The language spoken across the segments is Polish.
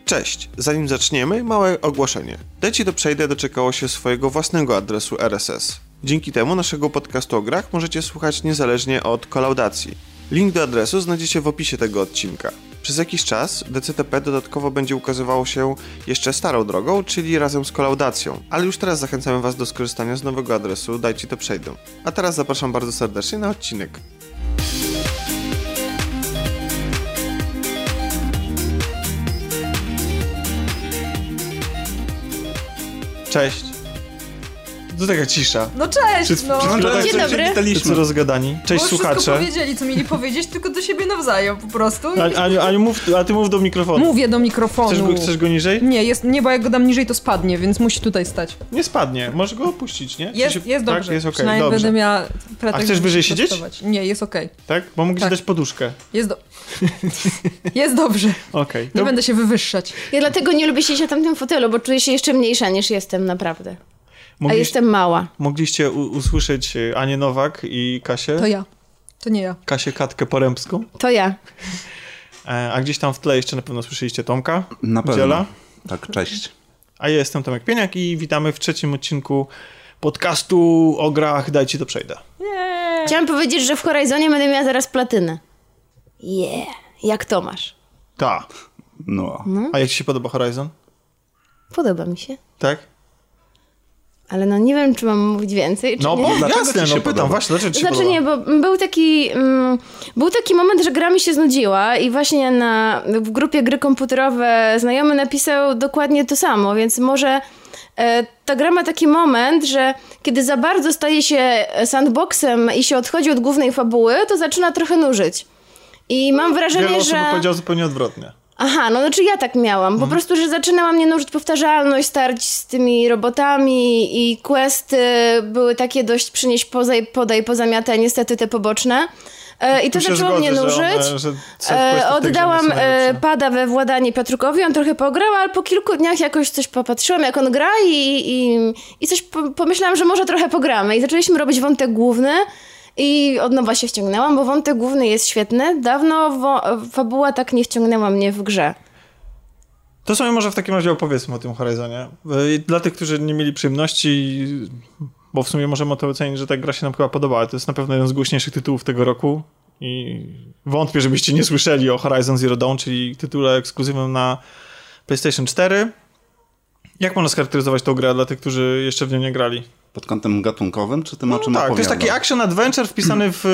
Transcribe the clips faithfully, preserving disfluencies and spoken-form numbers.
Cześć! Zanim zaczniemy, małe ogłoszenie. Dajcie to przejdę doczekało się swojego własnego adresu R S S. Dzięki temu naszego podcastu o grach możecie słuchać niezależnie od kolaudacji. Link do adresu znajdziecie w opisie tego odcinka. Przez jakiś czas D C T P dodatkowo będzie ukazywało się jeszcze starą drogą, czyli razem z kolaudacją, ale już teraz zachęcamy Was do skorzystania z nowego adresu, dajcie to przejdę. A teraz zapraszam bardzo serdecznie na odcinek. Cześć. To taka cisza. No cześć, Przed, no. przed chwilą tak Dzień coś dobry. witaliśmy. Co rozgadani. Cześć Bo słuchacze. wszystko powiedzieli, co mieli powiedzieć, tylko do siebie nawzajem po prostu. A, Aniu, Aniu mów, a ty mów do mikrofonu. Mówię do mikrofonu. Chcesz go, chcesz go niżej? Nie, jest, nie, bo jak go dam niżej, to spadnie, więc musi tutaj stać. Nie spadnie, możesz go opuścić, nie? Jest, Się, jest tak? dobrze. Jest okej, Przynajmniej dobrze. będę miała pretekst, A chcesz wyżej żeby siedzieć? prostować. Nie, jest okej. Tak? Bo mogę ci Tak. dać poduszkę. Jest, do... jest dobrze. Okej. Nie To- będę się wywyższać. Ja dlatego nie lubię siedzieć na tamtym fotelu, bo czuję się jeszcze mniejsza niż jestem naprawdę. A Mogliś, jestem mała. Mogliście u, usłyszeć e, Anię Nowak i Kasię. To ja. To nie ja. Kasię Katkę Porębską. To ja. E, a gdzieś tam w tle jeszcze na pewno słyszeliście Tomka. Na pewno. Dziela. Tak, cześć. A ja jestem Tomek Pieniak i witamy w trzecim odcinku podcastu o grach Dajcie to przejdę. Nie. Chciałam powiedzieć, że w Horizonie będę miała zaraz platynę. Yeah. Jak Tomasz. Tak. No. A jak ci się podoba Horizon? Podoba mi się. Tak? Ale no nie wiem, czy mam mówić więcej, czy No nie. bo Dlaczego jasne, ci się no pytam podoba? właśnie, dlaczego ci się Znaczy podoba? nie, bo był taki, mm, był taki moment, że gra mi się znudziła i właśnie na, w grupie gry komputerowe znajomy napisał dokładnie to samo, więc może e, ta gra ma taki moment, że kiedy za bardzo staje się sandboxem i się odchodzi od głównej fabuły, to zaczyna trochę nużyć. I mam wrażenie, Wiele osób że... by powiedziało zupełnie odwrotnie. Aha, no znaczy ja tak miałam. Po prostu, że zaczynała mnie nużyć powtarzalność, starć z tymi robotami i questy były takie dość przynieść poza i podaj, pozamiatać, niestety te poboczne. E, I to Tu się zaczęło zgodzę, mnie że nużyć. one- że set E, questów w tej grze oddałam nie są e, najlepsze. pada we władanie Piotrkowi, on trochę pograł, ale po kilku dniach jakoś coś popatrzyłam, jak on gra i, i, i coś po, pomyślałam, że może trochę pogramy. I zaczęliśmy robić wątek główny. I od nowa się wciągnęłam, bo wątek główny jest świetny. Dawno wo- fabuła tak nie wciągnęła mnie w grze. To sobie może w takim razie opowiedzmy o tym Horizonie. Y, Dla tych, którzy nie mieli przyjemności, bo w sumie możemy to ocenić, że ta gra się nam chyba podobała. To jest na pewno jeden z głośniejszych tytułów tego roku i wątpię, żebyście nie słyszeli o Horizon Zero Dawn, czyli tytule ekskluzywnym na PlayStation cztery. Jak można scharakteryzować tą grę dla tych, którzy jeszcze w nią nie grali? Pod kątem gatunkowym, czy tym o No czym tak, to jest opowiadam? taki action adventure wpisany w,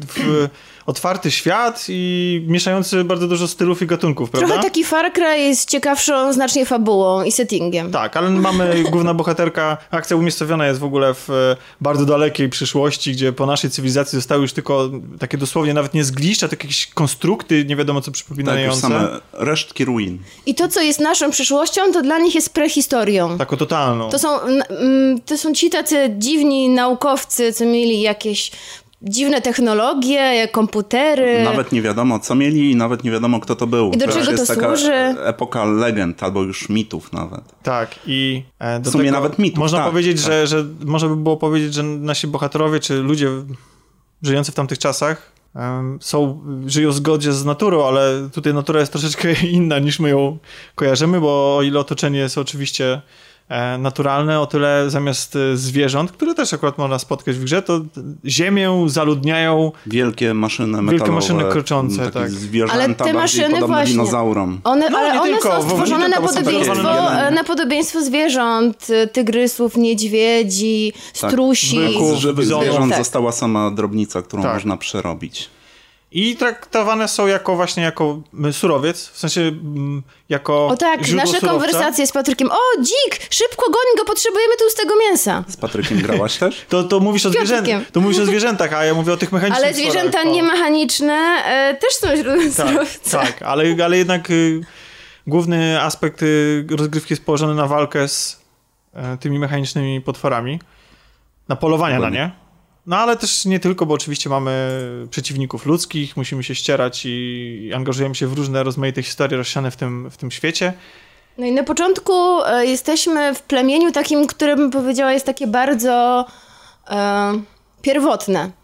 w otwarty świat i mieszający bardzo dużo stylów i gatunków, prawda? Trochę taki Far Cry z ciekawszą znacznie fabułą i settingiem. Tak, ale mamy główna bohaterka, akcja umiejscowiona jest w ogóle w e, bardzo dalekiej przyszłości, gdzie po naszej cywilizacji zostały już tylko takie dosłownie nawet nie zgliszcza, tylko jakieś konstrukty, nie wiadomo co Tak, już przypominające. same resztki ruin. I to, co jest naszą przyszłością, to dla nich jest prehistorią. Taką totalną. To są, n- mm, to są ci tacy dziwni naukowcy, co mieli jakieś dziwne technologie, komputery. Nawet nie wiadomo, co mieli i nawet nie wiadomo, kto to był. I do To czego już jest to taka służy? epoka legend, albo już mitów nawet. Tak, i e, do W sumie tego nawet mitów, można tak, powiedzieć, tak. Że, że można by było powiedzieć, że nasi bohaterowie, czy ludzie żyjący w tamtych czasach em, są, żyją w zgodzie z naturą, ale tutaj natura jest troszeczkę inna niż my ją kojarzymy, bo o ile otoczenie jest oczywiście e, naturalne, o tyle zamiast e, zwierząt, które też akurat można spotkać w grze, to ziemię zaludniają Wielkie maszyny metalowe. Wielkie maszyny kroczące, takie tak. zwierzęta Ale te bardziej maszyny podobne właśnie- dinozaurom. One, No, ale nie one tylko, są bo stworzone nie na tylko, bo są podobieństwo, takie- na podobieństwo zwierząt, y, tygrysów, niedźwiedzi, Tak, strusi. byków. Z żywych bizonów. zwierząt Tak. została sama drobnica, którą Tak. można przerobić. i traktowane są jako właśnie jako mm, surowiec, w sensie mm, jako O tak, źródło nasze surowca. konwersacje z Patrykiem. O, dzik! Szybko goń go, potrzebujemy tłustego mięsa. Z Patrykiem grałaś też? To, to, mówisz o Piotrkiem. zwierzętach, to mówisz o zwierzętach, a ja mówię o tych mechanicznych Ale zwierzęta stworach. O. niemechaniczne e, też są źródłem Tak, surowca. tak, ale, ale jednak y, główny aspekt y, rozgrywki jest położony na walkę z y, tymi mechanicznymi potworami, na polowania na Dokładnie. nie. No ale też nie tylko, bo oczywiście mamy przeciwników ludzkich, musimy się ścierać i angażujemy się w różne rozmaite historie rozsiane w tym, w tym świecie. No i na początku e, jesteśmy w plemieniu takim, które bym powiedziała jest takie bardzo e, pierwotne.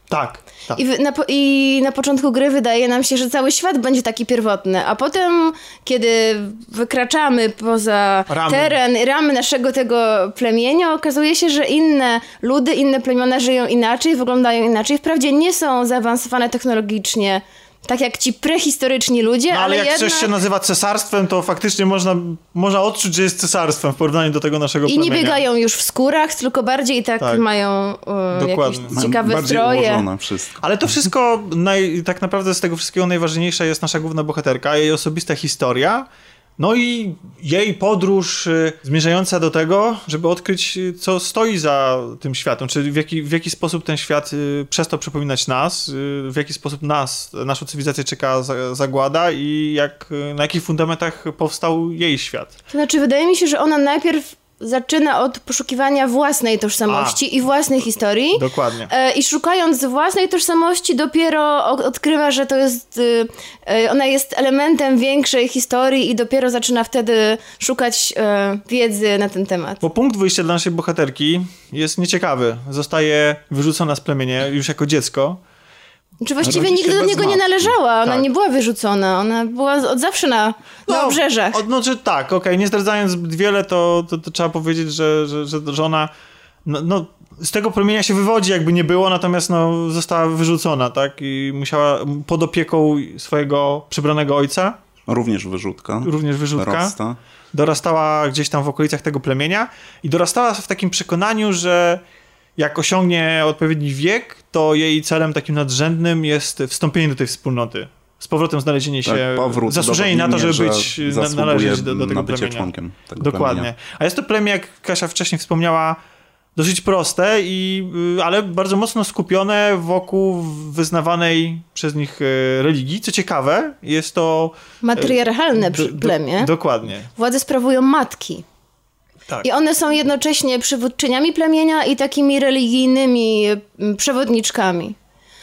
Tak, tak. I, w, na, po- I na początku gry wydaje nam się, że cały świat będzie taki pierwotny, a potem, kiedy wykraczamy poza Ramy. teren, ramy naszego tego plemienia, okazuje się, że inne ludy, inne plemiona żyją inaczej, wyglądają inaczej. Wprawdzie nie są zaawansowane technologicznie, tak jak ci prehistoryczni ludzie, No, ale, ale jak jednak... coś się nazywa cesarstwem, to faktycznie można, można odczuć, że jest cesarstwem w porównaniu do tego naszego I nie plemienia. biegają już w skórach, tylko bardziej tak, Tak. mają e, Dokładnie. jakieś Mają ciekawe bardziej stroje. ułożone wszystko. Ale to wszystko, naj, tak naprawdę z tego wszystkiego najważniejsza jest nasza główna bohaterka, jej osobista historia, no i jej podróż y, zmierzająca do tego, żeby odkryć, y, co stoi za tym światem, czy w jaki, w jaki sposób ten świat y, przestał przypominać nas, y, w jaki sposób nas, naszą cywilizację czeka za, zagłada i jak, y, na jakich fundamentach powstał jej świat. To znaczy, wydaje mi się, że ona najpierw zaczyna od poszukiwania własnej tożsamości A. i własnej historii. Dokładnie. E, I szukając własnej tożsamości dopiero o- odkrywa, że to jest, y, y, ona jest elementem większej historii i dopiero zaczyna wtedy szukać e, wiedzy na ten temat. Bo punkt wyjścia dla naszej bohaterki jest nieciekawy. Zostaje wyrzucona z plemienia już jako dziecko. Czy właściwie Rodzi się nigdy do bez niego nie matki. należała, ona Tak. nie była wyrzucona, ona była od zawsze na, na obrzeżach. od- No, że tak, okej, nie zdradzając zbyt wiele, to, to, to trzeba powiedzieć, że, że, że, że ona no, no, z tego plemienia się wywodzi, jakby nie było, natomiast no, została wyrzucona, tak? I musiała pod opieką swojego przybranego ojca, Również wyrzutka. również wyrzutka, Rosta. dorastała gdzieś tam w okolicach tego plemienia i dorastała w takim przekonaniu, że jak osiągnie odpowiedni wiek, to jej celem takim nadrzędnym jest wstąpienie do tej wspólnoty. Z powrotem znalezienie się, Tak, powrót zasłużenie na to, żeby udowodnienie, być, że na, zasługuje należeć do, do tego na bycie plemienia. członkiem tego Dokładnie. plemienia. A jest to plemię, jak Kasia wcześniej wspomniała, dosyć proste, i, y, ale bardzo mocno skupione wokół wyznawanej przez nich y, religii. Co ciekawe, jest to... Matriarchalne do- przy- do- plemię. Dokładnie. Władzę sprawują matki. Tak. I one są jednocześnie przywódczyniami plemienia i takimi religijnymi mm, przewodniczkami.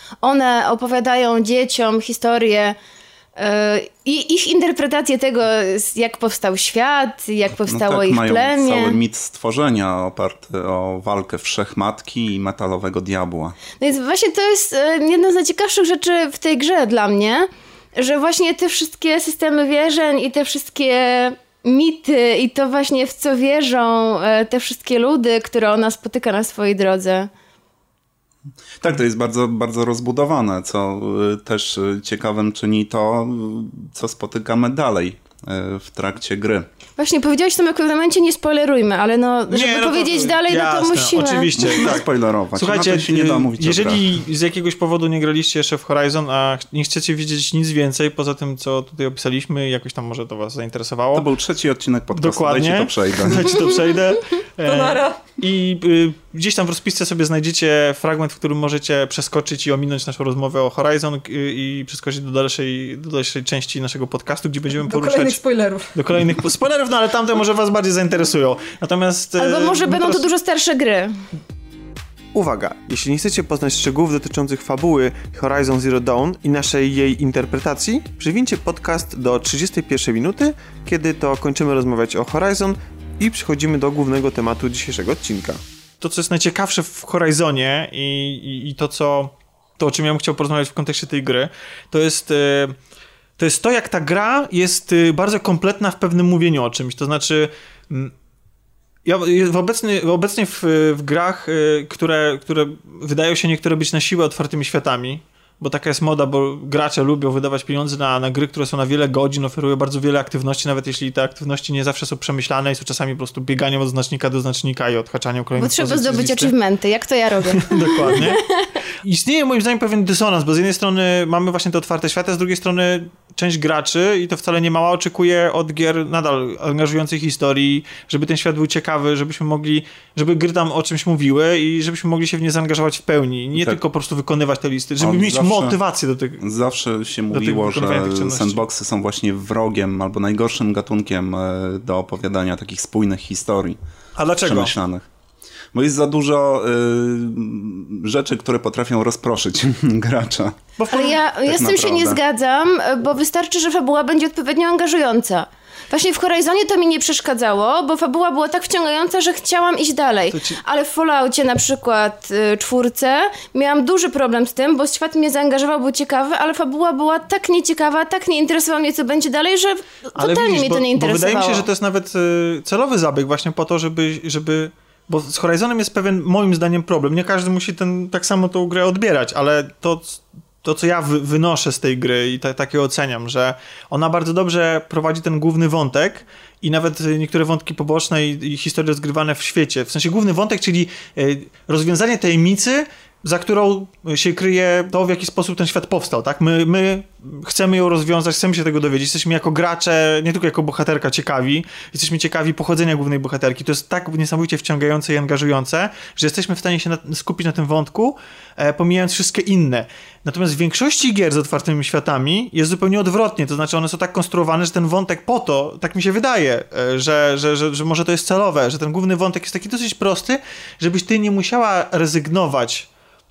One opowiadają dzieciom historię yy, i ich interpretację tego, jak powstał świat, jak powstało no tak, ich mają plemię. cały mit stworzenia oparty o walkę wszechmatki i metalowego diabła. No więc właśnie to jest e, jedna z najciekawszych rzeczy w tej grze dla mnie, że właśnie te wszystkie systemy wierzeń i te wszystkie mity i to właśnie w co wierzą e, te wszystkie ludy, które ona spotyka na swojej drodze. Tak, to jest bardzo, bardzo rozbudowane, co y, też y, ciekawym czyni to, y, co spotykamy dalej y, w trakcie gry. Właśnie powiedziałeś to w pewnym momencie, nie spoilerujmy, ale no, żeby Nie, no to- powiedzieć dalej, no to jasne, musimy. Oczywiście, Nie tak. spoilerować. Słuchajcie, na to się nie da mówić jeżeli z jakiegoś powodu nie graliście jeszcze w Horizon, a nie chcecie wiedzieć nic więcej poza tym, co tutaj opisaliśmy, jakoś tam może to was zainteresowało. To był trzeci odcinek podcastu, Dokładnie. dajcie to przejdę. Dajcie to przejdę. To nara. I y, gdzieś tam w rozpisce sobie znajdziecie fragment, w którym możecie przeskoczyć i ominąć naszą rozmowę o Horizon y, i przeskoczyć do dalszej, do dalszej części naszego podcastu, gdzie będziemy Do poruszać... kolejnych spoilerów. Do kolejnych spoilerów, no ale tamte może was bardziej zainteresują. Natomiast... y, Albo może my będą teraz- to dużo starsze gry. Uwaga, jeśli nie chcecie poznać szczegółów dotyczących fabuły Horizon Zero Dawn i naszej jej interpretacji, przywincie podcast do trzydziestej pierwszej minuty, kiedy to kończymy rozmawiać o Horizon i przechodzimy do głównego tematu dzisiejszego odcinka. To, co jest najciekawsze w Horizonie i, i, i to, co, to, o czym ja bym chciał porozmawiać w kontekście tej gry, to jest... E, to jest to, jak ta gra jest y, bardzo kompletna w pewnym mówieniu o czymś. To znaczy... Mm, Ja w obecnie, obecnie w, w grach, y, które, które wydają się niektóre być na siłę otwartymi światami, bo taka jest moda, bo gracze lubią wydawać pieniądze na, na gry, które są na wiele godzin, oferują bardzo wiele aktywności, nawet jeśli te aktywności nie zawsze są przemyślane i są czasami po prostu bieganiem od znacznika do znacznika i odhaczaniem Bo kolejnych trzeba pozycji z zdobyć listy. achievementy, jak to ja robię. Dokładnie. Istnieje moim zdaniem pewien dysonans, bo z jednej strony mamy właśnie te otwarte światy, z drugiej strony część graczy, i to wcale nie mała, oczekuje od gier nadal angażującej historii, żeby ten świat był ciekawy, żebyśmy mogli, żeby gry tam o czymś mówiły i żebyśmy mogli się w nie zaangażować w pełni. Nie Tak. tylko po prostu wykonywać te listy, żeby Od mieć zawsze- motywację do tego. Zawsze się tych mówiło, że wykonywania tych czynności. sandboxy są właśnie wrogiem albo najgorszym gatunkiem e, do opowiadania takich spójnych historii A dlaczego? przemyślanych. Bo jest za dużo y, rzeczy, które potrafią rozproszyć gracza. Bo w Ale ja, ja z tym się nie naprawdę. zgadzam, bo wystarczy, że fabuła będzie odpowiednio angażująca. Właśnie w Horizonie to mi nie przeszkadzało, bo fabuła była tak wciągająca, że chciałam iść dalej. Ci... Ale w Falloutie na przykład y, czwórce miałam duży problem z tym, bo świat mnie zaangażował, był ciekawy, ale fabuła była tak nieciekawa, tak nie interesowała mnie, co będzie dalej, że ale totalnie widzisz, mnie to bo, nie interesowało. Bo wydaje mi się, że to jest nawet y, celowy zabieg właśnie po to, żeby... żeby... Bo z Horizonem jest pewien, moim zdaniem, problem. Nie każdy musi ten, tak samo tą grę odbierać, ale to, to co ja wy, wynoszę z tej gry i ta, takie oceniam, że ona bardzo dobrze prowadzi ten główny wątek i nawet niektóre wątki poboczne i, i historie rozgrywane w świecie. W sensie główny wątek, czyli y, rozwiązanie tajemnicy, za którą się kryje to, w jaki sposób ten świat powstał, tak? My, my chcemy ją rozwiązać, chcemy się tego dowiedzieć. Jesteśmy jako gracze, nie tylko jako bohaterka ciekawi, jesteśmy ciekawi pochodzenia głównej bohaterki. To jest tak niesamowicie wciągające i angażujące, że jesteśmy w stanie się na, skupić na tym wątku, e, pomijając wszystkie inne. Natomiast w większości gier z otwartymi światami jest zupełnie odwrotnie, to znaczy one są tak konstruowane, że ten wątek po to, tak mi się wydaje, że, że, że, że może to jest celowe, że ten główny wątek jest taki dosyć prosty, żebyś ty nie musiała rezygnować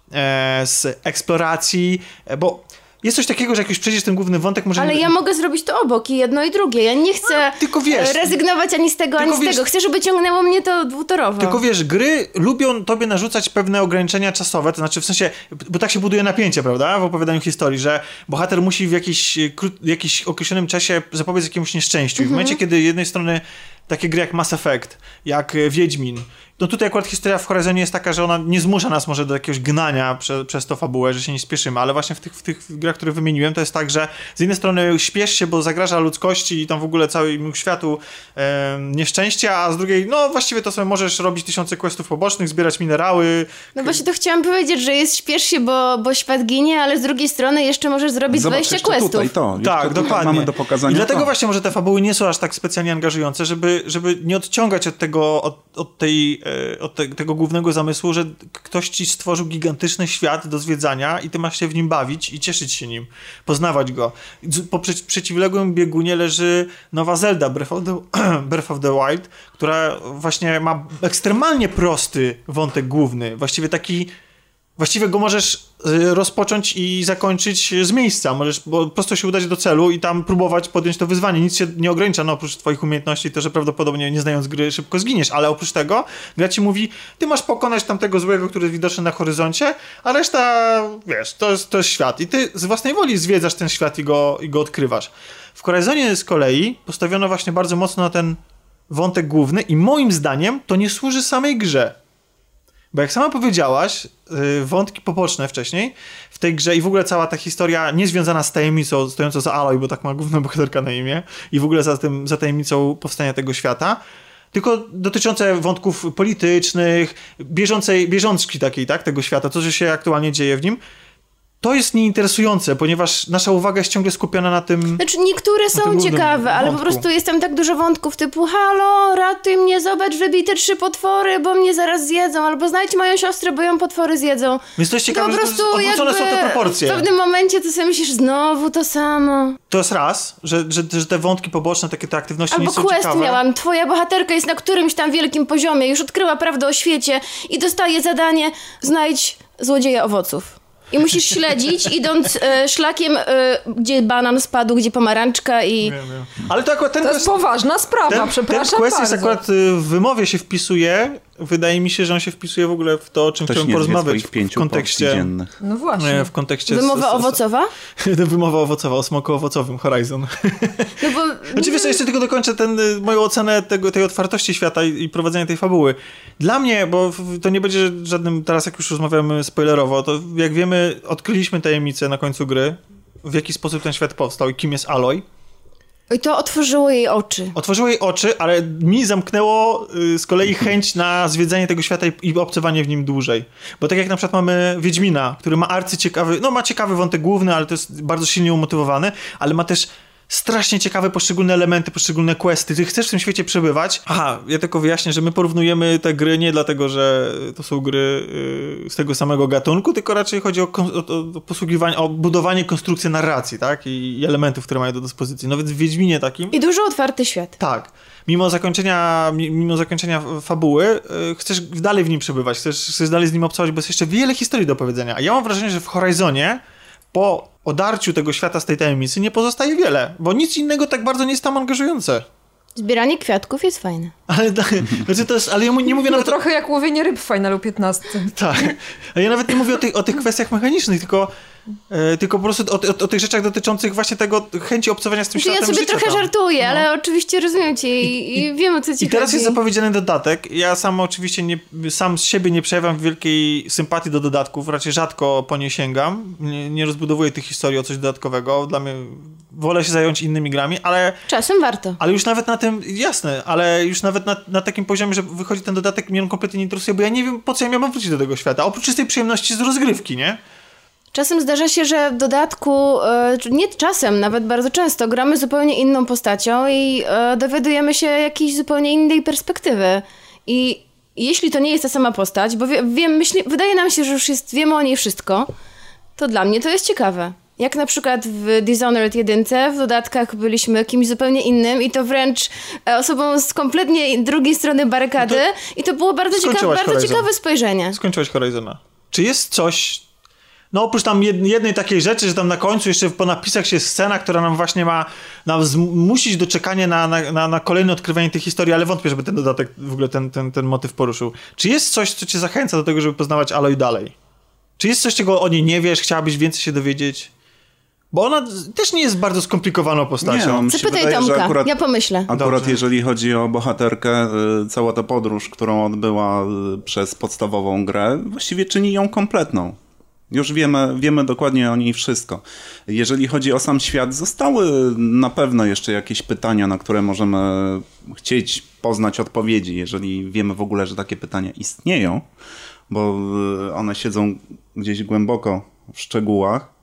e, z eksploracji, e, bo jest coś takiego, że jak już przejdziesz ten główny wątek, może... Ale nie... ja mogę zrobić to obok i jedno i drugie. Ja nie chcę no, tylko wiesz, rezygnować ani z tego, ani z wiesz, tego. Chcę, żeby ciągnęło mnie to dwutorowo. Tylko wiesz, gry lubią tobie narzucać pewne ograniczenia czasowe, to znaczy w sensie, bo tak się buduje napięcie, prawda, w opowiadaniu historii, że bohater musi w jakiś, w jakiś określonym czasie zapobiec jakiemuś nieszczęściu. I w momencie, kiedy z jednej strony takie gry jak Mass Effect, jak Wiedźmin, no tutaj akurat historia w Horizonie jest taka, że ona nie zmusza nas może do jakiegoś gnania prze, przez to fabułę, że się nie spieszymy, ale właśnie w tych, w tych grach, które wymieniłem, to jest tak, że z jednej strony śpiesz się, bo zagraża ludzkości i tam w ogóle całemu światu e, nieszczęścia, a z drugiej, no właściwie to sobie możesz robić tysiące questów pobocznych, zbierać minerały. No właśnie to chciałam powiedzieć, że jest śpiesz się, bo, bo świat ginie, ale z drugiej strony jeszcze możesz zrobić Zobacz, dwadzieścia questów. Tutaj to, tak, dokładnie. Mamy do pokazania. I dlatego to. właśnie może te fabuły nie są aż tak specjalnie angażujące, żeby, żeby nie odciągać od tego, od, od tej, od te, tego głównego zamysłu, że ktoś ci stworzył gigantyczny świat do zwiedzania i ty masz się w nim bawić i cieszyć się nim, poznawać go. Po prze- przeciwległym biegunie leży nowa Zelda, Breath of, the, Breath of the Wild, która właśnie ma ekstremalnie prosty wątek główny, właściwie taki Właściwie go możesz rozpocząć i zakończyć z miejsca. Możesz po prostu się udać do celu i tam próbować podjąć to wyzwanie. Nic się nie ogranicza, no oprócz twoich umiejętności, to, że prawdopodobnie nie znając gry szybko zginiesz, ale oprócz tego gra ci mówi, ty masz pokonać tamtego złego, który jest widoczny na horyzoncie, a reszta, wiesz, to jest, to jest świat. I ty z własnej woli zwiedzasz ten świat i go, i go odkrywasz. W Horizonie z kolei postawiono właśnie bardzo mocno na ten wątek główny i moim zdaniem to nie służy samej grze. Bo jak sama powiedziałaś, wątki poboczne wcześniej w tej grze i w ogóle cała ta historia niezwiązana z tajemnicą stojącą za Aloy, bo tak ma główna bohaterka na imię, i w ogóle za, tym, za tajemnicą powstania tego świata, tylko dotyczące wątków politycznych, bieżącej, bieżączki takiej, tak, tego świata, to, co się aktualnie dzieje w nim, to jest nieinteresujące, ponieważ nasza uwaga jest ciągle skupiona na tym... Znaczy niektóre są ciekawe, ale po prostu jest tam tak dużo wątków typu halo, ratuj mnie, zobacz, wybij te trzy potwory, bo mnie zaraz zjedzą, albo znajdź moją siostrę, bo ją potwory zjedzą. Więc to jest ciekawe, to po że prostu odwrócone są te proporcje. W pewnym momencie to sobie myślisz, znowu to samo. To jest raz, że, że, że te wątki poboczne, takie te aktywności albo nie są quest ciekawe. miałam, twoja bohaterka jest na którymś tam wielkim poziomie, już odkryła prawdę o świecie i dostaje zadanie, znajdź złodzieja owoców. I musisz śledzić, idąc e, szlakiem, e, gdzie banan spadł, gdzie pomarańczka i... Wiem, wiem. Ale to akurat ten To quest, jest poważna sprawa, ten, przepraszam ten quest bardzo. jest akurat w wymowie się wpisuje. Wydaje mi się, że on się wpisuje w ogóle w to, o czym Ktoś chciałem nie porozmawiać w, w kontekście... dziennych. No właśnie. Nie, w kontekście... Wymowa s, s, s, owocowa? Wymowa owocowa, o smoku owocowym, Horizon. No bo... Znaczy wiesz co, jeszcze tylko dokończę ten, moją ocenę tego, tej otwartości świata i, i prowadzenia tej fabuły. Dla mnie, bo to nie będzie żadnym, teraz jak już rozmawiamy spoilerowo, to jak wiemy, odkryliśmy tajemnicę na końcu gry, w jaki sposób ten świat powstał i kim jest Aloy. I to otworzyło jej oczy. Otworzyło jej oczy, ale mi zamknęło y, z kolei chęć na zwiedzanie tego świata i, i obcowanie w nim dłużej. Bo tak jak na przykład mamy Wiedźmina, który ma arcyciekawy, no ma ciekawy wątek główny, ale to jest bardzo silnie umotywowany, ale ma też strasznie ciekawe poszczególne elementy, poszczególne questy. Ty chcesz w tym świecie przebywać. Aha, ja tylko wyjaśnię, że my porównujemy te gry nie dlatego, że to są gry yy, z tego samego gatunku, tylko raczej chodzi o, o, o posługiwanie, o budowanie konstrukcji narracji, tak? I, i elementów, które mają do dyspozycji. No więc w Wiedźminie takim... I dużo otwarty świat. Tak. Mimo zakończenia, mimo zakończenia fabuły, yy, chcesz dalej w nim przebywać, chcesz, chcesz dalej z nim obcować, bo jest jeszcze wiele historii do opowiedzenia. A ja mam wrażenie, że w Horizonie po odarciu tego świata z tej tajemnicy nie pozostaje wiele, bo nic innego tak bardzo nie jest tam angażujące. Zbieranie kwiatków jest fajne. Ale, znaczy to jest, ale ja nie mówię No nawet... trochę jak łowienie ryb w Finalu piętnaście. Tak. A ja nawet nie mówię o tych, o tych kwestiach mechanicznych, tylko, e, tylko po prostu o, o, o tych rzeczach dotyczących właśnie tego chęci obcowania z tym Znaczy, światem ja sobie życia trochę tam. żartuję, No. ale oczywiście rozumiem cię i, i, i wiem, o co ci I teraz chodzi. jest zapowiedziany dodatek. Ja sam oczywiście nie, sam z siebie nie przejawiam wielkiej sympatii do dodatków, raczej rzadko po nie sięgam. Nie, nie rozbudowuję tych historii o coś dodatkowego. Dla mnie wolę się zająć innymi grami, ale... Czasem warto. Ale już nawet na tym, jasne, ale już nawet na, na takim poziomie, że wychodzi ten dodatek, mnie on kompletnie nie interesuje, bo ja nie wiem, po co ja miałbym wrócić do tego świata. Oprócz czystej przyjemności z rozgrywki, nie? Czasem zdarza się, że w dodatku, e, nie czasem, nawet bardzo często, gramy zupełnie inną postacią i e, dowiadujemy się jakiejś zupełnie innej perspektywy. I jeśli to nie jest ta sama postać, bo wie, wiem, myśli, wydaje nam się, że już jest, wiemy o niej wszystko, to dla mnie to jest ciekawe. Jak na przykład w Dishonored jeden w dodatkach byliśmy kimś zupełnie innym i to wręcz e, osobą z kompletnie drugiej strony barykady No i to było bardzo, ciekawe, skończyłaś bardzo Horizon. ciekawe spojrzenie. Skończyłeś Horizona. Czy jest coś... No oprócz tam jed, jednej takiej rzeczy, że tam na końcu jeszcze po napisach się scena, która nam właśnie ma nam zmusić do czekania na, na, na, na kolejne odkrywanie tej historii, ale wątpię, żeby ten dodatek w ogóle ten, ten, ten motyw poruszył. Czy jest coś, co cię zachęca do tego, żeby poznawać Aloy dalej? Czy jest coś, czego o niej nie wiesz, chciałabyś więcej się dowiedzieć? Bo ona też nie jest bardzo skomplikowaną postacią. Nie, mi się Zapytaj wydaje, że Tomka, akurat, ja pomyślę. Akurat Dobrze. jeżeli chodzi o bohaterkę, y, cała ta podróż, którą odbyła y, przez podstawową grę, właściwie czyni ją kompletną. Już wiemy, wiemy dokładnie o niej wszystko. Jeżeli chodzi o sam świat, zostały na pewno jeszcze jakieś pytania, na które możemy chcieć poznać odpowiedzi, jeżeli wiemy w ogóle, że takie pytania istnieją, bo y, one siedzą gdzieś głęboko w szczegółach.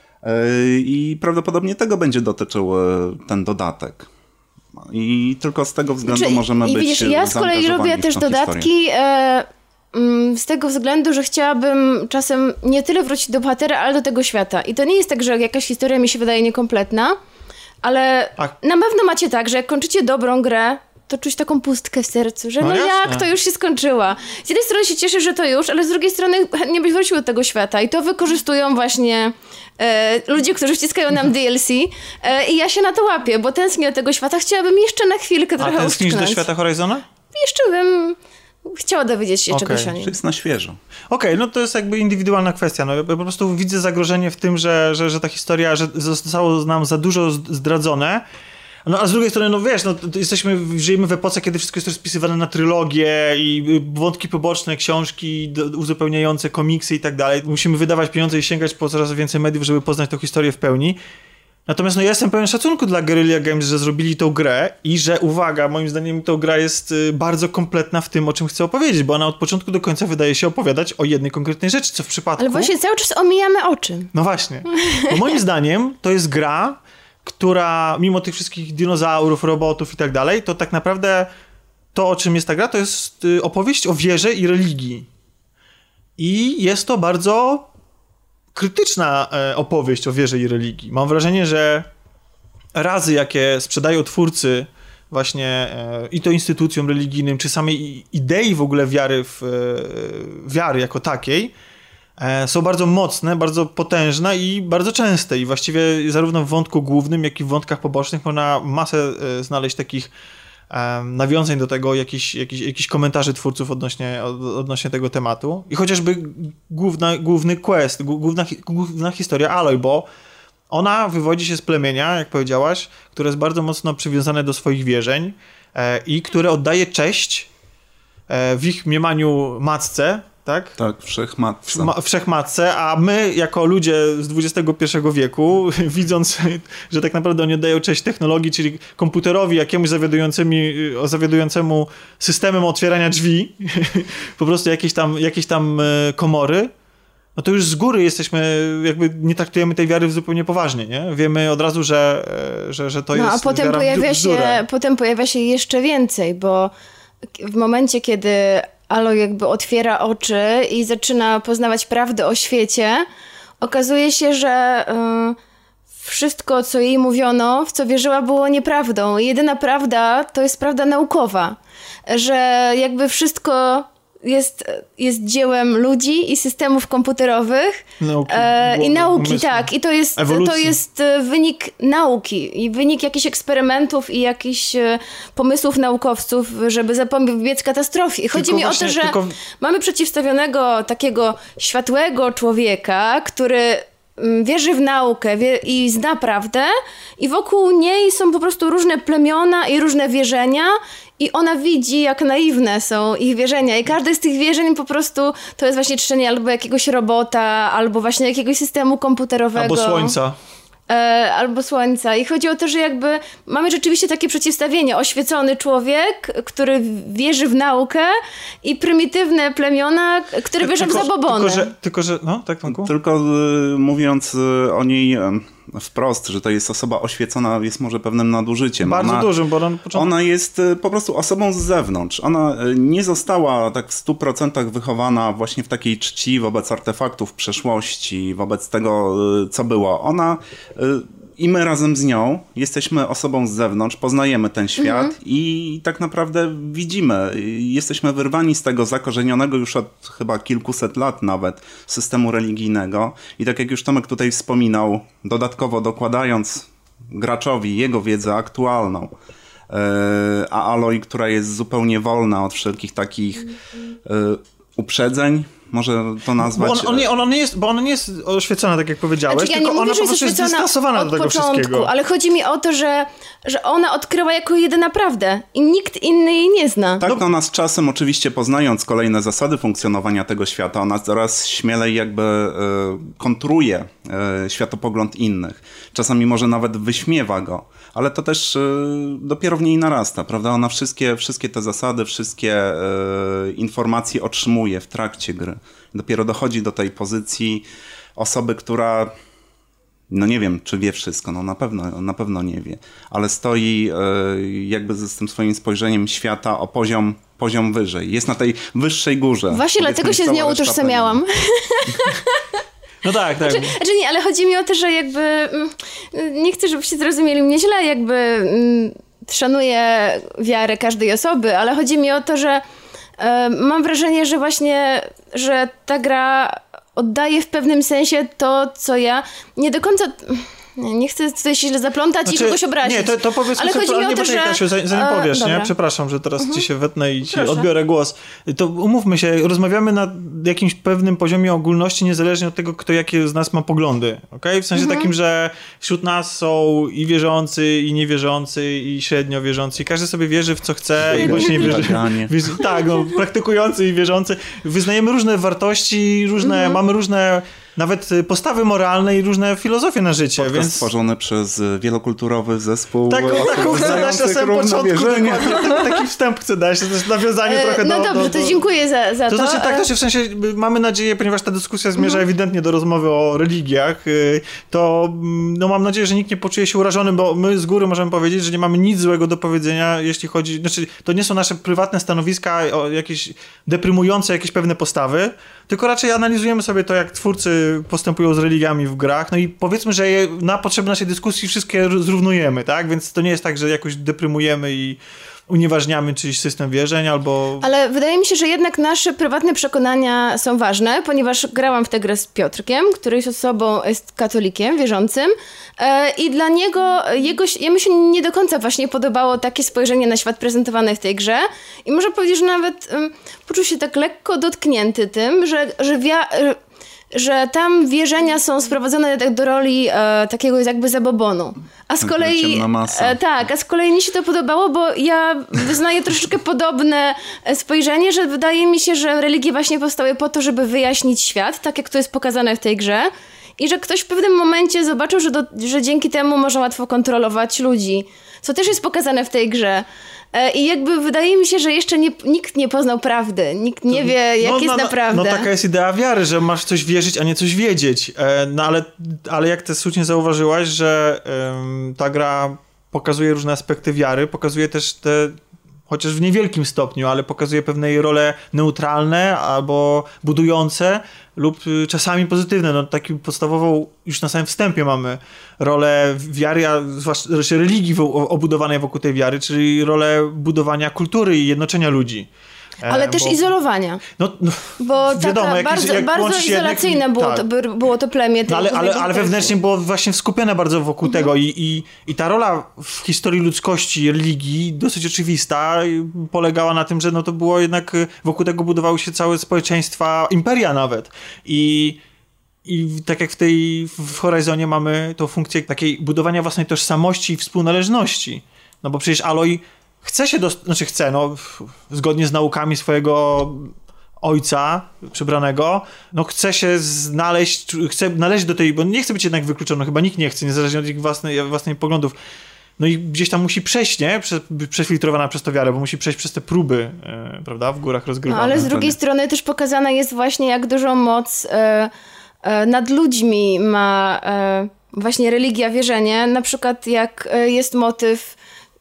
I prawdopodobnie tego będzie dotyczył ten dodatek. I tylko z tego względu Znaczy, możemy i być widzisz, ja z kolei zaangażowani lubię w też tą dodatki e, mm, z tego względu, że chciałabym czasem nie tyle wrócić do bohatera, ale do tego świata. I to nie jest tak, że jakaś historia mi się wydaje niekompletna, ale A- na pewno macie tak, że jak kończycie dobrą grę, to czuć taką pustkę w sercu, że no, No jasne. jak, to już się skończyła. Z jednej strony się cieszę, że to już, ale z drugiej strony chętnie byś wrócił do tego świata i to wykorzystują właśnie e, ludzie, którzy wciskają nam D L C e, i ja się na to łapię, bo tęsknię do tego świata, chciałabym jeszcze na chwilkę A trochę tęsknisz do uszczknąć. świata Horizona? Jeszcze bym chciała dowiedzieć się Okej. czegoś o Że nim. jest na świeżo. Okej, no to jest jakby indywidualna kwestia. No, ja po prostu widzę zagrożenie w tym, że, że, że ta historia, że zostało nam za dużo zdradzone. No a z drugiej strony, no wiesz, no, to jesteśmy, żyjemy w epoce, kiedy wszystko jest rozpisywane na trylogię i wątki poboczne, książki do, uzupełniające, komiksy i tak dalej. Musimy wydawać pieniądze i sięgać po coraz więcej mediów, żeby poznać tę historię w pełni. Natomiast no, ja jestem pełen szacunku dla Guerrilla Games, że zrobili tą grę i że, uwaga, moim zdaniem ta gra jest y, bardzo kompletna w tym, o czym chcę opowiedzieć, bo ona od początku do końca wydaje się opowiadać o jednej konkretnej rzeczy, co w przypadku... Ale właśnie cały czas omijamy o czym. No właśnie. Bo moim zdaniem to jest gra, która mimo tych wszystkich dinozaurów, robotów i tak dalej, to tak naprawdę to, o czym jest ta gra, to jest y, opowieść o wierze i religii. I jest to bardzo krytyczna e, opowieść o wierze i religii. Mam wrażenie, że razy, jakie sprzedają twórcy właśnie e, i to instytucjom religijnym, czy samej i- idei w ogóle wiary w e, wiary jako takiej, e, są bardzo mocne, bardzo potężne i bardzo częste. I właściwie zarówno w wątku głównym, jak i w wątkach pobocznych można masę e, znaleźć takich e, nawiązań do tego, jakichś jakich, jakich komentarzy twórców odnośnie, od, odnośnie tego tematu. I chociażby główna, główny quest, głó- główna, hi- główna historia Aloy, bo ona wywodzi się z plemienia, jak powiedziałaś, które jest bardzo mocno przywiązane do swoich wierzeń e, i które oddaje cześć e, w ich mniemaniu matce, tak? Tak, wszechmatce. Ma, wszechmatce, a my jako ludzie z dwudziestego pierwszego wieku, widząc, że tak naprawdę oni oddają cześć technologii, czyli komputerowi jakiemuś zawiadującymi, o zawiadującemu systemem otwierania drzwi, po prostu jakieś tam, jakieś tam e, komory, no to już z góry jesteśmy, jakby nie traktujemy tej wiary zupełnie poważnie, nie? Wiemy od razu, że, e, że, że to No jest a potem wiara w pojawia, bzdurę. się, potem pojawia się jeszcze więcej, bo w momencie, kiedy Aloy jakby otwiera oczy i zaczyna poznawać prawdę o świecie, okazuje się, że y, wszystko, co jej mówiono, w co wierzyła, było nieprawdą. Jedyna prawda to jest prawda naukowa, że jakby wszystko jest, jest dziełem ludzi i systemów komputerowych nauki, e, i nauki, umysłu. tak. I to jest, to jest wynik nauki i wynik jakichś eksperymentów i jakichś pomysłów naukowców, żeby zapobiec katastrofie. I chodzi Tylko mi właśnie, o to, że tylko... mamy przeciwstawionego takiego światłego człowieka, który wierzy w naukę wie, i zna prawdę i wokół niej są po prostu różne plemiona i różne wierzenia i ona widzi, jak naiwne są ich wierzenia i każde z tych wierzeń po prostu to jest właśnie czczenie albo jakiegoś robota, albo właśnie jakiegoś systemu komputerowego. Albo słońca. E, albo słońca. I chodzi o to, że jakby mamy rzeczywiście takie przeciwstawienie. Oświecony człowiek, który wierzy w naukę i prymitywne plemiona, które wierzą tylko, w zabobony. Tylko, że, tylko, że no, tak, Tomku? Tylko y, mówiąc y, o niej y, wprost, że to jest osoba oświecona, jest może pewnym nadużyciem. Bardzo ona, dużym, bo on początku... ona jest y, po prostu osobą z zewnątrz. Ona y, nie została tak w stu procentach wychowana właśnie w takiej czci wobec artefaktów przeszłości, wobec tego, y, co było. Ona... Y, I my razem z nią jesteśmy osobą z zewnątrz, poznajemy ten świat mhm. i tak naprawdę widzimy, jesteśmy wyrwani z tego zakorzenionego już od chyba kilkuset lat nawet systemu religijnego i tak jak już Tomek tutaj wspominał, dodatkowo dokładając graczowi jego wiedzę aktualną, a Aloy, która jest zupełnie wolna od wszelkich takich uprzedzeń, może to nazwać... Bo on, on, nie, on nie jest, bo ona nie jest oświecona, tak jak powiedziałeś, znaczy, ja tylko nie mówię, ona po prostu jest dystansowana do tego początku, wszystkiego. Ale chodzi mi o to, że, że ona odkryła jako jedyna prawdę i nikt inny jej nie zna. Tak, no ona z czasem oczywiście poznając kolejne zasady funkcjonowania tego świata, ona coraz śmielej jakby y, kontruje y, światopogląd innych. Czasami może nawet wyśmiewa go, ale to też y, dopiero w niej narasta, prawda? Ona wszystkie, wszystkie te zasady, wszystkie y, informacje otrzymuje w trakcie gry. Dopiero dochodzi do tej pozycji osoby, która, no nie wiem, czy wie wszystko, no na pewno, na pewno nie wie, ale stoi y, jakby z tym swoim spojrzeniem świata o poziom, poziom wyżej. Jest na tej wyższej górze. Właśnie dlatego się z nią utożsamiałam. No tak, tak. Znaczy, znaczy nie, ale chodzi mi o to, że jakby mm, nie chcę, żebyście zrozumieli mnie źle, jakby mm, szanuję wiarę każdej osoby, ale chodzi mi o to, że y, mam wrażenie, że właśnie, że ta gra oddaje w pewnym sensie to, co ja nie do końca... Nie, nie chcę tutaj się źle zaplątać znaczy, i kogoś obrazić. Nie, to, to powiedz ale sobie, chodzi mi o nie, to, że... Kasiu, zanim e, powiesz, dobra. nie? Przepraszam, że teraz mhm. ci się wetnę i ci Proszę. odbiorę głos. To umówmy się, rozmawiamy na jakimś pewnym poziomie ogólności, niezależnie od tego, kto jakie z nas ma poglądy. Okay? W sensie mhm. takim, że wśród nas są i wierzący, i niewierzący, i średnio wierzący. I każdy sobie wierzy w co chce i właśnie wierzy. wierzy tak, no, praktykujący i wierzący. Wyznajemy różne wartości, różne, mhm. mamy różne... Nawet postawy moralne i różne filozofie na życie. Podcast więc stworzony przez wielokulturowy zespół. Tak, taką chcę dać na samym początku. Tak, taki wstęp chcę dać. To jest nawiązanie e, trochę no do... No dobrze, do, do... to dziękuję za, za to. To znaczy tak, to znaczy w sensie mamy nadzieję, ponieważ ta dyskusja zmierza mhm. ewidentnie do rozmowy o religiach, to no mam nadzieję, że nikt nie poczuje się urażony, bo my z góry możemy powiedzieć, że nie mamy nic złego do powiedzenia, jeśli chodzi... Znaczy, to nie są nasze prywatne stanowiska o jakieś deprymujące jakieś pewne postawy, tylko raczej analizujemy sobie to, jak twórcy postępują z religiami w grach, no i powiedzmy, że je na potrzeby naszej dyskusji wszystkie zrównujemy, tak? Więc to nie jest tak, że jakoś deprymujemy i unieważniamy czyjś system wierzeń, albo... Ale wydaje mi się, że jednak nasze prywatne przekonania są ważne, ponieważ grałam w tę grę z Piotrkiem, który jest osobą, jest katolikiem, wierzącym e, i dla niego, jego, jemu się nie do końca właśnie podobało takie spojrzenie na świat prezentowane w tej grze i można powiedzieć, że nawet um, poczuł się tak lekko dotknięty tym, że, że wia... że tam wierzenia są sprowadzone tak do roli e, takiego jakby zabobonu. A z kolei e, tak, a z kolei mi się to podobało, bo ja wyznaję troszeczkę podobne spojrzenie, że wydaje mi się, że religie właśnie powstały po to, żeby wyjaśnić świat, tak jak to jest pokazane w tej grze. I że ktoś w pewnym momencie zobaczył, że, do, że dzięki temu można łatwo kontrolować ludzi. Co też jest pokazane w tej grze. I jakby wydaje mi się, że jeszcze nie, nikt nie poznał prawdy. Nikt nie wie, jak no, jest no, naprawdę. No taka jest idea wiary, że masz coś wierzyć, a nie coś wiedzieć. No ale, ale jak ty słusznie zauważyłaś, że um, ta gra pokazuje różne aspekty wiary, pokazuje też te, chociaż w niewielkim stopniu, ale pokazuje pewne jej role neutralne albo budujące lub czasami pozytywne. No taką podstawową już na samym wstępie mamy rolę wiary, a zwłaszcza religii obudowanej wokół tej wiary, czyli rolę budowania kultury i jednoczenia ludzi. Ale też bo... izolowania. No, no, bo wiadomo, taka jak, bardzo, jak bardzo izolacyjne jednak, było, tak. to, było to plemię. No ale, ale, ale wewnętrznie było właśnie skupione bardzo wokół mhm. tego I, i, i ta rola w historii ludzkości, religii, dosyć oczywista, polegała na tym, że no to było jednak, wokół tego budowały się całe społeczeństwa, imperia nawet. I I tak jak w tej w Horizonie mamy tą funkcję takiej budowania własnej tożsamości i współnależności. No bo przecież Aloy chce się, do, znaczy chce, no zgodnie z naukami swojego ojca przybranego, no chce się znaleźć, chce należeć do tej, bo nie chce być jednak wykluczony, chyba nikt nie chce, niezależnie od ich własnej, własnej poglądów. No i gdzieś tam musi przejść, nie? Prze, przefiltrowana przez to wiarę, bo musi przejść przez te próby, e, prawda? W górach rozgrywane. No ale z drugiej strony też pokazana jest właśnie, jak dużą moc e, e, nad ludźmi ma e, właśnie religia, wierzenie. Na przykład jak e, jest motyw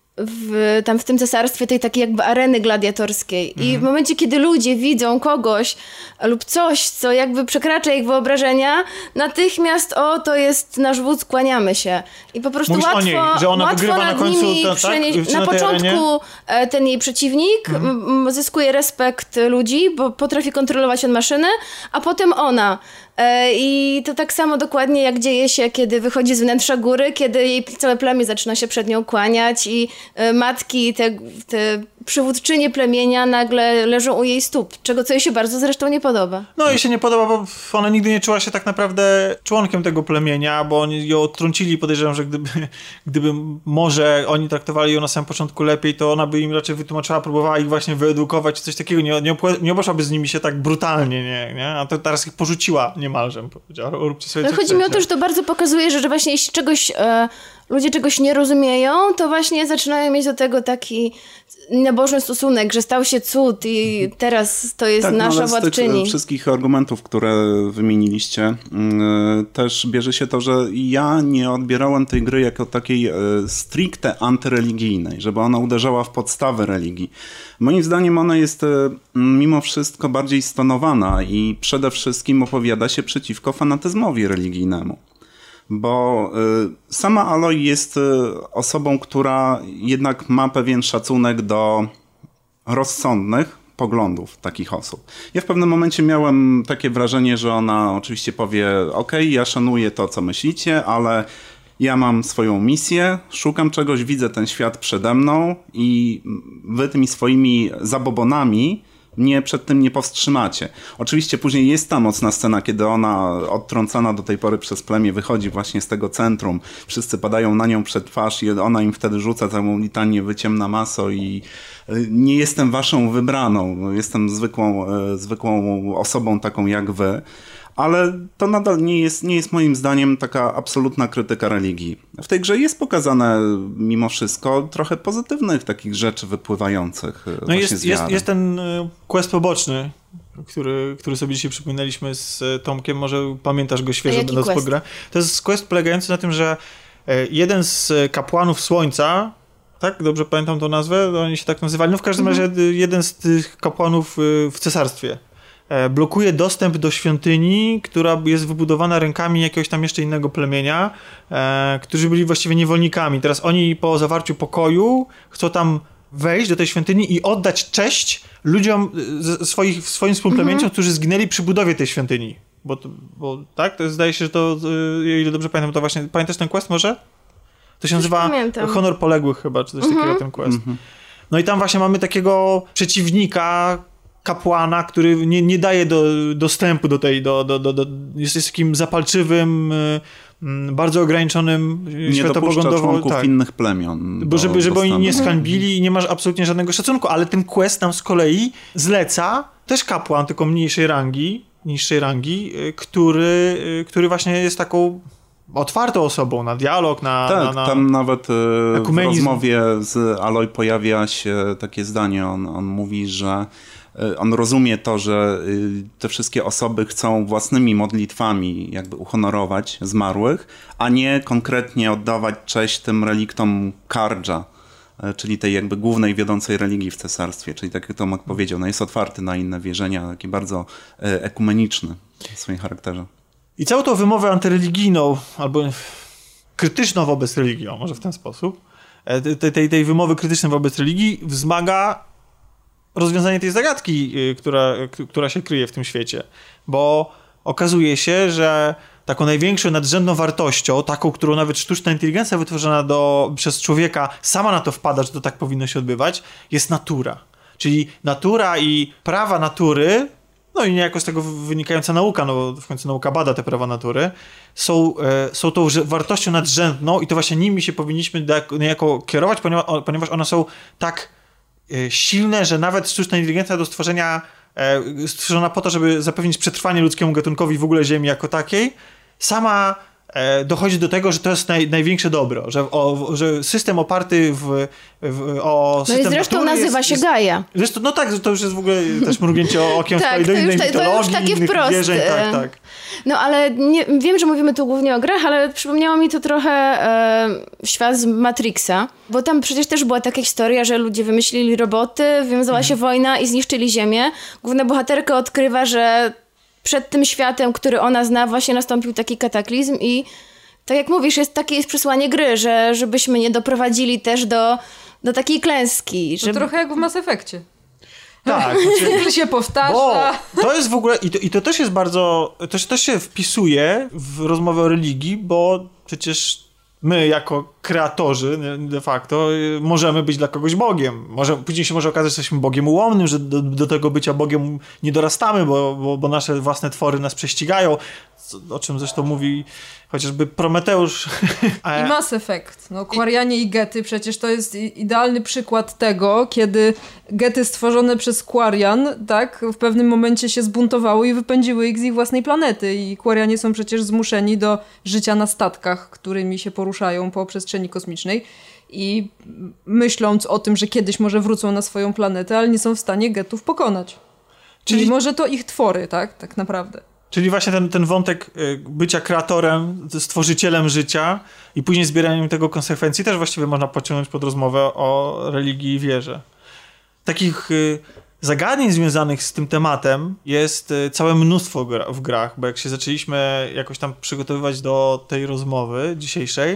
w, tam w tym cesarstwie tej takiej jakby areny gladiatorskiej. Mhm. I w momencie, kiedy ludzie widzą kogoś lub coś, co jakby przekracza ich wyobrażenia, natychmiast o, to jest nasz wódz, kłaniamy się. I po prostu Mówisz łatwo, o niej, że ona łatwo wygrywa nad na końcu, nimi to, przenieść. tak? Na początku arenie? ten jej przeciwnik mhm. zyskuje respekt ludzi, bo potrafi kontrolować od maszyny, a potem ona. I to tak samo dokładnie jak dzieje się, kiedy wychodzi z wnętrza góry, kiedy jej całe plemię zaczyna się przed nią kłaniać i matki, te, te przywódczynie plemienia nagle leżą u jej stóp, czego co jej się bardzo zresztą nie podoba. No jej się nie podoba, bo ona nigdy nie czuła się tak naprawdę członkiem tego plemienia, bo oni ją odtrącili. Podejrzewam, że gdyby, gdyby może oni traktowali ją na samym początku lepiej, to ona by im raczej wytłumaczyła, próbowała ich właśnie wyedukować, coś takiego. Nie, nie, nie obeszłaby z nimi się tak brutalnie, nie, nie? A to teraz ich porzuciła niemalże, bym powiedział. Róbcie sobie, no, co chodzi chcecie. mi o to, że to bardzo pokazuje, że, że właśnie jeśli czegoś e, ludzie czegoś nie rozumieją, to właśnie zaczynają mieć do tego taki nabożny stosunek, że stał się cud i teraz to jest tak, nasza no, ale władczyni. Z tych wszystkich argumentów, które wymieniliście, yy, też bierze się to, że ja nie odbierałem tej gry jako takiej yy, stricte antyreligijnej, żeby ona uderzała w podstawy religii. Moim zdaniem ona jest yy, mimo wszystko bardziej stonowana i przede wszystkim opowiada się przeciwko fanatyzmowi religijnemu. Bo y, sama Aloy jest y, osobą, która jednak ma pewien szacunek do rozsądnych poglądów takich osób. Ja w pewnym momencie miałem takie wrażenie, że ona oczywiście powie, okej, ja szanuję to, co myślicie, ale ja mam swoją misję, szukam czegoś, widzę ten świat przede mną i wy tymi swoimi zabobonami mnie przed tym nie powstrzymacie. Oczywiście później jest ta mocna scena, kiedy ona odtrącana do tej pory przez plemię wychodzi właśnie z tego centrum. Wszyscy padają na nią przed twarz i ona im wtedy rzuca całą litanię wyciemna maso i nie jestem waszą wybraną, jestem zwykłą, zwykłą osobą taką jak wy. Ale to nadal nie jest, nie jest moim zdaniem taka absolutna krytyka religii. W tej grze jest pokazane mimo wszystko trochę pozytywnych takich rzeczy wypływających no właśnie jest, z wiary. Jest, jest ten quest poboczny, który, który sobie dzisiaj przypominaliśmy z Tomkiem. Może pamiętasz go świeżo, będąc po grę. To jest quest polegający na tym, że jeden z kapłanów Słońca, tak? Dobrze pamiętam tą nazwę? Oni się tak nazywali. No w każdym mhm. razie jeden z tych kapłanów w cesarstwie blokuje dostęp do świątyni, która jest wybudowana rękami jakiegoś tam jeszcze innego plemienia, e, którzy byli właściwie niewolnikami. Teraz oni po zawarciu pokoju chcą tam wejść do tej świątyni i oddać cześć ludziom, z, swoich, swoim współplemieńcom, mm-hmm. którzy zginęli przy budowie tej świątyni. Bo, to, bo tak, to jest, zdaje się, że to, o ile dobrze pamiętam, to właśnie, pamiętasz ten quest może? To się Coś nazywa pamiętam. Honor Poległych chyba, czy coś mm-hmm. takiego ten quest. Mm-hmm. No i tam właśnie mamy takiego przeciwnika, kapłana, który nie, nie daje do, dostępu do tej, do, do, do, do, jest, jest takim zapalczywym, bardzo ograniczonym światopoglądowo. Nie członków tak. innych plemion. Bo żeby, żeby oni nie zhańbili i nie masz absolutnie żadnego szacunku, ale ten quest nam z kolei zleca też kapłan, tylko mniejszej rangi, niższej rangi, który, który właśnie jest taką otwartą osobą na dialog, na Tak, na, na tam nawet ekumenizm. W rozmowie z Aloy pojawia się takie zdanie, on, on mówi, że on rozumie to, że te wszystkie osoby chcą własnymi modlitwami jakby uhonorować zmarłych, a nie konkretnie oddawać cześć tym reliktom Kardża, czyli tej jakby głównej wiodącej religii w cesarstwie. Czyli tak jak Tomek powiedział, no jest otwarty na inne wierzenia, taki bardzo ekumeniczny w swoim charakterze. I całą tą wymowę antyreligijną, albo krytyczną wobec religii, o, może w ten sposób, tej, tej, tej wymowy krytycznej wobec religii wzmaga rozwiązanie tej zagadki, która, która się kryje w tym świecie. Bo okazuje się, że taką największą nadrzędną wartością, taką, którą nawet sztuczna inteligencja wytworzona do, przez człowieka sama na to wpada, że to tak powinno się odbywać, jest natura. Czyli natura i prawa natury, no i niejako z tego wynikająca nauka, no bo w końcu nauka bada te prawa natury, są, e, są tą wartością nadrzędną i to właśnie nimi się powinniśmy niejako kierować, ponieważ, ponieważ one są tak e, silne, że nawet sztuczna inteligencja do stworzenia, e, stworzona po to, żeby zapewnić przetrwanie ludzkiemu gatunkowi w ogóle Ziemi jako takiej, sama e, dochodzi do tego, że to jest naj, największe dobro, że, o, że system oparty w, w, o system no i zresztą nazywa jest, się jest, Gaia. Zresztą, no tak, to już jest w ogóle też mrugnięcie okiem tak, do innej to już, mitologii, to już takie innych wprost. wierzeń, tak, tak. No ale nie, wiem, że mówimy tu głównie o grach, ale przypomniało mi to trochę e, świat z Matrixa, bo tam przecież też była taka historia, że ludzie wymyślili roboty, wiązała mhm. się wojna i zniszczyli Ziemię. Główna bohaterka odkrywa, że przed tym światem, który ona zna, właśnie nastąpił taki kataklizm i tak jak mówisz, jest takie jest przesłanie gry, że żebyśmy nie doprowadzili też do, do takiej klęski. To żeby... trochę jak w Mass Effectie. Tak. Cykl się powtarza. Bo to jest w ogóle, i to, i to też jest bardzo, to też się wpisuje w rozmowę o religii, bo przecież my jako kreatorzy de facto możemy być dla kogoś Bogiem. Może, później się może okazać, że jesteśmy Bogiem ułomnym, że do, do tego bycia Bogiem nie dorastamy, bo, bo, bo nasze własne twory nas prześcigają, o czym zresztą mówi chociażby Prometeusz. I Mass Effect. No, Quarianie i Gety przecież to jest idealny przykład tego, kiedy Gety stworzone przez Quarian, tak, w pewnym momencie się zbuntowały i wypędziły ich z ich własnej planety. I Quarianie są przecież zmuszeni do życia na statkach, którymi się poruszają po przestrzeni kosmicznej. I myśląc o tym, że kiedyś może wrócą na swoją planetę, ale nie są w stanie Getów pokonać. Czyli, Czyli może to ich twory, tak, tak naprawdę. Czyli właśnie ten, ten wątek bycia kreatorem, stworzycielem życia i później zbieraniem tego konsekwencji też właściwie można pociągnąć pod rozmowę o religii i wierze. Takich zagadnień związanych z tym tematem jest całe mnóstwo w grach, bo jak się zaczęliśmy jakoś tam przygotowywać do tej rozmowy dzisiejszej,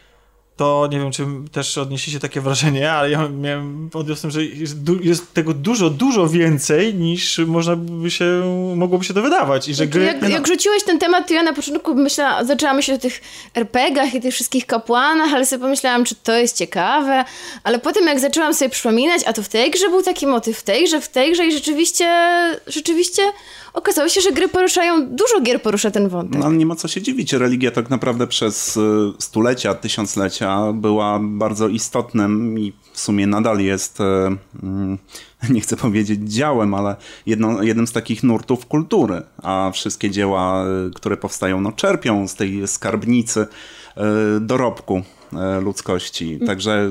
to nie wiem, czy też odnieśliście takie wrażenie, ale ja miałem, odniosłem, że jest, du- jest tego dużo, dużo więcej niż można by się, mogłoby się to wydawać. I że gry, jak, no... jak rzuciłeś ten temat, to ja na początku myślałam, zaczęłam myśleć o tych er pe gach i tych wszystkich kapłanach, ale sobie pomyślałam, czy to jest ciekawe, ale potem jak zaczęłam sobie przypominać, a to w tej grze był taki motyw, w tej grze, w tej grze i rzeczywiście, rzeczywiście okazało się, że gry poruszają, dużo gier porusza ten wątek. No nie ma co się dziwić, religia tak naprawdę przez stulecia, tysiąclecia była bardzo istotnym i w sumie nadal jest, nie chcę powiedzieć działem, ale jedno, jednym z takich nurtów kultury, a wszystkie dzieła, które powstają, no czerpią z tej skarbnicy dorobku ludzkości. Także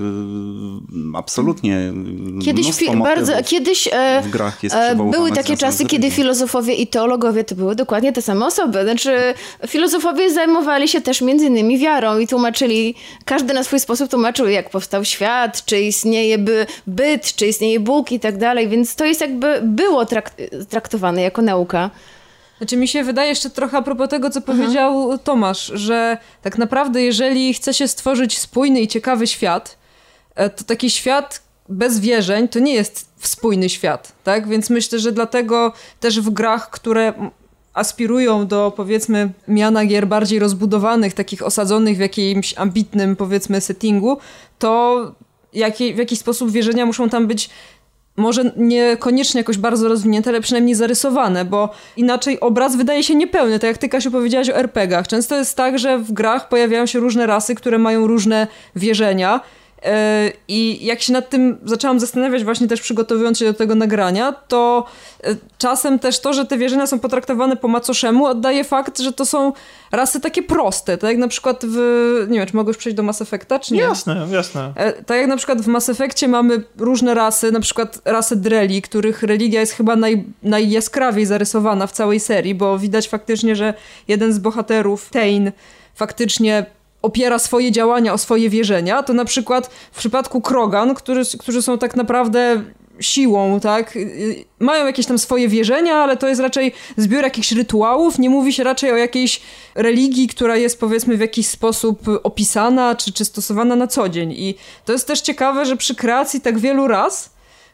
absolutnie kiedyś fi- bardzo kiedyś e, w grach jest e, były takie czasy, kiedy filozofowie i teologowie to były dokładnie te same osoby. Znaczy filozofowie zajmowali się też między innymi wiarą i tłumaczyli, każdy na swój sposób tłumaczył, jak powstał świat, czy istnieje by, byt, czy istnieje Bóg i tak dalej, więc to jest jakby było trakt- traktowane jako nauka. Znaczy mi się wydaje jeszcze trochę a propos tego, co powiedział mhm. Tomasz, że tak naprawdę jeżeli chce się stworzyć spójny i ciekawy świat, to taki świat bez wierzeń to nie jest spójny świat, tak? Więc myślę, że dlatego też w grach, które aspirują do, powiedzmy, miana gier bardziej rozbudowanych, takich osadzonych w jakimś ambitnym, powiedzmy, settingu, to jaki, w jakiś sposób wierzenia muszą tam być może niekoniecznie jakoś bardzo rozwinięte, ale przynajmniej zarysowane, bo inaczej obraz wydaje się niepełny, tak jak ty, Kasiu, powiedziałaś o er pe gach. Często jest tak, że w grach pojawiają się różne rasy, które mają różne wierzenia yy, i jak się nad tym zaczęłam zastanawiać właśnie też przygotowując się do tego nagrania, to yy, czasem też to, że te wierzenia są potraktowane po macoszemu, oddaje fakt, że to są rasy takie proste, tak jak na przykład w... Nie wiem, czy mogę już przejść do Mass Effecta, czy nie? Jasne, jasne. E, tak jak na przykład w Mass Effectie mamy różne rasy, na przykład rasę Dreli, których religia jest chyba naj, najjaskrawiej zarysowana w całej serii, bo widać faktycznie, że jeden z bohaterów, Tain, faktycznie opiera swoje działania o swoje wierzenia, to na przykład w przypadku Krogan, którzy, którzy są tak naprawdę siłą, tak? Mają jakieś tam swoje wierzenia, ale to jest raczej zbiór jakichś rytuałów, nie mówi się raczej o jakiejś religii, która jest powiedzmy w jakiś sposób opisana, czy, czy stosowana na co dzień. I to jest też ciekawe, że przy kreacji tak wielu ras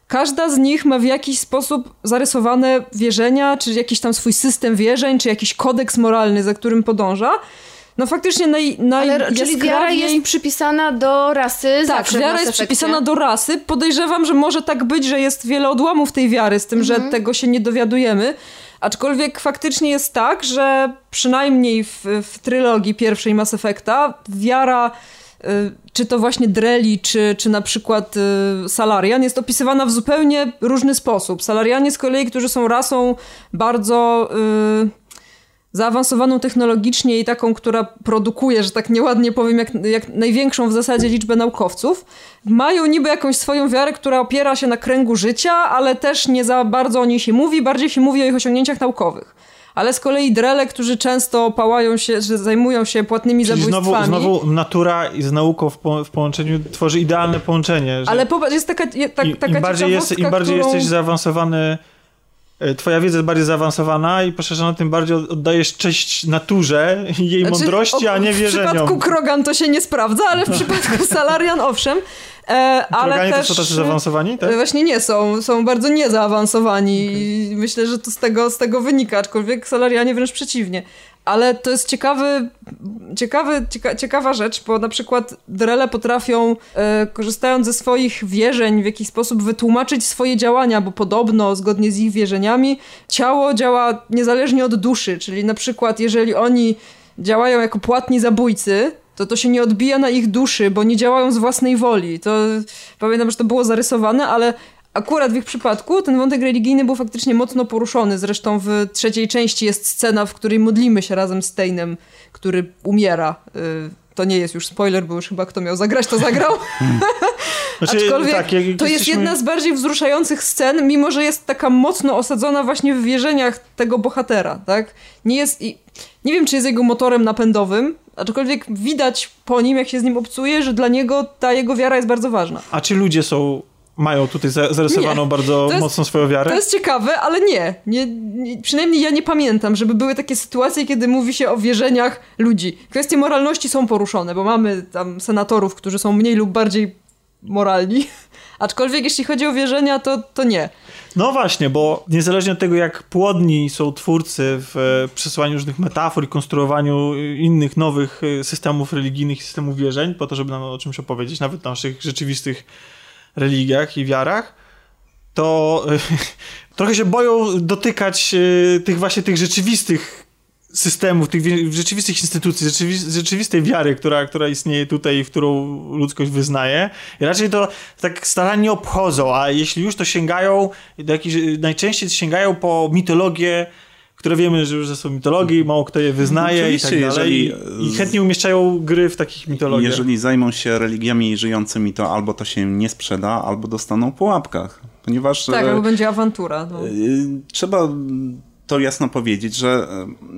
każda z nich ma w jakiś sposób zarysowane wierzenia, czy jakiś tam swój system wierzeń, czy jakiś kodeks moralny, za którym podąża. No faktycznie naj, naj Ale, czyli wiara jest przypisana do rasy tak, zawsze. wiara jest przypisana do rasy. Podejrzewam, że może tak być, że jest wiele odłamów tej wiary, z tym, mhm. że tego się nie dowiadujemy. Aczkolwiek faktycznie jest tak, że przynajmniej w, w trylogii pierwszej Mass Effecta wiara, y, czy to właśnie Dreli, czy, czy na przykład y, Salarian, jest opisywana w zupełnie różny sposób. Salarianie z kolei, którzy są rasą bardzo... Y, zaawansowaną technologicznie i taką, która produkuje, że tak nieładnie powiem, jak, jak największą w zasadzie liczbę naukowców, mają niby jakąś swoją wiarę, która opiera się na kręgu życia, ale też nie za bardzo o niej się mówi, bardziej się mówi o ich osiągnięciach naukowych. Ale z kolei Drele, którzy często pałają się, że zajmują się płatnymi Czyli zabójstwami. Znowu, znowu natura z nauką w, po, w połączeniu tworzy idealne połączenie. Że ale popatrz, jest taka, je, tak, im, taka im bardziej, jest, im bardziej którą... jesteś zaawansowany, twoja wiedza jest bardziej zaawansowana i poszerzona, tym bardziej oddajesz cześć naturze i jej znaczy, mądrości, o, a nie wierzeniom. W przypadku Krogan to się nie sprawdza, ale w przypadku Salarian owszem. E, ale Kroganie też, to są tacy zaawansowani? Tak? Właśnie nie są. Są bardzo niezaawansowani okay. i myślę, że to z tego, z tego wynika, aczkolwiek Salarianie wręcz przeciwnie. Ale to jest ciekawy, ciekawy, cieka, ciekawa rzecz, bo na przykład Drele potrafią, e, korzystając ze swoich wierzeń, w jakiś sposób wytłumaczyć swoje działania, bo podobno, zgodnie z ich wierzeniami, ciało działa niezależnie od duszy, czyli na przykład jeżeli oni działają jako płatni zabójcy, to to się nie odbija na ich duszy, bo nie działają z własnej woli. To pamiętam, że to było zarysowane, ale akurat w ich przypadku ten wątek religijny był faktycznie mocno poruszony. Zresztą w trzeciej części jest scena, w której modlimy się razem z Steinem, który umiera. To nie jest już spoiler, bo już chyba kto miał zagrać, to zagrał. Znaczy, aczkolwiek tak, jak, jak to jest jesteśmy... jedna z bardziej wzruszających scen, mimo że jest taka mocno osadzona właśnie w wierzeniach tego bohatera. Tak? Nie jest... Nie wiem, czy jest jego motorem napędowym, aczkolwiek widać po nim, jak się z nim obcuje, że dla niego ta jego wiara jest bardzo ważna. A czy ludzie są... mają tutaj zarysowaną nie. bardzo jest, mocno swoją wiarę? To jest ciekawe, ale nie. Nie, nie. Przynajmniej ja nie pamiętam, żeby były takie sytuacje, kiedy mówi się o wierzeniach ludzi. Kwestie moralności są poruszone, bo mamy tam senatorów, którzy są mniej lub bardziej moralni. Aczkolwiek jeśli chodzi o wierzenia, to, to nie. No właśnie, bo niezależnie od tego, jak płodni są twórcy w przesłaniu różnych metafor i konstruowaniu innych nowych systemów religijnych i systemów wierzeń, po to, żeby nam o czymś opowiedzieć, nawet w naszych rzeczywistych religiach i wiarach, to trochę się boją dotykać tych właśnie tych rzeczywistych systemów, tych rzeczywistych instytucji, rzeczywi- rzeczywistej wiary, która, która istnieje tutaj, w którą ludzkość wyznaje. I raczej to tak starannie obchodzą, a jeśli już to sięgają, do jakichś, najczęściej sięgają po mitologię, które wiemy, że już są mitologii, mało kto je wyznaje oczywiście, i tak dalej. Jeżeli, I chętnie umieszczają gry w takich mitologiach. Jeżeli zajmą się religiami żyjącymi, to albo to się nie sprzeda, albo dostaną po łapkach. Ponieważ... Tak, albo będzie awantura. No. Trzeba to jasno powiedzieć, że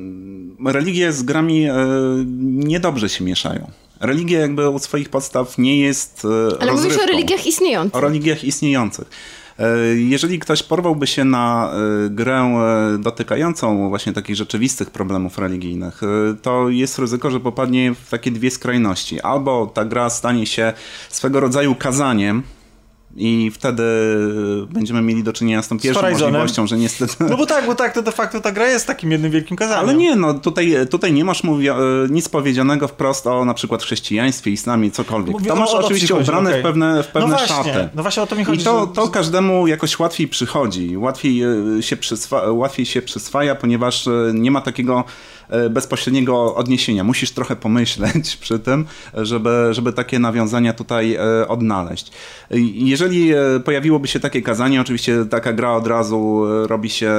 religie z grami niedobrze się mieszają. Religia jakby od swoich podstaw nie jest Ale rozrywką. mówisz o religiach istniejących. O religiach istniejących. Jeżeli ktoś porwałby się na grę dotykającą właśnie takich rzeczywistych problemów religijnych, to jest ryzyko, że popadnie w takie dwie skrajności. Albo ta gra stanie się swego rodzaju kazaniem, i wtedy będziemy mieli do czynienia z tą pierwszą z możliwością, że niestety... No bo tak, bo tak, to de facto ta gra jest takim jednym wielkim kazaniem. Ale nie, no tutaj, tutaj nie masz mówi, nic powiedzianego wprost o na przykład chrześcijaństwie, islamie, cokolwiek. Mówię, to masz o, oczywiście chodzi, ubrane okay. w pewne, w pewne no właśnie, szaty. No właśnie o to mi chodzi. I to, że... to każdemu jakoś łatwiej przychodzi, łatwiej się, przyswa, łatwiej się przyswaja, ponieważ nie ma takiego bezpośredniego odniesienia. Musisz trochę pomyśleć przy tym, żeby, żeby takie nawiązania tutaj odnaleźć. Jeżeli pojawiłoby się takie kazanie, oczywiście taka gra od razu robi się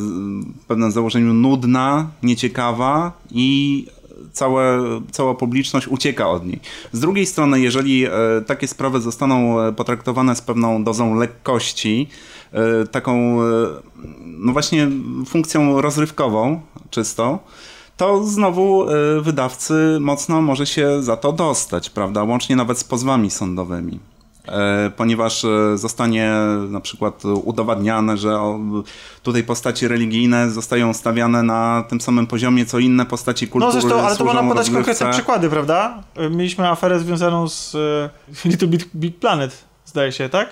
w pewnym założeniu nudna, nieciekawa i całe, cała publiczność ucieka od niej. Z drugiej strony, jeżeli takie sprawy zostaną potraktowane z pewną dozą lekkości, taką no właśnie funkcją rozrywkową czysto, to znowu wydawcy mocno może się za to dostać, prawda? Łącznie nawet z pozwami sądowymi. Ponieważ zostanie na przykład udowadniane, że tutaj postaci religijne zostają stawiane na tym samym poziomie, co inne postaci kultury. No zresztą, ale to można podać rozgrywce. konkretne przykłady, prawda? Mieliśmy aferę związaną z Little Big, Big Planet, zdaje się, tak?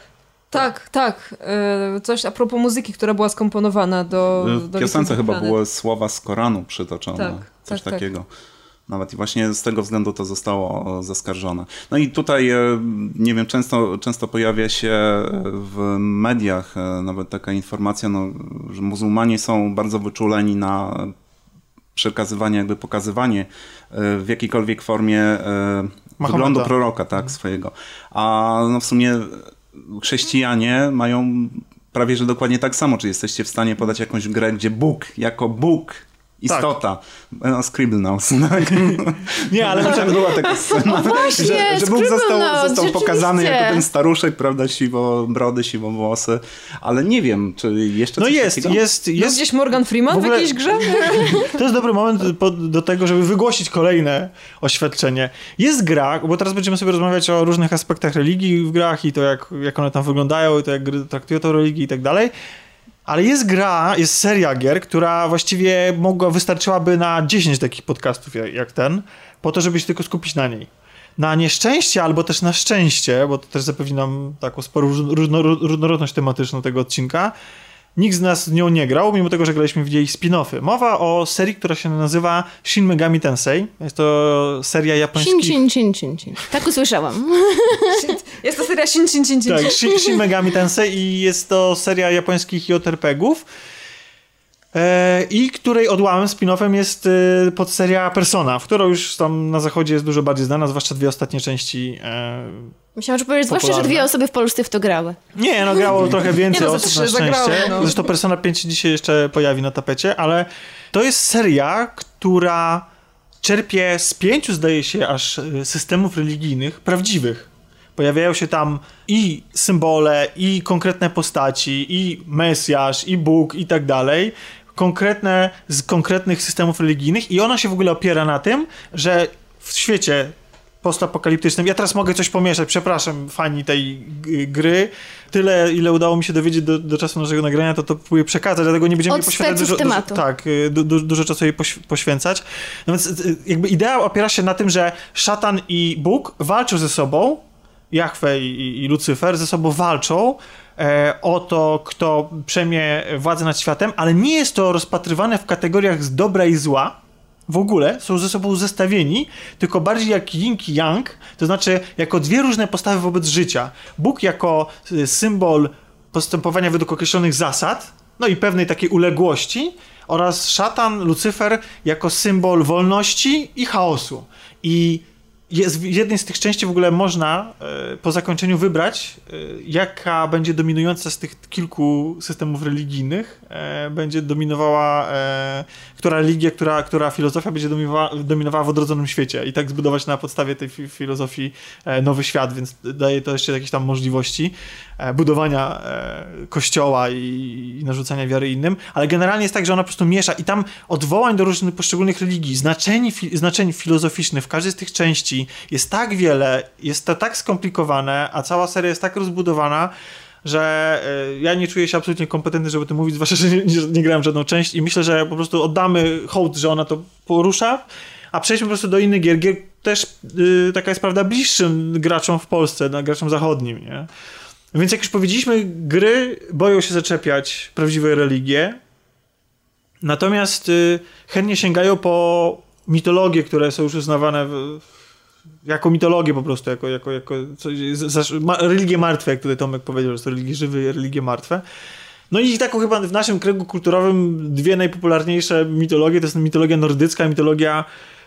Tak, tak. E, coś a propos muzyki, która była skomponowana do... W do piosence chyba Planet. były słowa z Koranu przytoczone. Tak, coś tak, takiego. Tak. Nawet i właśnie z tego względu to zostało zaskarżone. No i tutaj, nie wiem, często, często pojawia się w mediach nawet taka informacja, no, że muzułmanie są bardzo wyczuleni na przekazywanie, jakby pokazywanie w jakiejkolwiek formie Mahometa. Wyglądu proroka, tak, mhm. swojego. A no w sumie chrześcijanie mają prawie, że dokładnie tak samo. Czy jesteście w stanie podać jakąś grę, gdzie Bóg, jako Bóg, istota. Tak. No, Scribblenauts. Nie, ale na przykład była taka scena, o właśnie, że, że Bóg został, został pokazany rzeczywiście. jako ten staruszek, prawda, siwo brody, siwo włosy, ale nie wiem, czy jeszcze no coś jest, takiego? jest, jest. Jest gdzieś Morgan Freeman w, ogóle... w jakiejś grze? To jest dobry moment po, do tego, żeby wygłosić kolejne oświadczenie. Jest gra, bo teraz będziemy sobie rozmawiać o różnych aspektach religii w grach i to, jak, jak one tam wyglądają, i to jak gry traktują tą religię i tak dalej. Ale jest gra, jest seria gier, która właściwie mogła, wystarczyłaby na dziesięć takich podcastów jak, jak ten, po to, żeby się tylko skupić na niej. Na nieszczęście albo też na szczęście, bo to też zapewni nam taką sporą różno, różnorodność tematyczną tego odcinka, nikt z nas z nią nie grał, mimo tego, że graliśmy w jej spin-offy. Mowa o serii, która się nazywa Shin Megami Tensei. Jest to seria japońskich... Shin, shin, shin, shin. Tak usłyszałam. Jest to seria Shin, Shin, Shin, Shin. Tak, Shin, Shin Megami Tensei i jest to seria japońskich J R P G-ów e, i której odłamem, spin-offem jest e, podseria Persona, w którą już tam na zachodzie jest dużo bardziej znana, zwłaszcza dwie ostatnie części. E, Myślałam, że powiedzieć, zwłaszcza, że dwie osoby w Polsce w to grały. Nie, no grało trochę więcej nie, no, osób na szczęście. Zagrały, no. Zresztą Persona pięć się dzisiaj jeszcze pojawi na tapecie, ale to jest seria, która czerpie z pięciu, zdaje się, aż systemów religijnych prawdziwych. Pojawiają się tam i symbole, i konkretne postaci, i Mesjasz, i Bóg, i tak dalej. Konkretne z konkretnych systemów religijnych i ona się w ogóle opiera na tym, że w świecie postapokaliptycznym, ja teraz mogę coś pomieszać, przepraszam fani tej gry, tyle ile udało mi się dowiedzieć do, do czasu naszego nagrania, to to próbuję przekazać, dlatego nie będziemy Od poświęcać dużo, tematu. dużo, tak, du, du, dużo czasu jej poś, poświęcać. No więc jakby idea opiera się na tym, że szatan i Bóg walczą ze sobą, Jahwe i, i Lucyfer ze sobą walczą e, o to, kto przejmie władzę nad światem, ale nie jest to rozpatrywane w kategoriach z dobra i zła. W ogóle są ze sobą zestawieni, tylko bardziej jak yin i yang, to znaczy jako dwie różne postawy wobec życia. Bóg jako symbol postępowania według określonych zasad, no i pewnej takiej uległości, oraz szatan, Lucyfer jako symbol wolności i chaosu. I jest, w jednej z tych części w ogóle można e, po zakończeniu wybrać, e, jaka będzie dominująca z tych kilku systemów religijnych, e, będzie dominowała, e, która religia, która, która filozofia będzie dominowała, dominowała w odrodzonym świecie i tak zbudować na podstawie tej fi- filozofii e, nowy świat, więc daje to jeszcze jakieś tam możliwości e, budowania e, kościoła i, i narzucania wiary innym, ale generalnie jest tak, że ona po prostu miesza i tam odwołań do różnych poszczególnych religii, znaczeń, fi- znaczeń filozoficznych w każdej z tych części jest tak wiele, jest to tak skomplikowane, a cała seria jest tak rozbudowana, że y, ja nie czuję się absolutnie kompetentny, żeby o tym mówić, zwłaszcza, że nie, nie, nie grałem w żadną część i myślę, że po prostu oddamy hołd, że ona to porusza, a przejdźmy po prostu do innych gier. Gier też y, taka jest prawda bliższym graczom w Polsce, na graczom zachodnim, nie? Więc jak już powiedzieliśmy, gry boją się zaczepiać prawdziwe religie, natomiast y, chętnie sięgają po mitologie, które są już uznawane w, jako mitologię po prostu, jako, jako, jako coś, za, ma, religie martwe, jak tutaj Tomek powiedział, że są religie żywe i religie martwe. No i taką chyba w naszym kręgu kulturowym dwie najpopularniejsze mitologie, to jest mitologia nordycka, mitologia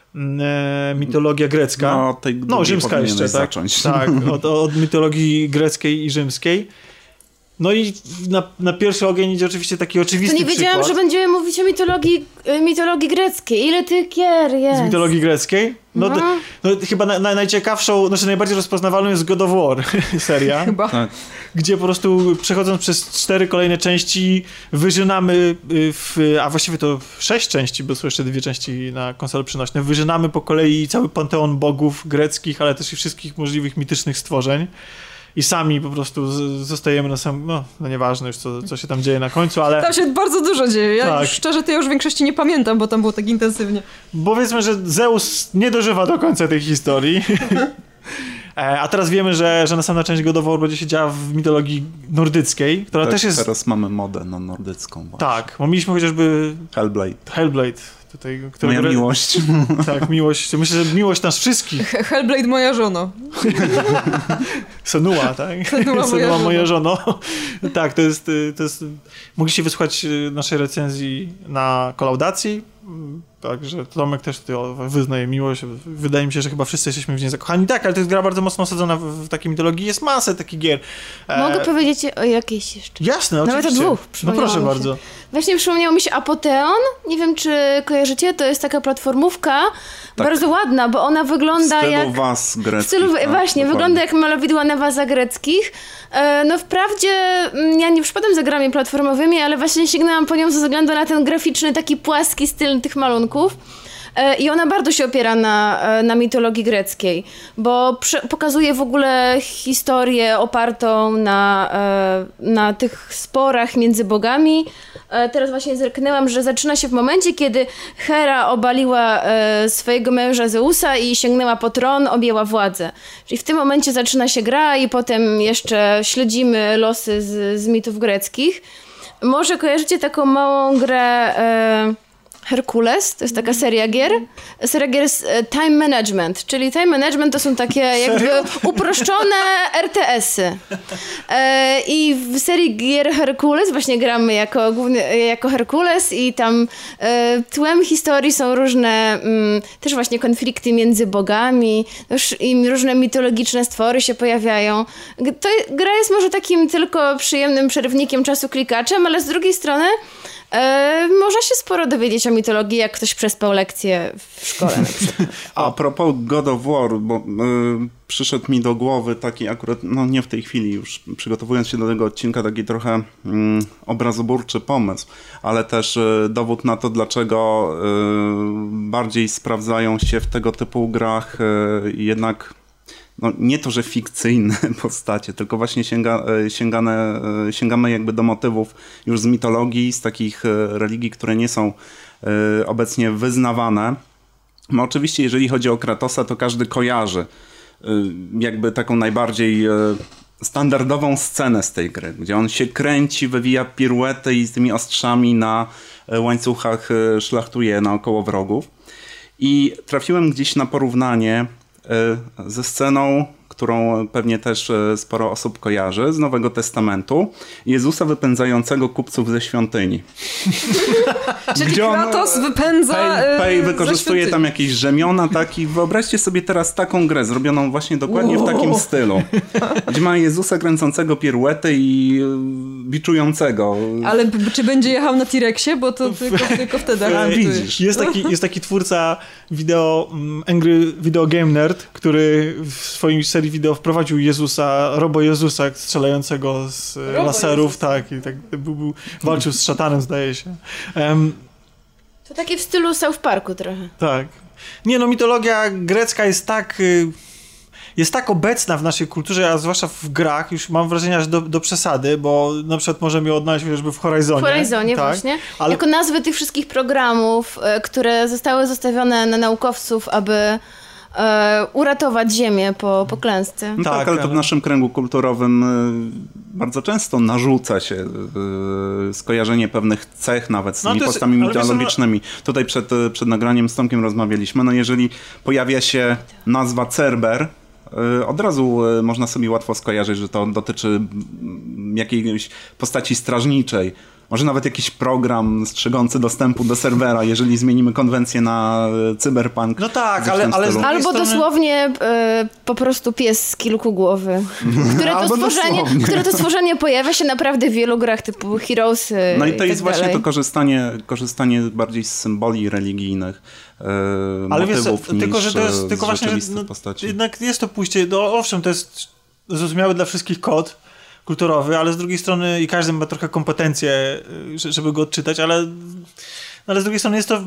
e, mitologia grecka. No, tej no rzymska jeszcze, tak? Zacząć. Tak, od, od mitologii greckiej i rzymskiej. No i na, na pierwszy ogień idzie oczywiście taki oczywisty To nie wiedziałam, przykład. że będziemy mówić o mitologii, mitologii greckiej. Ile tych gier jest? Z mitologii greckiej? No, No. d- no chyba na, na, najciekawszą, znaczy najbardziej rozpoznawalną jest God of War seria. Chyba. Tak. Gdzie po prostu przechodząc przez cztery kolejne części wyżynamy, w, a właściwie to sześć części, bo są jeszcze dwie części na konsole przenośne, wyżynamy po kolei cały panteon bogów greckich, ale też i wszystkich możliwych mitycznych stworzeń. I sami po prostu z- zostajemy na sam, no, no nieważne już co, co się tam dzieje na końcu, ale Tam się bardzo dużo dzieje. Ja Tak. już, szczerze, to ja już w większości nie pamiętam, bo tam było tak intensywnie. powiedzmy, że Zeus nie dożywa do końca tej historii. A teraz wiemy, że, że następna część God of War będzie się działa w mitologii nordyckiej, która tak, też jest... Teraz mamy modę na nordycką właśnie. Tak, bo mieliśmy chociażby... Hellblade. Hellblade. Tutaj, który... Moja miłość. Tak, miłość. Myślę, że miłość nas wszystkich. Hellblade moja żona. Senua, tak? Senua, Senua moja, moja żono. Tak, to jest, to jest... Mogliście wysłuchać naszej recenzji na kolaudacji. Także Tomek też tutaj wyznaje miłość. Wydaje mi się, że chyba wszyscy jesteśmy w niej zakochani. Tak, ale to jest gra bardzo mocno osadzona w, w takiej mitologii. Jest masę takich gier. Mogę e... powiedzieć o jakiejś jeszcze? Jasne, Nawet oczywiście. o dwóch. No proszę mi się. bardzo. Właśnie przypomniał mi się Apoteon. Nie wiem, czy kojarzycie. To jest taka platformówka. Tak. Bardzo ładna, bo ona wygląda w stylu jak... was greckich. W stylu, tak, właśnie, dokładnie. wygląda jak malowidła na wazach greckich. E, no wprawdzie mm, ja nie przypadam za grami platformowymi, ale właśnie sięgnęłam po nią ze względu na ten graficzny, taki płaski styl tych malunków. I ona bardzo się opiera na, na mitologii greckiej, bo przy, pokazuje w ogóle historię opartą na, na tych sporach między bogami. Teraz właśnie zerknęłam, że zaczyna się w momencie, kiedy Hera obaliła swojego męża Zeusa i sięgnęła po tron, objęła władzę. Czyli w tym momencie zaczyna się gra i potem jeszcze śledzimy losy z, z mitów greckich. Może kojarzycie taką małą grę... Herkules, to jest taka seria gier. Seria gier z Time Management, czyli Time Management to są takie jakby uproszczone R T S-y. E, I w serii gier Herkules właśnie gramy jako, główny, jako Herkules i tam e, tłem historii są różne mm, też właśnie konflikty między bogami, już i różne mitologiczne stwory się pojawiają. To, gra jest może takim tylko przyjemnym przerywnikiem czasu klikaczem, ale z drugiej strony E, można się sporo dowiedzieć o mitologii, jak ktoś przespał lekcję w szkole na przykład. A propos God of War, bo y, przyszedł mi do głowy taki akurat, no nie w tej chwili już, przygotowując się do tego odcinka, taki trochę y, obrazoburczy pomysł, ale też y, dowód na to, dlaczego y, bardziej sprawdzają się w tego typu grach y, jednak no nie to, że fikcyjne postacie, tylko właśnie sięga, sięgane, sięgamy jakby do motywów już z mitologii, z takich religii, które nie są obecnie wyznawane. No oczywiście, jeżeli chodzi o Kratosa, to każdy kojarzy jakby taką najbardziej standardową scenę z tej gry, gdzie on się kręci, wywija piruety i z tymi ostrzami na łańcuchach szlachtuje naokoło wrogów. I trafiłem gdzieś na porównanie ze sceną, którą pewnie też sporo osób kojarzy, z Nowego Testamentu, Jezusa wypędzającego kupców ze świątyni. Czyli Kratos wypędza Pej, Pej ze wykorzystuje świątyni. tam jakieś rzemiona taki. Wyobraźcie sobie teraz taką grę, zrobioną właśnie dokładnie wow. w takim stylu. Gdzie ma Jezusa kręcącego piruety i biczującego. Ale b- czy będzie jechał na T-Rexie? Bo to tylko, tylko wtedy. A, widzisz. Jest taki, jest taki twórca wideo, um, Angry Video Game Nerd, który w swojej serii wideo wprowadził Jezusa, Robo Jezusa strzelającego z Robo laserów, Jezus. tak, i tak był, był, walczył z szatanem, zdaje się. Um, To takie w stylu South Parku trochę. Tak. Nie no, mitologia grecka jest tak... jest tak obecna w naszej kulturze, a zwłaszcza w grach, już mam wrażenie aż do, do przesady, bo na przykład możemy ją odnaleźć chociażby w Horizonie. W Horizonie tak, właśnie. Ale... Jako nazwy tych wszystkich programów, które zostały zostawione na naukowców, aby e, uratować Ziemię po, po klęsce. No tak, tak, ale to w naszym kręgu kulturowym y, bardzo często narzuca się y, skojarzenie pewnych cech nawet z tymi no postami jest, mitologicznymi. No... Tutaj przed, przed nagraniem z Tomkiem rozmawialiśmy, no jeżeli pojawia się nazwa Cerber, od razu można sobie łatwo skojarzyć, że to dotyczy jakiejś postaci strażniczej. Może nawet jakiś program strzegący dostępu do serwera, jeżeli zmienimy konwencję na cyberpunk. No tak, ale... ale Albo strony... dosłownie y, po prostu pies z kilkugłowy. Które to, stworzenie, które to stworzenie pojawia się naprawdę w wielu grach typu Heroes. No i to i jest tak właśnie dalej. to korzystanie, korzystanie bardziej z symboli religijnych. Ale wiesz, niż tylko, że to jest tylko właśnie, no, postaci. jednak jest to pójście, no owszem, to jest zrozumiały dla wszystkich kod kulturowy, ale z drugiej strony i każdy ma trochę kompetencje, żeby go odczytać, ale, ale z drugiej strony jest to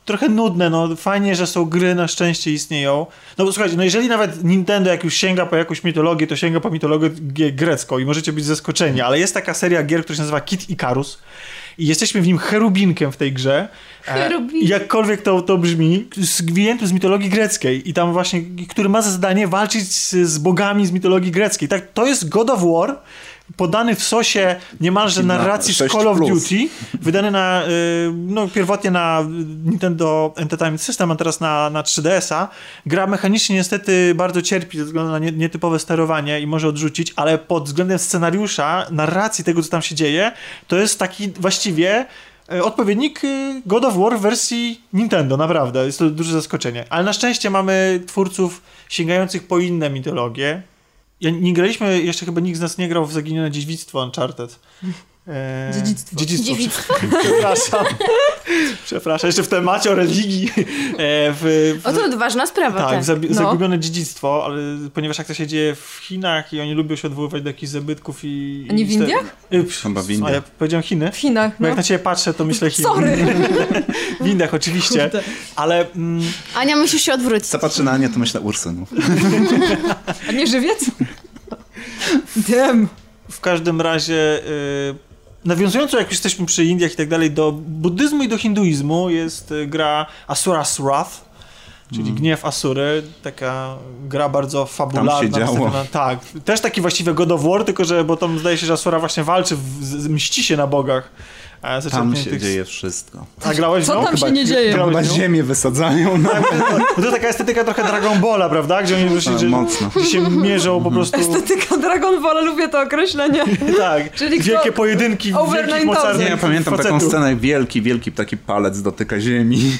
trochę nudne, no fajnie, że są gry, na szczęście istnieją. No bo słuchajcie, no jeżeli nawet Nintendo jak już sięga po jakąś mitologię, to sięga po mitologię grecką i możecie być zaskoczeni, ale jest taka seria gier, która się nazywa Kid Icarus i jesteśmy w nim cherubinkiem w tej grze. Cherubin. E, jakkolwiek to, to brzmi, zwinięty z mitologii greckiej i tam właśnie, który ma za zadanie walczyć z, z bogami z mitologii greckiej. Tak, to jest God of War, podany w sosie niemalże narracji z Call of Duty, wydany na, no pierwotnie na Nintendo Entertainment System, a teraz na, na trzy D S a. Gra mechanicznie niestety bardzo cierpi ze względu na nie, nietypowe sterowanie i może odrzucić, ale pod względem scenariusza, narracji tego, co tam się dzieje, to jest taki właściwie odpowiednik God of War w wersji Nintendo, naprawdę. Jest to duże zaskoczenie. Ale na szczęście mamy twórców sięgających po inne mitologie. Ja nie graliśmy, jeszcze chyba nikt z nas nie grał w Zaginione Dziedzictwo Uncharted. Eee, dziedzictwo. Dziedzictwo. Dziedzictwo. Przepraszam. Przepraszam, jeszcze w temacie o religii. E, w, w, o, to ważna sprawa. Tak, tak. Zabi- no. Zagubione dziedzictwo, ale ponieważ jak to się dzieje w Chinach i oni lubią się odwoływać do jakichś zabytków i... A nie i w Indiach? E, Chyba w Indiach. A ja powiedziałem Chiny? W Chinach, Bo no. jak na ciebie patrzę, to myślę Chiny. Sorry. W Indiach oczywiście, Kurde. ale... Mm, Ania, musisz się odwrócić. Co patrzy na Anię, to myślę Ursynów. A nie żywiec? Dem. W każdym razie... Y, nawiązująco, jak już jesteśmy przy Indiach i tak dalej, do buddyzmu i do hinduizmu jest gra Asura's Wrath, czyli mm. Gniew Asury, taka gra bardzo fabularna. Tam się działo. Tak, też taki właściwie God of War, tylko że, bo tam zdaje się, że Asura właśnie walczy, w, z, mści się na bogach. A tam się tych... dzieje wszystko. A grałeś Co no? tam Chyba, się nie dzieje? Tam na ziemię wysadzają. No. Tak, to, to taka estetyka trochę Dragon Balla, prawda? Gdzie oni wyszli, że, mocno. że się mierzą po prostu... Estetyka Dragon Ball, lubię to określenie. Tak, Czyli wielkie kto... pojedynki Over wielkich mocarnych. Nie, ja pamiętam facetów. taką scenę, wielki, wielki taki palec dotyka ziemi.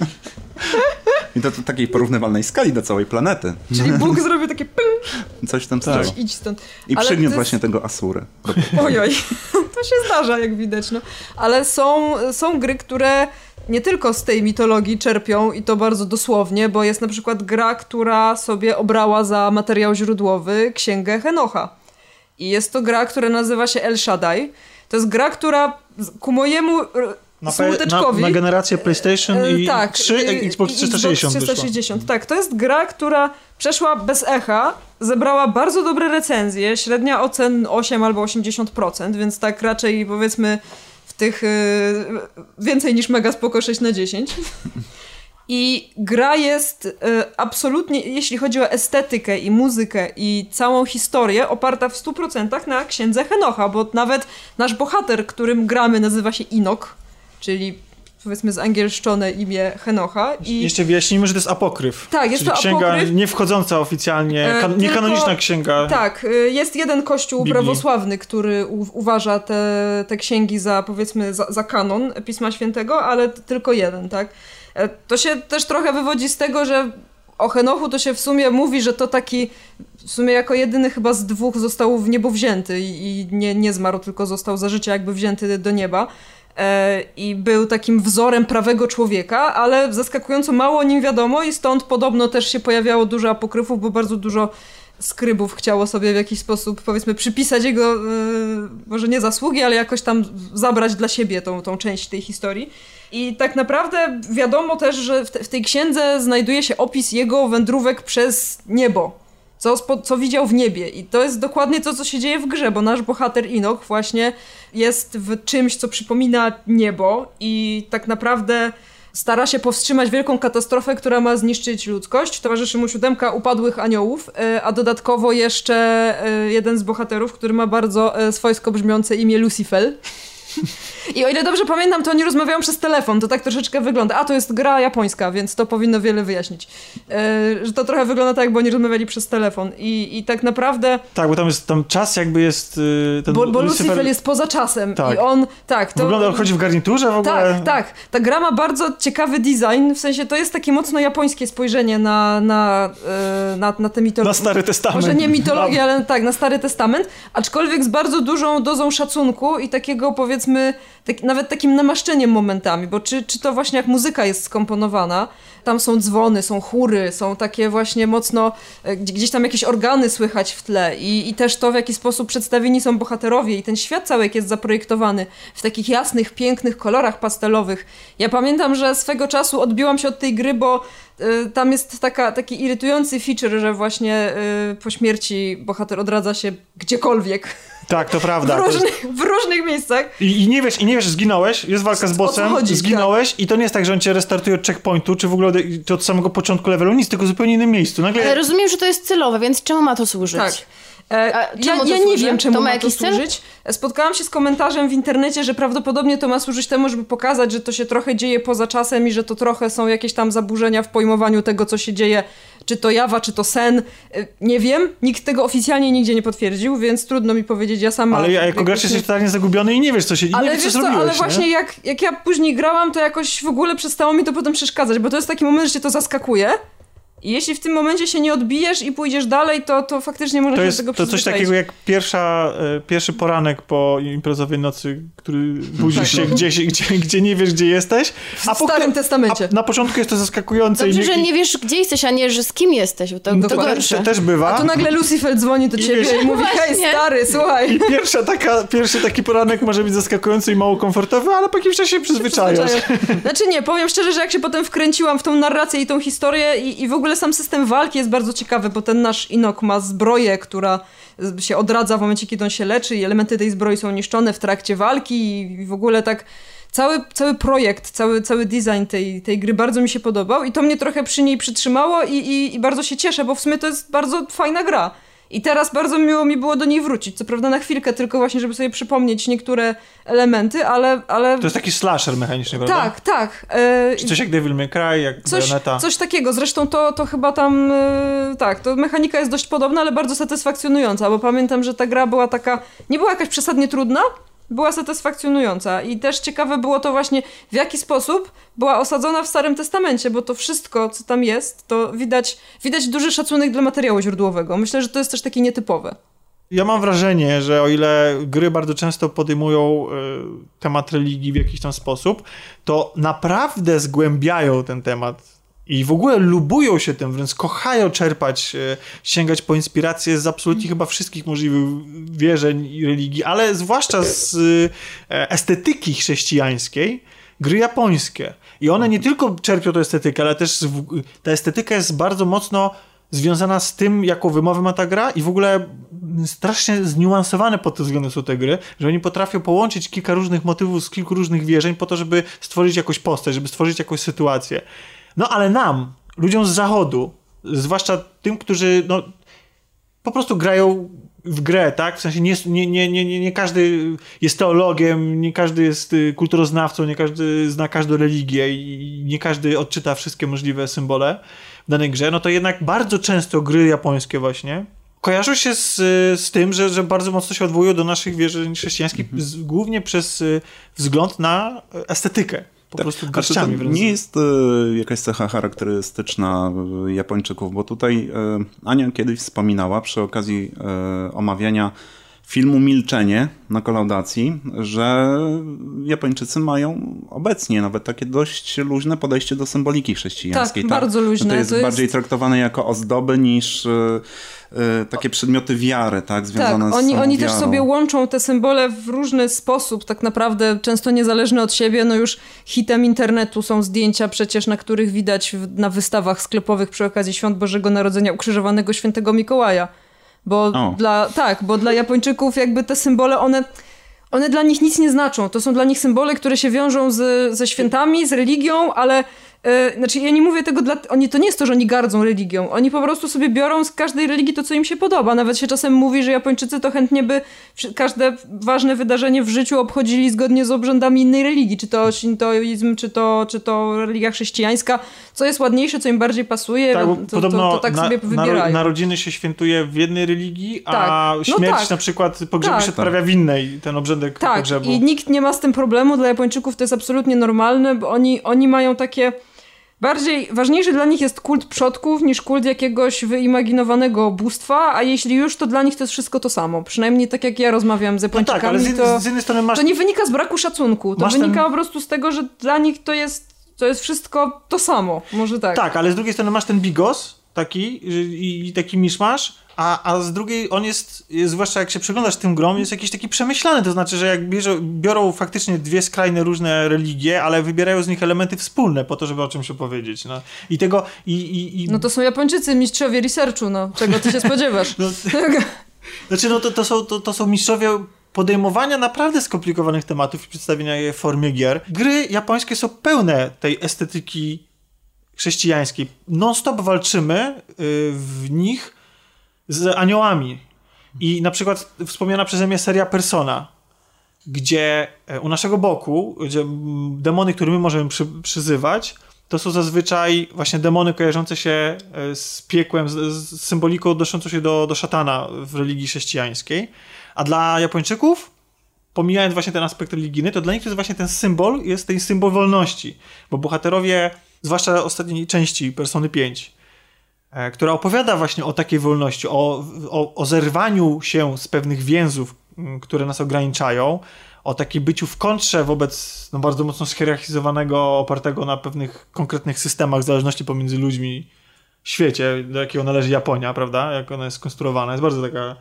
I to, to takiej porównywalnej skali do całej planety. Czyli Bóg zrobił takie pym, Coś w tym stylu. idź, idź stąd. I Ale przygniótł jest... właśnie tego Asury. Ojoj, to się zdarza, jak widać. No. Ale są, są gry, które nie tylko z tej mitologii czerpią i to bardzo dosłownie, bo jest na przykład gra, która sobie obrała za materiał źródłowy Księgę Henocha. I jest to gra, która nazywa się El Shaddai. To jest gra, która ku mojemu Na, smuteczkowi... na, na generację PlayStation i tak, trzy, Xbox trzysta sześćdziesiąt trzysta sześćdziesiąt. Tak, to jest gra, która przeszła bez echa, zebrała bardzo dobre recenzje, średnia ocen osiem albo osiemdziesiąt procent, więc tak raczej powiedzmy w tych yy, więcej niż mega spoko sześć na dziesięć. I gra jest y, absolutnie, jeśli chodzi o estetykę i muzykę i całą historię, oparta w stu procentach na Księdze Henocha, bo nawet nasz bohater, którym gramy, nazywa się Inok, czyli powiedzmy zangielszczone imię Henocha. I... Jeszcze wyjaśnijmy, że to jest apokryf. Tak, jest czyli to księga apokryf. nie wchodząca oficjalnie, kan- E, niekanoniczna tylko, księga. Tak, jest jeden kościół Biblii. prawosławny, który u- uważa te, te księgi za powiedzmy za, za kanon Pisma Świętego, ale t- tylko jeden, tak? E, to się też trochę wywodzi z tego, że o Henochu to się w sumie mówi, że to taki w sumie jako jedyny chyba z dwóch został w niebo wzięty i, i nie, nie zmarł, tylko został za życia jakby wzięty do nieba. I był takim wzorem prawego człowieka, ale zaskakująco mało o nim wiadomo i stąd podobno też się pojawiało dużo apokryfów, bo bardzo dużo skrybów chciało sobie w jakiś sposób, powiedzmy, przypisać jego, yy, może nie zasługi, ale jakoś tam zabrać dla siebie tą, tą część tej historii. I tak naprawdę wiadomo też, że w, te, w tej księdze znajduje się opis jego wędrówek przez niebo. Co, spo, co widział w niebie. I to jest dokładnie to, co się dzieje w grze, bo nasz bohater Inok właśnie jest w czymś, co przypomina niebo i tak naprawdę stara się powstrzymać wielką katastrofę, która ma zniszczyć ludzkość. Towarzyszy mu siódemka upadłych aniołów, a dodatkowo jeszcze jeden z bohaterów, który ma bardzo swojsko brzmiące imię Lucifel. I o ile dobrze pamiętam, to oni rozmawiają przez telefon, to tak troszeczkę wygląda. A, to jest gra japońska, więc to powinno wiele wyjaśnić. Yy, że to trochę wygląda tak, jakby oni rozmawiali przez telefon. I, i tak naprawdę... Tak, bo tam jest tam czas jakby jest... Yy, ten bo bo Lucifer... Lucifer jest poza czasem tak. i on... tak. To... Wygląda, on chodzi w garniturze w ogóle? Tak, tak. Ta gra ma bardzo ciekawy design, w sensie to jest takie mocno japońsskie spojrzenie na, na, yy, na, na te mitologie. Na Stary Testament. Może nie mitologię, ale tak, na Stary Testament, aczkolwiek z bardzo dużą dozą szacunku i takiego powiedzmy powiedzmy tak, nawet takim namaszczeniem momentami, bo czy, czy to właśnie jak muzyka jest skomponowana, tam są dzwony, są chóry, są takie właśnie mocno, gdzieś tam jakieś organy słychać w tle i, i też to, w jaki sposób przedstawieni są bohaterowie i ten świat cały jak jest zaprojektowany w takich jasnych, pięknych kolorach pastelowych. Ja pamiętam, że swego czasu odbiłam się od tej gry, bo y, tam jest taka, taki irytujący feature, że właśnie y, po śmierci bohater odradza się gdziekolwiek. Tak, to prawda. W różnych, w różnych miejscach. I, I nie wiesz, i nie wiesz, zginąłeś, jest walka z bossem, chodzi, zginąłeś tak. I to nie jest tak, że on cię restartuje od checkpointu, czy w ogóle od, czy od samego początku levelu, nic, tylko w zupełnie innym miejscu. Nagle... Ale rozumiem, że to jest celowe, więc czemu ma to służyć? Tak. E, A ja czemu ja to nie służy? wiem, czemu To ma ma to jakiś cel? służyć. Spotkałam się z komentarzem w internecie, że prawdopodobnie to ma służyć temu, żeby pokazać, że to się trochę dzieje poza czasem i że to trochę są jakieś tam zaburzenia w pojmowaniu tego, co się dzieje. Czy to jawa, czy to sen. Nie wiem. Nikt tego oficjalnie nigdzie nie potwierdził, więc trudno mi powiedzieć. Ja sama... Ale ja jako gracz jesteś totalnie zagubiony i nie wiesz, co się... I ale nie wiesz, wiesz co co, zrobiłeś, ale właśnie jak, jak ja później grałam, to jakoś w ogóle przestało mi to potem przeszkadzać, bo to jest taki moment, że cię to zaskakuje. I jeśli w tym momencie się nie odbijesz i pójdziesz dalej, to, to faktycznie można to się jest, do tego to coś przyzwyczaić. takiego jak pierwsza, e, pierwszy poranek po imprezowej nocy, który budzisz się gdzieś, gdzie, gdzie nie wiesz, gdzie jesteś. A w Starym Testamencie. A na początku jest to zaskakujące. Dobrze, i że nie wiesz, gdzie jesteś, a nie, że z kim jesteś. Bo to, no to to gorsze. też, też bywa. A tu nagle Lucifer dzwoni do I ciebie wiesz- i mówi, hej Właśnie. stary, słuchaj. I pierwsza taka, pierwszy taki poranek może być zaskakujący i mało komfortowy, ale po jakimś czasie się przyzwyczajasz. Znaczy nie, powiem szczerze, że jak się potem wkręciłam w tą narrację i tą historię i, i w ogóle sam system walki jest bardzo ciekawy, bo ten nasz Inok ma zbroję, która się odradza w momencie, kiedy on się leczy i elementy tej zbroi są niszczone w trakcie walki i w ogóle tak cały, cały projekt, cały, cały design tej, tej gry bardzo mi się podobał i to mnie trochę przy niej przytrzymało i, i, i bardzo się cieszę, bo w sumie to jest bardzo fajna gra. I teraz bardzo miło mi było do niej wrócić. Co prawda na chwilkę, tylko właśnie, żeby sobie przypomnieć niektóre elementy, ale... ale... To jest taki slasher mechaniczny, prawda? Tak, tak. E, Czy coś jak Devil May Cry, jak coś, Bayonetta. coś takiego. Zresztą to, to chyba tam... E, tak, to mechanika jest dość podobna, ale bardzo satysfakcjonująca, bo pamiętam, że ta gra była taka... Nie była jakaś przesadnie trudna, była satysfakcjonująca. I też ciekawe było to właśnie, w jaki sposób była osadzona w Starym Testamencie, bo to wszystko, co tam jest, to widać, widać duży szacunek dla materiału źródłowego. Myślę, że to jest też takie nietypowe. Ja mam wrażenie, że o ile gry bardzo często podejmują y, temat religii w jakiś tam sposób, to naprawdę zgłębiają ten temat i w ogóle lubują się tym, wręcz kochają czerpać, y, sięgać po inspiracje z absolutnie chyba wszystkich możliwych wierzeń i religii, ale zwłaszcza z y, estetyki chrześcijańskiej, gry japońskie. I one nie tylko czerpią tę estetykę, ale też w, ta estetyka jest bardzo mocno związana z tym, jaką wymowę ma ta gra i w ogóle strasznie zniuansowane pod tym względem są te gry, że oni potrafią połączyć kilka różnych motywów z kilku różnych wierzeń po to, żeby stworzyć jakąś postać, żeby stworzyć jakąś sytuację. No ale nam, ludziom z zachodu, zwłaszcza tym, którzy no, po prostu grają w grę, tak? W sensie nie, nie, nie, nie, nie każdy jest teologiem, nie każdy jest kulturoznawcą, nie każdy zna każdą religię i nie każdy odczyta wszystkie możliwe symbole w danej grze, no to jednak bardzo często gry japońskie właśnie kojarzą się z, z tym, że, że bardzo mocno się odwołują do naszych wierzeń chrześcijańskich, mm-hmm. z, głównie przez wzgląd na estetykę. Po tak. prostu garściami. wręcz. Nie jest y, jakaś cecha charakterystyczna y, Japończyków, bo tutaj y, Ania kiedyś wspominała przy okazji y, omawiania filmu Milczenie na kolaudacji, że Japończycy mają obecnie nawet takie dość luźne podejście do symboliki chrześcijańskiej. Tak, tak? bardzo luźne. To jest to bardziej jest... traktowane jako ozdoby niż y, y, takie przedmioty wiary, tak? Związane tak, z oni, samą oni wiarą. też sobie łączą te symbole w różny sposób, tak naprawdę często niezależny od siebie. No już hitem internetu są zdjęcia przecież, na których widać w, na wystawach sklepowych przy okazji Świąt Bożego Narodzenia ukrzyżowanego Świętego Mikołaja. Bo O. dla, tak, bo dla Japończyków jakby te symbole, one, one dla nich nic nie znaczą. To są dla nich symbole, które się wiążą z, ze świętami, z religią, ale Yy, znaczy ja nie mówię tego dla... Oni, to nie jest to, że oni gardzą religią. Oni po prostu sobie biorą z każdej religii to, co im się podoba. Nawet się czasem mówi, że Japończycy to chętnie by każde ważne wydarzenie w życiu obchodzili zgodnie z obrzędami innej religii. Czy to shintoizm, czy to, czy to religia chrześcijańska. Co jest ładniejsze, co im bardziej pasuje, tak, to, podobno to, to, to tak na, sobie wybierają. Na, narodziny się świętuje w jednej religii, a tak. no śmierć tak. na przykład pogrzebu tak. się odprawia w innej, ten obrzędek tak. pogrzebu. I nikt nie ma z tym problemu. Dla Japończyków to jest absolutnie normalne, bo oni, oni mają takie... Bardziej, ważniejszy dla nich jest kult przodków niż kult jakiegoś wyimaginowanego bóstwa, a jeśli już, to dla nich to jest wszystko to samo. Przynajmniej tak jak ja rozmawiam z Japończykami, no tak, ale z, to, z jednej strony masz... to nie wynika z braku szacunku. To wynika ten... po prostu z tego, że dla nich to jest, to jest wszystko to samo. Może tak. Tak, ale z drugiej strony masz ten bigos taki i, i taki miszmasz, a, a z drugiej on jest, jest, zwłaszcza jak się przyglądasz tym grom, jest jakiś taki przemyślany, to znaczy, że jak bierze, biorą faktycznie dwie skrajne różne religie, ale wybierają z nich elementy wspólne po to, żeby o czymś opowiedzieć. No. I tego... I, i, i... No to są Japończycy, mistrzowie researchu, no. Czego ty się spodziewasz? No, znaczy, no to, to, są, to, to są mistrzowie podejmowania naprawdę skomplikowanych tematów i przedstawienia je w formie gier. Gry japońskie są pełne tej estetyki chrześcijańskiej. Non-stop walczymy w nich z aniołami. I na przykład wspomniana przeze mnie seria Persona, gdzie u naszego boku, gdzie demony, które my możemy przy, przyzywać, to są zazwyczaj właśnie demony kojarzące się z piekłem, z, z symboliką odnoszącą się do, do szatana w religii chrześcijańskiej. A dla Japończyków, pomijając właśnie ten aspekt religijny, to dla nich to jest właśnie ten symbol, jest ten symbol wolności. Bo bohaterowie, zwłaszcza ostatniej części Persony pięć, e, która opowiada właśnie o takiej wolności, o, o, o zerwaniu się z pewnych więzów, m, które nas ograniczają, o takim byciu w kontrze wobec no, bardzo mocno schierarchizowanego, opartego na pewnych konkretnych systemach zależności pomiędzy ludźmi w świecie, do jakiego należy Japonia, prawda? Jak ona jest skonstruowana. Jest bardzo taka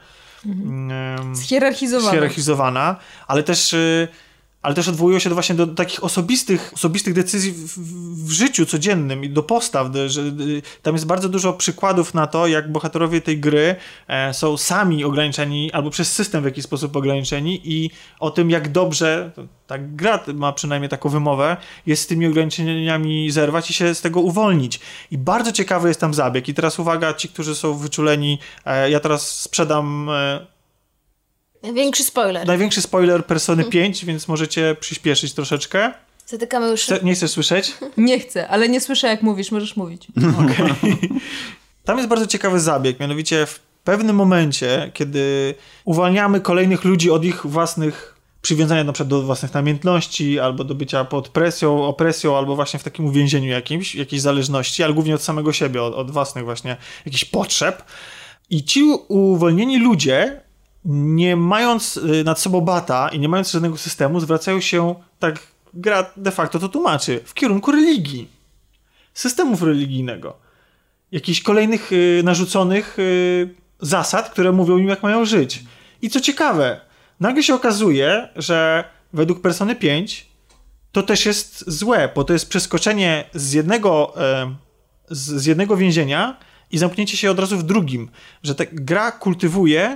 Mhm. Schierarchizowana. Schierarchizowana, ale też, ale też odwołują się do właśnie do takich osobistych, osobistych decyzji w, w, w życiu codziennym i do postaw, że tam jest bardzo dużo przykładów na to, jak bohaterowie tej gry e, są sami ograniczeni albo przez system w jakiś sposób ograniczeni i o tym, jak dobrze, ta gra ma przynajmniej taką wymowę, jest z tymi ograniczeniami zerwać i się z tego uwolnić. I bardzo ciekawy jest tam zabieg. I teraz uwaga, ci, którzy są wyczuleni, e, ja teraz sprzedam e, Największy spoiler. Największy spoiler Persony pięć, więc możecie przyspieszyć troszeczkę. Zatykamy już. Chce, nie chcesz słyszeć? Nie chcę, ale nie słyszę jak mówisz, możesz mówić. Okej. Okay. Tam jest bardzo ciekawy zabieg, mianowicie w pewnym momencie, kiedy uwalniamy kolejnych ludzi od ich własnych przywiązania na przykład do własnych namiętności, albo do bycia pod presją, opresją, albo właśnie w takim uwięzieniu jakimś, jakiejś zależności, ale głównie od samego siebie, od, od własnych właśnie jakichś potrzeb. I ci uwolnieni ludzie, nie mając nad sobą bata i nie mając żadnego systemu, zwracają się, tak gra de facto to tłumaczy, w kierunku religii. Systemów religijnego. Jakichś kolejnych y, narzuconych y, zasad, które mówią im, jak mają żyć. I co ciekawe, nagle się okazuje, że według Persony pięć to też jest złe, bo to jest przeskoczenie z jednego, y, z, z jednego więzienia i zamknięcie się od razu w drugim. Że ta gra kultywuje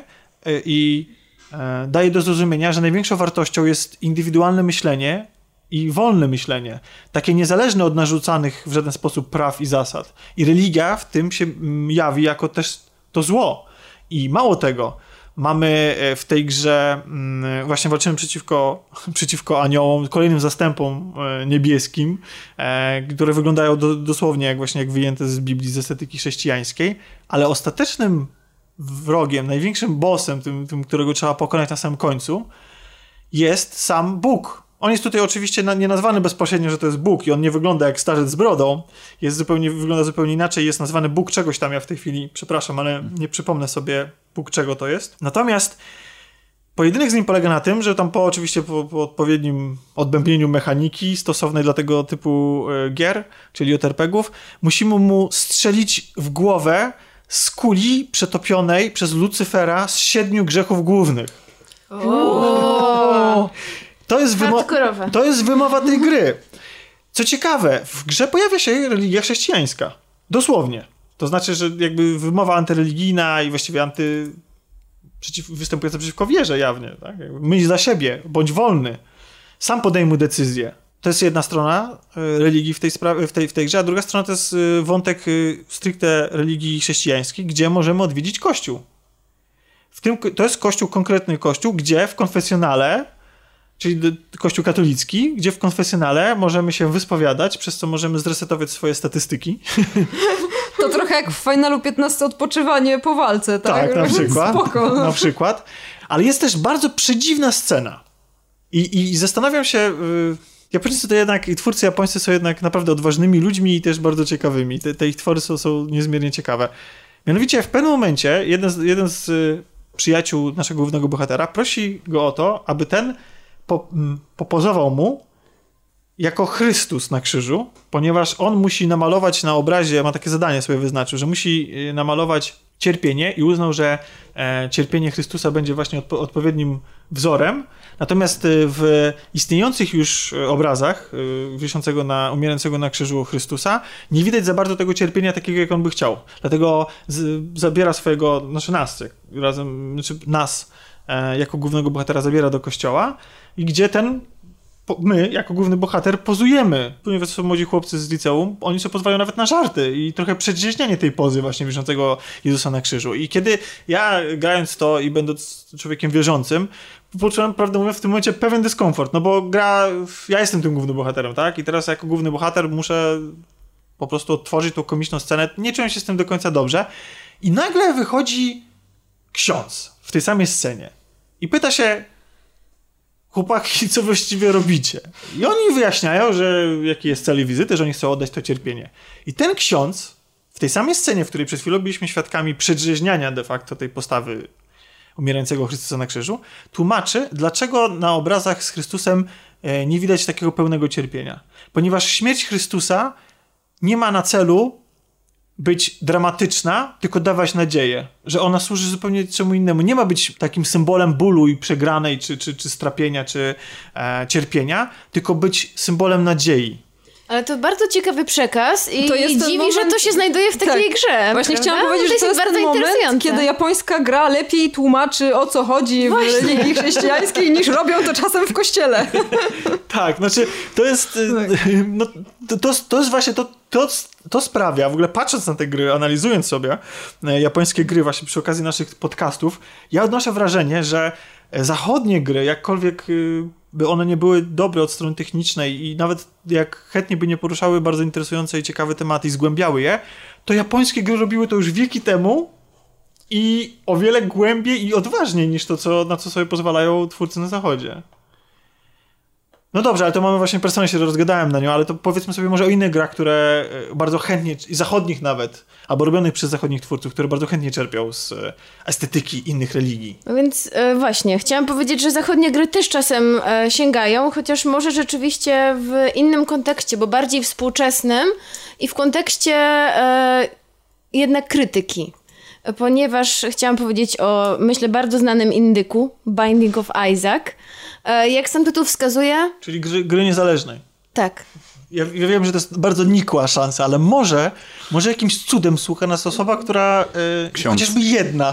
i e, daje do zrozumienia, że największą wartością jest indywidualne myślenie i wolne myślenie. Takie niezależne od narzucanych w żaden sposób praw i zasad. I religia w tym się m, jawi jako też to zło. I mało tego, mamy w tej grze, m, właśnie walczymy przeciwko, przeciwko aniołom, kolejnym zastępom e, niebieskim, e, które wyglądają do, dosłownie jak właśnie jak wyjęte z Biblii, z estetyki chrześcijańskiej, ale ostatecznym wrogiem, największym bossem, tym, tym, którego trzeba pokonać na samym końcu, jest sam Bóg. On jest tutaj oczywiście na, nie nazwany bezpośrednio, że to jest Bóg i on nie wygląda jak starzec z brodą, jest zupełnie, wygląda zupełnie inaczej, jest nazwany Bóg czegoś tam, ja w tej chwili przepraszam, ale nie przypomnę sobie Bóg czego to jest. Natomiast pojedynek z nim polega na tym, że tam po oczywiście po, po odpowiednim odbębnieniu mechaniki stosownej dla tego typu y, gier, czyli J R P G ów, musimy mu strzelić w głowę z kuli przetopionej przez Lucyfera z siedmiu grzechów głównych. O! To jest, wymo- to jest wymowa tej gry. Co ciekawe, w grze pojawia się religia chrześcijańska. Dosłownie. To znaczy, że jakby wymowa antyreligijna i właściwie anty... Przeciw... występująca przeciwko wierze jawnie. Tak? Myśl za siebie, bądź wolny. Sam podejmuj decyzję. To jest jedna strona religii w tej, sprawie, w, tej, w tej grze, a druga strona to jest wątek stricte religii chrześcijańskiej, gdzie możemy odwiedzić kościół. W tym, to jest kościół, konkretny kościół, gdzie w konfesjonale, czyli kościół katolicki, gdzie w konfesjonale możemy się wyspowiadać, przez co możemy zresetować swoje statystyki. To trochę jak w Finalu piętnaście odpoczywanie po walce, tak? Tak, na przykład. Spoko. Na przykład. Ale jest też bardzo przedziwna scena. I, i zastanawiam się... Yy, Japończycy to jednak, i twórcy japońscy są jednak naprawdę odważnymi ludźmi i też bardzo ciekawymi. Te, te ich twory są, są niezmiernie ciekawe. Mianowicie w pewnym momencie jeden z, jeden z y, przyjaciół naszego głównego bohatera prosi go o to, aby ten po, m, popozował mu jako Chrystus na krzyżu, ponieważ on musi namalować na obrazie, ma takie zadanie sobie wyznaczył, że musi y, namalować cierpienie i uznał, że e, cierpienie Chrystusa będzie właśnie odpo- odpowiednim wzorem. Natomiast w istniejących już obrazach y, wiszącego na, umierającego na krzyżu Chrystusa nie widać za bardzo tego cierpienia takiego, jak on by chciał. Dlatego z, zabiera swojego, znaczy nas, razem, znaczy nas e, jako głównego bohatera zabiera do kościoła i gdzie ten my, jako główny bohater, pozujemy. Ponieważ są młodzi chłopcy z liceum, oni sobie pozwalają nawet na żarty i trochę przedrzeźnianie tej pozy właśnie wiszącego Jezusa na krzyżu. I kiedy ja, grając to i będąc człowiekiem wierzącym, poczułem, prawdę mówiąc, w tym momencie pewien dyskomfort, no bo gra, ja jestem tym głównym bohaterem, tak? I teraz jako główny bohater muszę po prostu odtworzyć tą komiczną scenę. Nie czułem się z tym do końca dobrze. I nagle wychodzi ksiądz w tej samej scenie i pyta się: chłopaki, co właściwie robicie? I oni wyjaśniają, że jaki jest cel wizyty, że oni chcą oddać to cierpienie. I ten ksiądz w tej samej scenie, w której przed chwilą byliśmy świadkami przedrzeźniania de facto tej postawy umierającego Chrystusa na krzyżu, tłumaczy, dlaczego na obrazach z Chrystusem nie widać takiego pełnego cierpienia. Ponieważ śmierć Chrystusa nie ma na celu być dramatyczna, tylko dawać nadzieję, że ona służy zupełnie czemu innemu. Nie ma być takim symbolem bólu i przegranej, czy, czy, czy strapienia, czy e, cierpienia, tylko być symbolem nadziei. Ale to bardzo ciekawy przekaz i, to jest i dziwi, moment... że to się znajduje w takiej tak. grze. Właśnie prawda? chciałam powiedzieć, to że to jest bardzo ten moment, interesujące. kiedy japońska gra lepiej tłumaczy, o co chodzi Właśnie. w religii chrześcijańskiej, niż robią to czasem w kościele. Tak, znaczy to jest no, to, to, to jest właśnie to, to, to sprawia, w ogóle patrząc na te gry, analizując sobie japońskie gry właśnie przy okazji naszych podcastów, ja odnoszę wrażenie, że zachodnie gry, jakkolwiek by one nie były dobre od strony technicznej i nawet jak chętnie by nie poruszały bardzo interesujące i ciekawe tematy i zgłębiały je, to japońskie gry robiły to już wieki temu i o wiele głębiej i odważniej niż to, co, na co sobie pozwalają twórcy na zachodzie. No dobrze, ale to mamy właśnie personę, się rozgadałem na nią, ale to powiedzmy sobie może o innych grach, które bardzo chętnie, i zachodnich nawet, albo robionych przez zachodnich twórców, które bardzo chętnie czerpią z estetyki innych religii. No więc e, właśnie, chciałam powiedzieć, że zachodnie gry też czasem e, sięgają, chociaż może rzeczywiście w innym kontekście, bo bardziej współczesnym i w kontekście e, jednak krytyki. Ponieważ chciałam powiedzieć o, myślę, bardzo znanym indyku, Binding of Isaac. E, jak sam tytuł wskazuje... Czyli gry, gry niezależnej. Tak. Ja, ja wiem, że to jest bardzo nikła szansa, ale może, może jakimś cudem słucha nas osoba, która... Yy, chociażby jedna.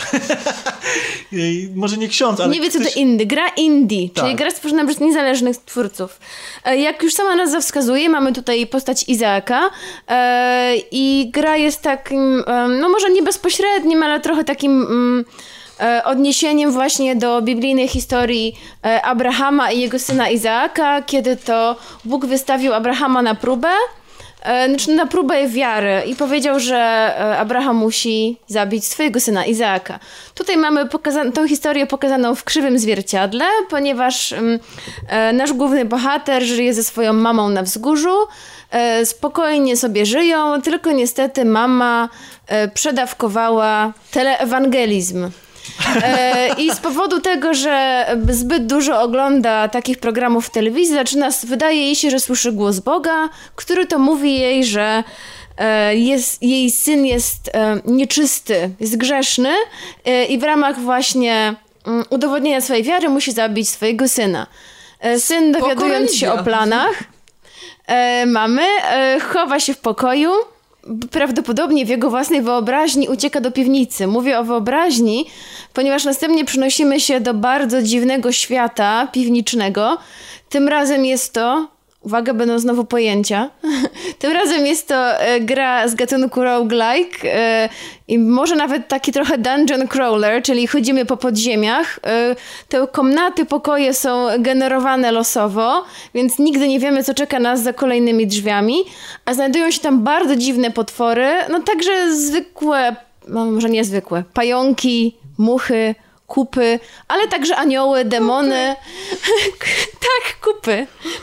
Może nie ksiądz, ale... Nie wie, co ktoś... to indie. Gra indie, Tak. czyli gra stworzona przez niezależnych twórców. E, jak już sama nazwa wskazuje, mamy tutaj postać Izaaka e, i gra jest takim, e, no może nie bezpośrednim, ale trochę takim... Mm, odniesieniem właśnie do biblijnej historii Abrahama i jego syna Izaaka, kiedy to Bóg wystawił Abrahama na próbę, znaczy na próbę wiary i powiedział, że Abraham musi zabić swojego syna Izaaka. Tutaj mamy pokaza- tą historię pokazaną w krzywym zwierciadle, ponieważ nasz główny bohater żyje ze swoją mamą na wzgórzu, spokojnie sobie żyją, tylko niestety mama przedawkowała teleewangelizm. I z powodu tego, że zbyt dużo ogląda takich programów w telewizji, zaczyna, wydaje jej się, że słyszy głos Boga, który to mówi jej, że jest, jej syn jest nieczysty, jest grzeszny i w ramach właśnie udowodnienia swojej wiary musi zabić swojego syna. Syn, dowiadując się o planach mamy, chowa się w pokoju. Prawdopodobnie w jego własnej wyobraźni ucieka do piwnicy. Mówię o wyobraźni, ponieważ następnie przenosimy się do bardzo dziwnego świata piwniczego. Tym razem jest to, uwaga, będą znowu pojęcia, tym razem jest to e, gra z gatunku roguelike e, i może nawet taki trochę dungeon crawler, czyli chodzimy po podziemiach. E, te komnaty, pokoje są generowane losowo, więc nigdy nie wiemy, co czeka nas za kolejnymi drzwiami, a znajdują się tam bardzo dziwne potwory, no także zwykłe, no może niezwykłe, pająki, muchy, kupy, ale także anioły, demony. Tak, kupy.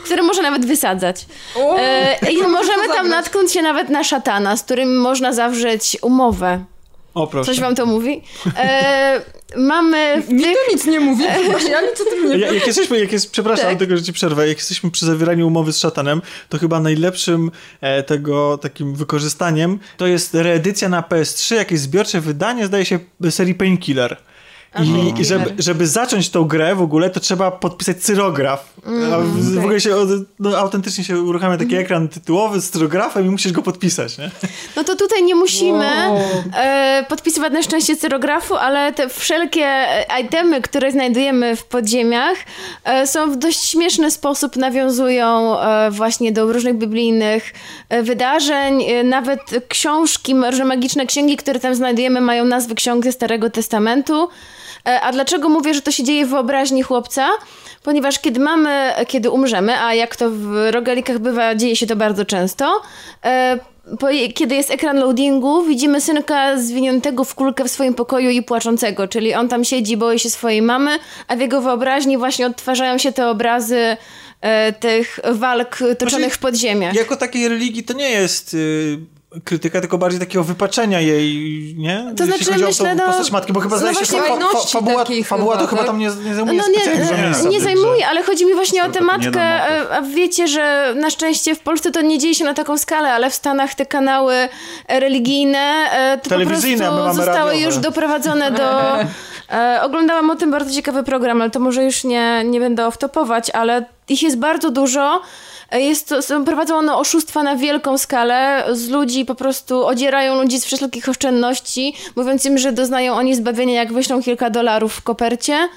które można nawet wysadzać. O, E, I możemy tam natknąć się nawet na szatana, z którym można zawrzeć umowę. O, proszę. Coś wam to mówi? E, mamy... Mi tych... to nic nie mówi. Właśnie, ja nic o tym nie Ja, wiem. jak jesteśmy, jak jest, przepraszam Tak. tego, że ci przerwę, jak jesteśmy przy zawieraniu umowy z szatanem, to chyba najlepszym e, tego takim wykorzystaniem to jest reedycja na P S trzy, jakieś zbiorcze wydanie, zdaje się, serii Painkiller. I, I żeby, żeby zacząć tą grę w ogóle, to trzeba podpisać cyrograf. Mm, A w, w okay. ogóle się, no, autentycznie się uruchamia taki ekran tytułowy z cyrografem i musisz go podpisać, nie? No to tutaj nie musimy Wow. e, podpisywać na szczęście cyrografu, ale te wszelkie itemy, które znajdujemy w podziemiach e, są w dość śmieszny sposób nawiązują e, właśnie do różnych biblijnych e, wydarzeń. E, nawet książki, może magiczne księgi, które tam znajdujemy, mają nazwy ksiąg ze Starego Testamentu. E, a dlaczego mówię, że to się dzieje w wyobraźni chłopca? Ponieważ kiedy mamy, kiedy umrzemy, a jak to w rogalikach bywa, dzieje się to bardzo często, e, po, kiedy jest ekran loadingu, widzimy synka zwiniętego w kulkę w swoim pokoju i płaczącego, czyli on tam siedzi, boi się swojej mamy, a w jego wyobraźni właśnie odtwarzają się te obrazy e, tych walk toczonych Znaczy, w podziemiach. Jako takiej religii to nie jest y, krytyka, tylko bardziej takiego wypaczenia jej, nie? To znaczy, Jeśli chodzi myślę, o tą no- postać matki, bo chyba no zdaje się, właśnie fa, fa, fa, fajności fabuła, takiej fabuła to chyba, chyba tak? tam nie, nie zajmuje No specjalnie dużo nie, miejsca. nie w tej zajmuje, grze. ale chodzi mi właśnie o To tę tylko matkę, jeden motyw. a wiecie, że na szczęście w Polsce to nie dzieje się na taką skalę, ale w Stanach te kanały religijne e, to po Telewizyjne, prostu my mamy zostały radiowe. już doprowadzone do... E, oglądałam o tym bardzo ciekawy program, ale to może już nie, nie będę off-topować, ale ich jest bardzo dużo. E, Jest to, są prowadzą one oszustwa na wielką skalę. Z ludzi po prostu odzierają ludzi z wszelkich oszczędności, mówiąc im, że doznają oni zbawienia, jak wyślą kilka dolarów w kopercie.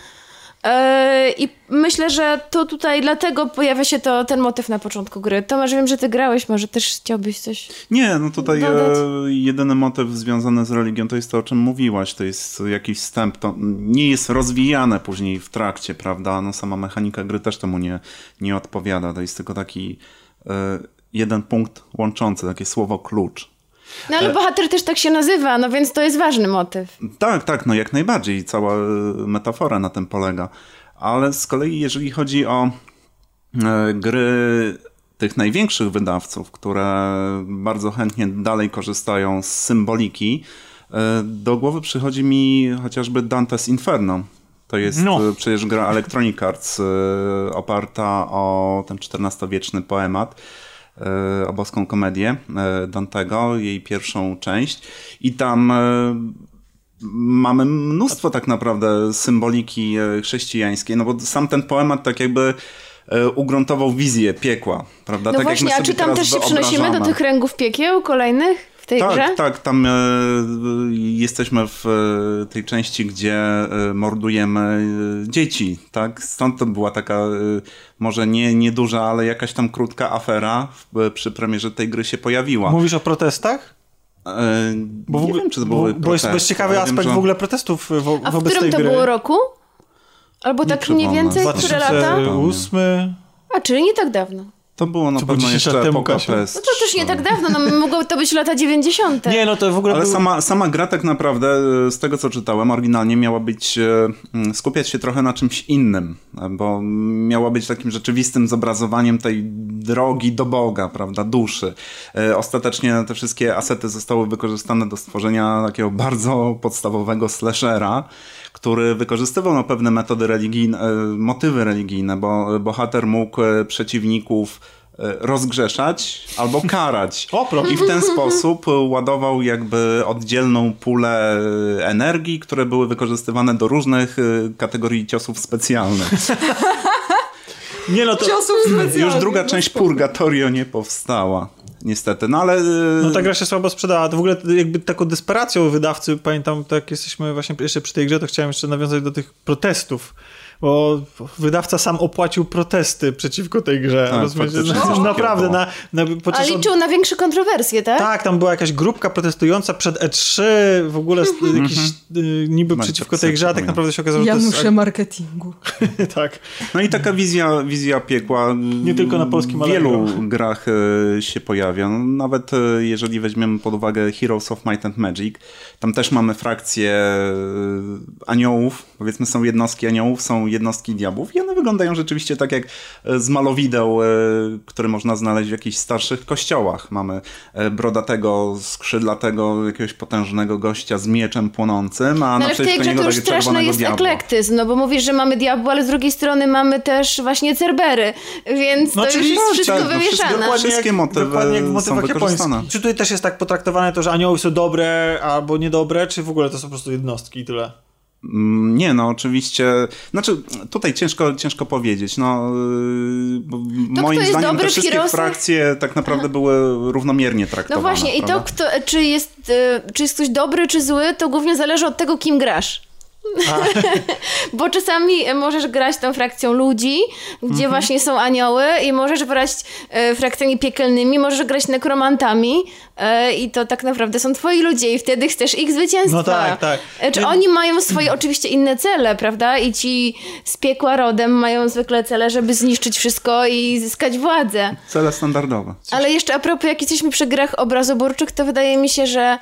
E, I myślę, że to tutaj dlatego pojawia się to, ten motyw na początku gry. Tomasz, wiem, że ty grałeś, może też chciałbyś coś... Nie, no tutaj e, dodać? jedyny motyw związany z religią to jest to, o czym mówiłaś, to jest jakiś wstęp, to nie jest rozwijane później w trakcie, prawda, no sama mechanika gry też temu nie, nie odpowiada, to jest tylko taki e, jeden punkt łączący, takie słowo klucz. No ale bohater też tak się nazywa, no więc to jest ważny motyw. Tak, tak, no jak najbardziej, cała e, metafora na tym polega, ale z kolei jeżeli chodzi o e, gry tych największych wydawców, które bardzo chętnie dalej korzystają z symboliki, do głowy przychodzi mi chociażby Dante's Inferno. To jest No. przecież gra Electronic Arts oparta o ten czternastowieczny poemat, o boską komedię Dantego, jej pierwszą część. I tam mamy mnóstwo tak naprawdę symboliki chrześcijańskiej, no bo sam ten poemat tak jakby ugruntował wizję piekła, prawda? No tak właśnie, jak my a czy sobie tam teraz też się przenosimy do wyobrażamy. tych kręgów piekieł kolejnych w tej Tak, grze? tak, tam e, jesteśmy w e, tej części, gdzie e, mordujemy e, dzieci, tak? Stąd to była taka, e, może nie, nie duża, ale jakaś tam krótka afera w, przy premierze tej gry się pojawiła. Mówisz o protestach? E, Bo w nie ogóle, wiem, czy to bo, były bo jest, bo jest protesty, ciekawy ale wiem, aspekt że- w ogóle protestów wo, A w wobec którym tej to gry. było roku? Albo tak mniej przypomnę. więcej, dwa które tysiące lata? ósmy A, czyli nie tak dawno. To było na To było pewno dziesięć jeszcze lat temu, epoka Kasia. P S No to też nie tak dawno, no mogło to być lata dziewięćdziesiąte. Nie, no to w ogóle Ale był... sama, sama gra tak naprawdę, e, z tego co czytałem, oryginalnie miała być, e, m, skupiać się trochę na czymś innym, e, bo miała być takim rzeczywistym zobrazowaniem tej drogi do Boga, prawda, duszy. E, Ostatecznie te wszystkie asety zostały wykorzystane do stworzenia takiego bardzo podstawowego slashera, który wykorzystywał na pewne metody religijne, e, motywy religijne, bo bohater mógł e, przeciwników e, rozgrzeszać albo karać. O, proszę. I w ten sposób ładował jakby oddzielną pulę energii, które były wykorzystywane do różnych y, kategorii ciosów specjalnych. Nie, no to... Ciosów specjalnych. Już druga no część spoko. Purgatorio nie powstała. Niestety, no ale... y, No ta gra się słabo sprzedała. To w ogóle jakby taką desperacją wydawcy, pamiętam, tak jesteśmy właśnie jeszcze przy tej grze, to chciałem jeszcze nawiązać do tych protestów, bo wydawca sam opłacił protesty przeciwko tej grze. Tak, rozumiecie? faktycznie No, coś naprawdę. takiego Na, na, A podczas od- liczył na większe kontrowersje, tak? Tak, tam była jakaś grupka protestująca przed E trzy, w ogóle Mhm. jakiś y, niby No i przeciwko tak tej grze, a tak pamiętam. naprawdę się okazało, że to Janusze jest... marketingu. tak. No i taka wizja, wizja piekła Nie tylko na polskim w wielu Allegro. grach e, się pojawia. No, nawet e, jeżeli weźmiemy pod uwagę Heroes of Might and Magic, tam też mamy frakcje e, aniołów, powiedzmy są jednostki aniołów, są jednostki diabłów i one wyglądają rzeczywiście tak jak z malowideł, które można znaleźć w jakichś starszych kościołach. Mamy brodatego, skrzydlatego, jakiegoś potężnego gościa z mieczem płonącym, a no, naprzeciwko ale w tej grze niego to już takie straszny czerwonego jest diabła. eklektyzm, no bo mówisz, że mamy diabła, ale z drugiej strony mamy też właśnie cerbery, więc No, to czyli już jest tak, wszystko tak, no, wszystko wymieszane. dokładnie. Wszystkie motywy dokładnie jak w są motywach wykorzystane. japońskich. Czy tutaj też jest tak potraktowane to, że anioły są dobre albo niedobre, czy w ogóle to są po prostu jednostki i tyle? Nie, no oczywiście, znaczy tutaj ciężko, ciężko powiedzieć, no yy, To, moim kto jest zdaniem dobry te w wszystkie Heroesach? frakcje tak naprawdę były równomiernie traktowane. No właśnie, i to, prawda? kto, czy, jest, y, czy jest ktoś dobry, czy zły, to głównie zależy od tego, kim grasz. Bo czasami możesz grać tą frakcją ludzi, gdzie mhm. właśnie są anioły i możesz grać e, frakcjami piekielnymi, możesz grać nekromantami e, i to tak naprawdę są twoi ludzie i wtedy chcesz ich zwycięstwa. No tak, tak. E, czy oni mają swoje oczywiście inne cele, prawda? I ci z piekła rodem mają zwykle cele, żeby zniszczyć wszystko i zyskać władzę. Cele standardowe. Ale jeszcze a propos, jak jesteśmy przy grach obrazoburczych, to wydaje mi się, że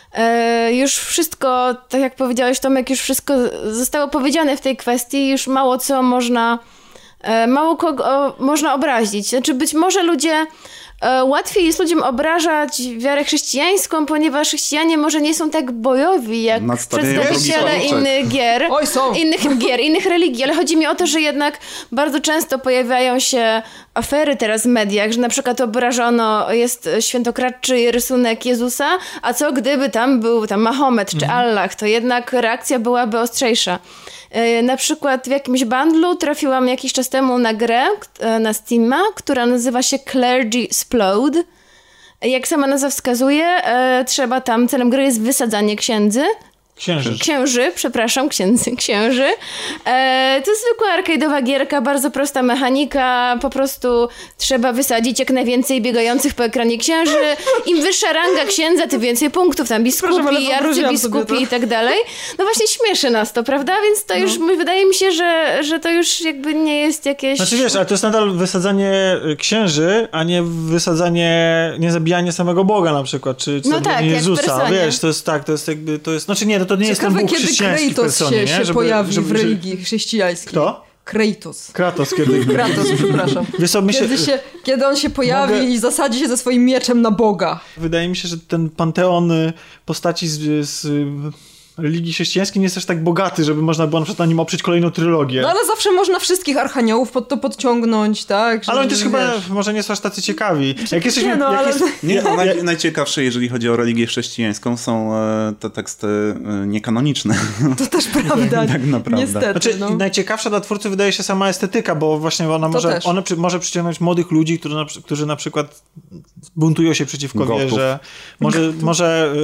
E, już wszystko, tak jak powiedziałeś Tomek, już wszystko zostało powiedziane w tej kwestii, już mało co można, e, mało kogo o, można obrazić. Znaczy być może ludzie, e, łatwiej jest ludziom obrażać wiarę chrześcijańską, ponieważ chrześcijanie może nie są tak bojowi jak przedstawiciele innych gier, Oj, są. innych gier, innych religii, ale chodzi mi o to, że jednak bardzo często pojawiają się afery teraz w mediach, że na przykład obrażono jest świętokradczy rysunek Jezusa, a co gdyby tam był tam Mahomet czy mhm. Allah, to jednak reakcja byłaby ostrzejsza. Yy, na przykład w jakimś bundlu trafiłam jakiś czas temu na grę yy, na Steama, która nazywa się Clergy Splode. Jak sama nazwa wskazuje, yy, trzeba tam, celem gry jest wysadzanie księdzy. Księży. Księży, przepraszam, księdzy, księży. E, to zwykła arcade'owa gierka, bardzo prosta mechanika, po prostu trzeba wysadzić jak najwięcej biegających po ekranie księży. Im wyższa ranga księdza, tym więcej punktów, tam biskupi, arcybiskupi i tak dalej. No właśnie śmieszy nas to, prawda? Więc to już, no. wydaje mi się, że, że to już jakby nie jest jakieś... Znaczy wiesz, ale to jest nadal wysadzanie księży, a nie wysadzanie, nie zabijanie samego Boga na przykład, czy, czy no tak, Jezusa. Wiesz, to jest tak, to jest jakby, to jest, znaczy nie, to nie Ciekawe, jest ten Bóg kiedy chrześcijański Kratos w personie, się, nie? się Żeby, pojawi żeby, w religii chrześcijańskiej. Kto? Kratos. Kratos kiedy... Kratos, przepraszam. Wiesz co, my się... Kiedy, się, kiedy on się pojawi Mogę... i zasadzi się ze swoim mieczem na Boga. Wydaje mi się, że ten panteon postaci z... z... religii chrześcijańskiej nie jest też tak bogaty, żeby można było na przykład na nim oprzeć kolejną trylogię. No ale zawsze można wszystkich archaniołów pod to podciągnąć, tak? Ale oni też wiesz. chyba może nie są aż tacy ciekawi. Jak jesteśmy, nie, no, jak ale... jest... Nie, no, naj, najciekawsze, jeżeli chodzi o religię chrześcijańską, są e, te teksty e, niekanoniczne. To też prawda. Tak naprawdę. Niestety, znaczy, no. najciekawsza dla twórcy wydaje się sama estetyka, bo właśnie ona może, ona przy, może przyciągnąć młodych ludzi, którzy na, którzy na przykład buntują się przeciwko Gotów. wierze. Może... może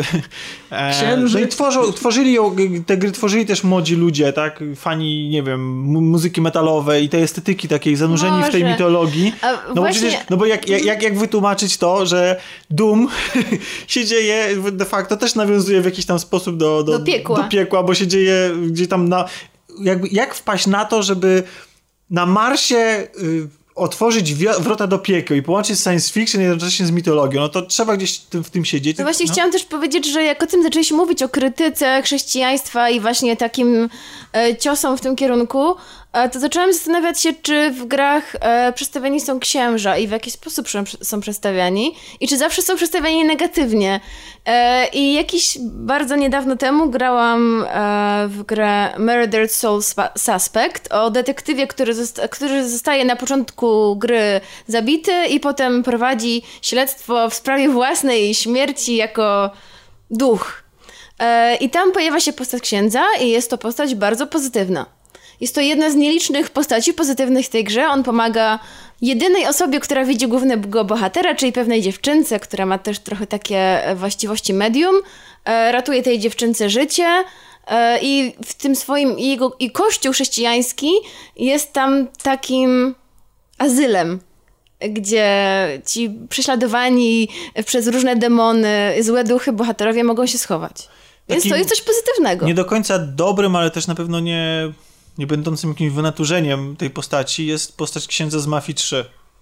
e, Księży. no i tworzą, tworzyli ją, te gry tworzyli też młodzi ludzie, tak? Fani, nie wiem, mu- muzyki metalowej i tej estetyki takiej, zanurzeni Może. w tej mitologii. A No właśnie... bo przecież, no bo jak, jak, jak, jak wytłumaczyć to, że Doom się dzieje, de facto też nawiązuje w jakiś tam sposób do, do, Do piekła. do piekła, bo się dzieje gdzie tam na... Jakby, jak wpaść na to, żeby na Marsie... Y, otworzyć wrota do piekieł i połączyć science fiction jednocześnie z mitologią, no to trzeba gdzieś tym, w tym siedzieć. No właśnie no. chciałam też powiedzieć, że jak o tym zaczęliśmy mówić, o krytyce chrześcijaństwa i właśnie takim e, ciosom w tym kierunku, e, to zaczęłam zastanawiać się, czy w grach e, przedstawiani są księża i w jaki sposób są, są przedstawiani i czy zawsze są przedstawiani negatywnie. E, I jakiś bardzo niedawno temu grałam e, w grę Murdered Soul Suspect o detektywie, który, zosta- który zostaje na początku gry zabity i potem prowadzi śledztwo w sprawie własnej śmierci jako duch. E, I tam pojawia się postać księdza i jest to postać bardzo pozytywna. Jest to jedna z nielicznych postaci pozytywnych w tej grze. On pomaga jedynej osobie, która widzi głównego bohatera, czyli pewnej dziewczynce, która ma też trochę takie właściwości medium. E, ratuje tej dziewczynce życie e, i w tym swoim i, jego, i kościół chrześcijański jest tam takim azylem, gdzie ci prześladowani przez różne demony, złe duchy bohaterowie mogą się schować. Więc Takim to jest coś pozytywnego. Nie do końca dobrym, ale też na pewno nie, nie będącym jakimś wynaturzeniem tej postaci jest postać księdza z Mafii trzy,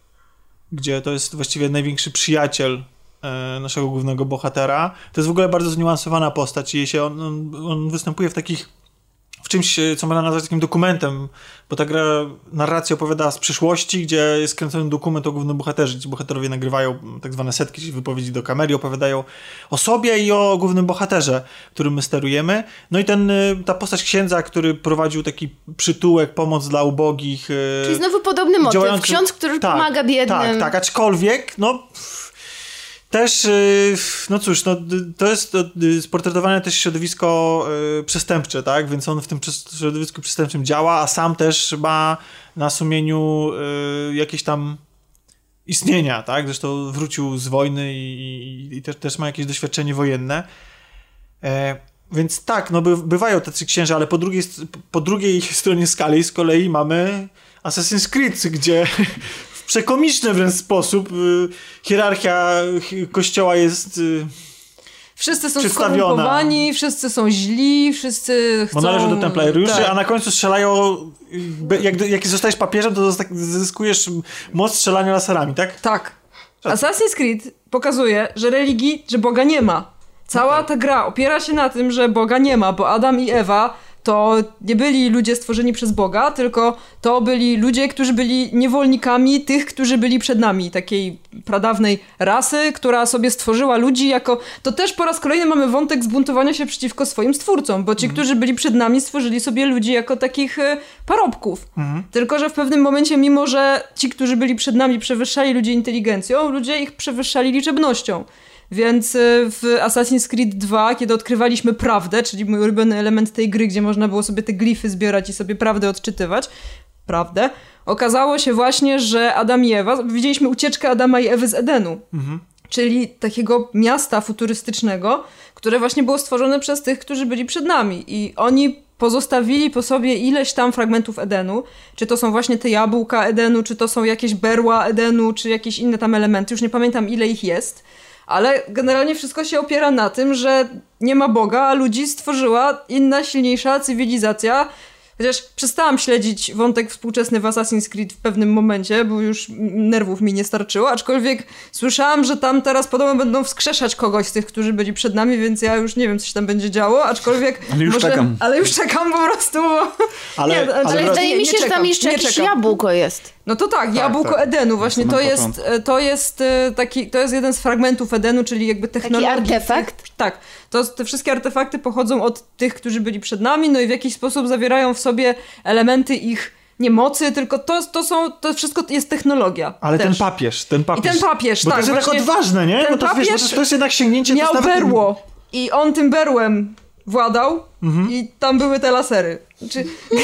gdzie to jest właściwie największy przyjaciel e, naszego głównego bohatera. To jest w ogóle bardzo zniuansowana postać i się on, on, on występuje w takich w czymś, co można nazwać takim dokumentem, bo ta gra narracja opowiada z przyszłości, gdzie jest kręcony dokument o głównym bohaterze. Ci bohaterowie nagrywają tak zwane setki, czyli wypowiedzi do kamery, opowiadają o sobie i o głównym bohaterze, którym my sterujemy. No i ten, ta postać księdza, który prowadził taki przytułek, pomoc dla ubogich. Czyli znowu podobny motyw. Działający... Ksiądz, który tak, pomaga biednym. Tak, tak, aczkolwiek, no... Też, no cóż, no, to jest sportretowane też środowisko y, przestępcze, tak? Więc on w tym środowisku przestępczym działa, a sam też ma na sumieniu y, jakieś tam istnienia, tak? Zresztą wrócił z wojny i, i, i też, też ma jakieś doświadczenie wojenne. E, więc tak, no by, bywają tacy księża, ale po drugiej, po drugiej stronie skali z kolei mamy Assassin's Creed, gdzie... w przekomiczny wręcz sposób y, hierarchia kościoła jest y, wszyscy są skorumpowani, wszyscy są źli, wszyscy chcą... Bo należą do templariuszy, tak. a na końcu strzelają... Jak, jak zostajesz papieżem, to zyskujesz moc strzelania laserami, tak? Tak. Assassin's Creed pokazuje, że religii, że Boga nie ma. Cała ta gra opiera się na tym, że Boga nie ma, bo Adam i Ewa to nie byli ludzie stworzeni przez Boga, tylko to byli ludzie, którzy byli niewolnikami tych, którzy byli przed nami, takiej pradawnej rasy, która sobie stworzyła ludzi jako... To też po raz kolejny mamy wątek zbuntowania się przeciwko swoim stwórcom, bo ci, mm. którzy byli przed nami, stworzyli sobie ludzi jako takich y, parobków. Mm. Tylko że w pewnym momencie, mimo że ci, którzy byli przed nami, przewyższali ludzi inteligencją, ludzie ich przewyższali liczebnością. Więc w Assassin's Creed dwa, kiedy odkrywaliśmy prawdę, czyli mój ulubiony element tej gry, gdzie można było sobie te glify zbierać i sobie prawdę odczytywać, prawdę, okazało się właśnie, że Adam i Ewa, widzieliśmy ucieczkę Adama i Ewy z Edenu, mhm. czyli takiego miasta futurystycznego, które właśnie było stworzone przez tych, którzy byli przed nami i oni pozostawili po sobie ileś tam fragmentów Edenu, czy to są właśnie te jabłka Edenu, czy to są jakieś berła Edenu, czy jakieś inne tam elementy, już nie pamiętam ile ich jest. Ale generalnie wszystko się opiera na tym, że nie ma Boga, a ludzi stworzyła inna, silniejsza cywilizacja. Chociaż przestałam śledzić wątek współczesny w Assassin's Creed w pewnym momencie, bo już nerwów mi nie starczyło, aczkolwiek słyszałam, że tam teraz podobno będą wskrzeszać kogoś z tych, którzy byli przed nami, więc ja już nie wiem, co się tam będzie działo, aczkolwiek... Ale już może, czekam. Ale już czekam po prostu, bo... Ale, nie, ale, ale wydaje nie, mi się, nie że czekam, tam jeszcze jakieś czekam. jabłko jest. No to tak, tak jabłko tak. Edenu, właśnie to jest, to jest taki, to jest jeden z fragmentów Edenu, czyli jakby technologii. Taki artefakt? Tych, tak, to, te wszystkie artefakty pochodzą od tych, którzy byli przed nami, no i w jakiś sposób zawierają w sobie elementy ich nie mocy, tylko to, to są, to wszystko jest technologia. Ale też. ten papież, ten papież. I ten papież, bo tak. to jest tak odważne, nie? Ten Bo to, papież wiesz, to jest jednak sięgnięcie... miał to jest nawet... berło i on tym berłem władał mhm. i tam były te lasery. Znaczy...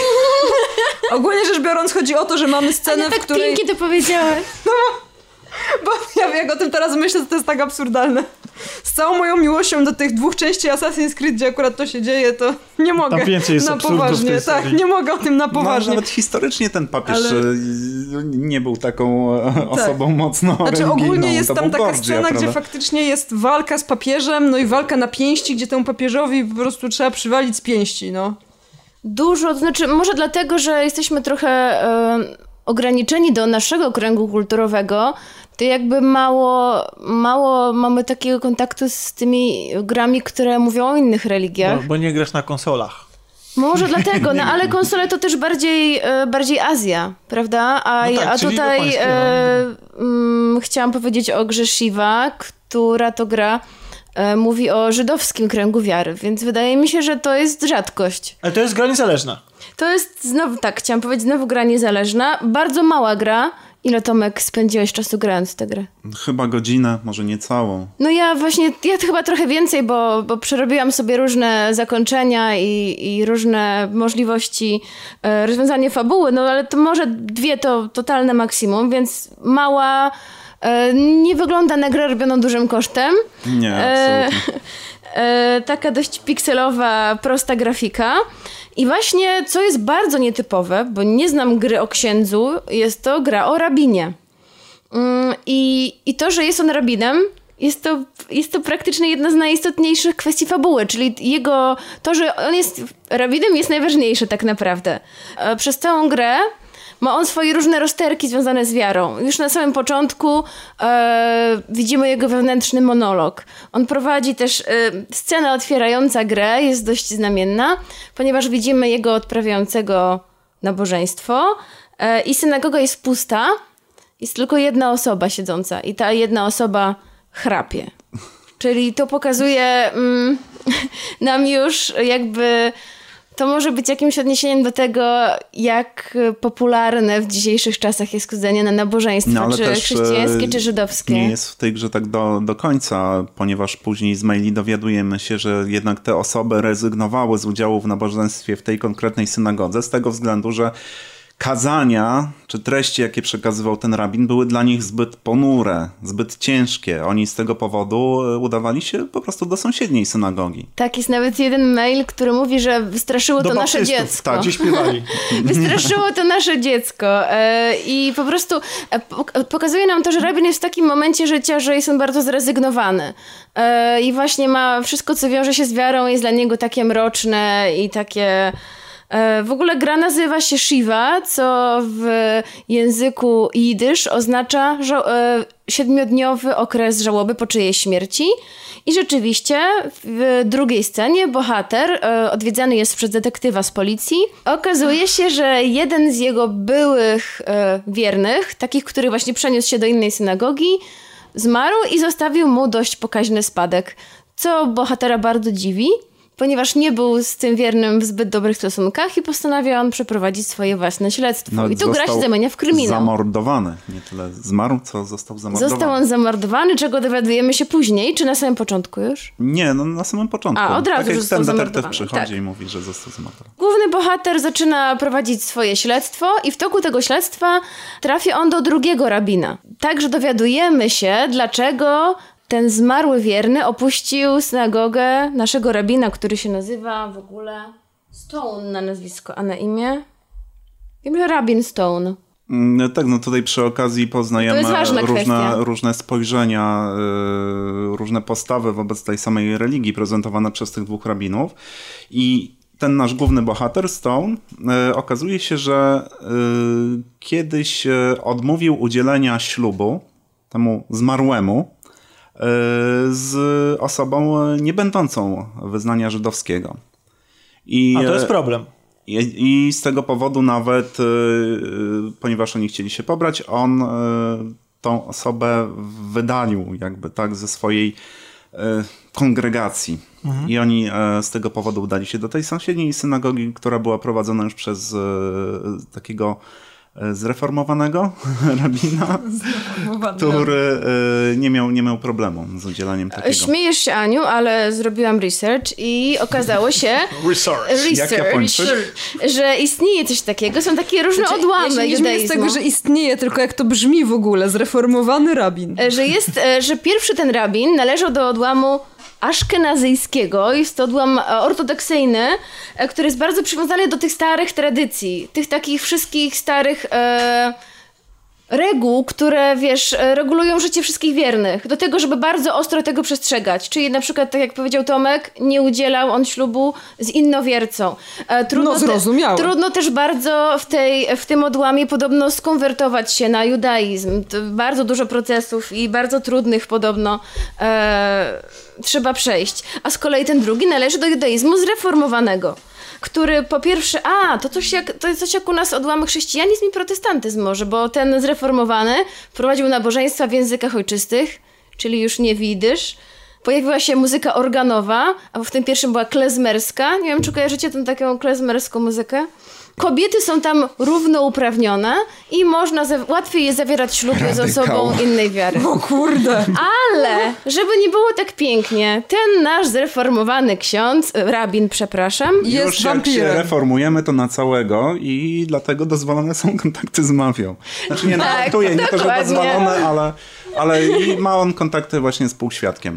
Ogólnie rzecz biorąc chodzi o to, że mamy scenę, Ale tak w której... pięknie to powiedziałeś. No, bo ja jak o tym teraz myślę, to to jest tak absurdalne. Z całą moją miłością do tych dwóch części Assassin's Creed, gdzie akurat to się dzieje, to nie mogę Tam więcej jest na absurdów poważnie. w tej Tak, serii. nie mogę o tym na poważnie. No, nawet historycznie ten papież Ale... nie był taką osobą tak. mocno Znaczy religijną. ogólnie jest to tam taka Borgia, scena, prawda? gdzie faktycznie jest walka z papieżem, no i walka na pięści, gdzie temu papieżowi po prostu trzeba przywalić z pięści, no. Dużo, to znaczy może dlatego, że jesteśmy trochę e, ograniczeni do naszego kręgu kulturowego, to jakby mało, mało mamy takiego kontaktu z tymi grami, które mówią o innych religiach. Bo, bo nie grasz na konsolach. Może dlatego, no ale konsole to też bardziej, e, bardziej Azja, prawda? A, No tak, a czyli tutaj japońskie, e, mm, chciałam powiedzieć o grze Shiva, która to gra e, mówi o żydowskim kręgu wiary, więc wydaje mi się, że to jest rzadkość. Ale to jest gra niezależna. To jest znowu, tak, chciałam powiedzieć, znowu gra niezależna, bardzo mała gra. Ile, Tomek, spędziłeś czasu grając w tę grę? Chyba godzinę, może nie całą. No ja właśnie, ja chyba trochę więcej, bo, bo przerobiłam sobie różne zakończenia i, i różne możliwości e, rozwiązania fabuły, no ale to może dwie to totalne maksimum, więc mała, e, nie wygląda na grę robioną dużym kosztem. Nie, absolutnie. E, e, taka dość pikselowa, prosta grafika. I właśnie, co jest bardzo nietypowe, bo nie znam gry o księdzu, jest to gra o rabinie. Mm, i, I to, że jest on rabinem, jest to, jest to praktycznie jedna z najistotniejszych kwestii fabuły, czyli jego, to, że on jest rabinem, jest najważniejsze tak naprawdę. E, przez całą grę ma on swoje różne rozterki związane z wiarą. Już na samym początku e, widzimy jego wewnętrzny monolog. On prowadzi też e, scenę otwierająca grę, jest dość znamienna, ponieważ widzimy jego odprawiającego nabożeństwo e, i synagoga jest pusta, jest tylko jedna osoba siedząca i ta jedna osoba chrapie. Czyli to pokazuje mm, nam już jakby... To może być jakimś odniesieniem do tego, jak popularne w dzisiejszych czasach jest chodzenie na nabożeństwo, no, czy chrześcijańskie, czy żydowskie. Nie jest w tej grze tak do, do końca, ponieważ później z maili dowiadujemy się, że jednak te osoby rezygnowały z udziału w nabożeństwie w tej konkretnej synagodze z tego względu, że kazania, czy treści, jakie przekazywał ten rabin, były dla nich zbyt ponure, zbyt ciężkie. Oni z tego powodu udawali się po prostu do sąsiedniej synagogi. Tak, jest nawet jeden mail, który mówi, że wystraszyło do to nasze baptystów, dziecko. Tak, gdzie śpiewali. Wystraszyło to nasze dziecko. I po prostu pokazuje nam to, że rabin jest w takim momencie życia, że jest on bardzo zrezygnowany. I właśnie ma wszystko, co wiąże się z wiarą, jest dla niego takie mroczne i takie... W ogóle gra nazywa się Shiva, co w języku jidysz oznacza ża- siedmiodniowy okres żałoby po czyjejś śmierci. I rzeczywiście w drugiej scenie bohater odwiedzany jest przez detektywa z policji. Okazuje się, że jeden z jego byłych wiernych, takich, który właśnie przeniósł się do innej synagogi, zmarł i zostawił mu dość pokaźny spadek, co bohatera bardzo dziwi, ponieważ nie był z tym wiernym w zbyt dobrych stosunkach i postanawia on przeprowadzić swoje własne śledztwo. No, i tu gra się zamienia w kryminał. Zamordowany. Nie tyle zmarł, co został zamordowany. Został on zamordowany, czego dowiadujemy się później, czy na samym początku już? Nie, no na samym początku. A, od razu tak jak został ten detektyw zamordowany. przychodzi Tak. i mówi, że został zamordowany. Główny bohater zaczyna prowadzić swoje śledztwo i w toku tego śledztwa trafia on do drugiego rabina. Także dowiadujemy się, dlaczego ten zmarły wierny opuścił synagogę naszego rabina, który się nazywa w ogóle Stone na nazwisko, a na imię? Wiem, że rabin Stone. Mm, tak, no tutaj przy okazji poznajemy różne, różne spojrzenia, yy, różne postawy wobec tej samej religii prezentowane przez tych dwóch rabinów. I ten nasz główny bohater, Stone, yy, okazuje się, że yy, kiedyś yy, odmówił udzielenia ślubu temu zmarłemu, z osobą nie będącą wyznania żydowskiego. I, A to jest problem. I, I z tego powodu nawet, ponieważ oni chcieli się pobrać, on tą osobę wydalił jakby tak ze swojej kongregacji. Mhm. I oni z tego powodu udali się do tej sąsiedniej synagogi, która była prowadzona już przez takiego zreformowanego rabina, który nie miał, nie miał problemu z udzielaniem takiego. Śmiejesz się, Aniu, ale zrobiłam research i okazało się, research. research że istnieje coś takiego, są takie różne znaczy, odłamy ja się nie judaizmu. z tego, że istnieje, tylko jak to brzmi w ogóle, zreformowany rabin. Że jest, że pierwszy ten rabin należał do odłamu aszkenazyjskiego, jest to odłam ortodoksyjny, który jest bardzo przywiązany do tych starych tradycji, tych takich wszystkich starych e, reguł, które, wiesz, regulują życie wszystkich wiernych, do tego, żeby bardzo ostro tego przestrzegać. Czyli na przykład, tak jak powiedział Tomek, nie udzielał on ślubu z innowiercą. E, trudno no zrozumiałe. Te, trudno też bardzo w, tej, w tym odłamie podobno skonwertować się na judaizm. To bardzo dużo procesów i bardzo trudnych podobno e, trzeba przejść. A z kolei ten drugi należy do judaizmu zreformowanego, który po pierwsze, a, to coś jak, to jest coś jak u nas odłamek chrześcijanizm i protestantyzm może, bo ten zreformowany prowadził nabożeństwa w językach ojczystych, czyli już nie widysz. Pojawiła się muzyka organowa, a w tym pierwszym była klezmerska. Nie wiem, czy kojarzycie tę taką klezmerską muzykę? Kobiety są tam równouprawnione i można za- łatwiej jest zawierać śluby z osobą innej wiary. O kurde! Ale, żeby nie było tak pięknie, ten nasz zreformowany ksiądz, rabin, przepraszam, jest Już jak wampirem. się reformujemy, to na całego i dlatego dozwolone są kontakty z mafią. Znaczy nie, no, Tak, żartuję, nie to, że dokładnie. dozwolone, ale, ale i ma on kontakty właśnie z półświadkiem.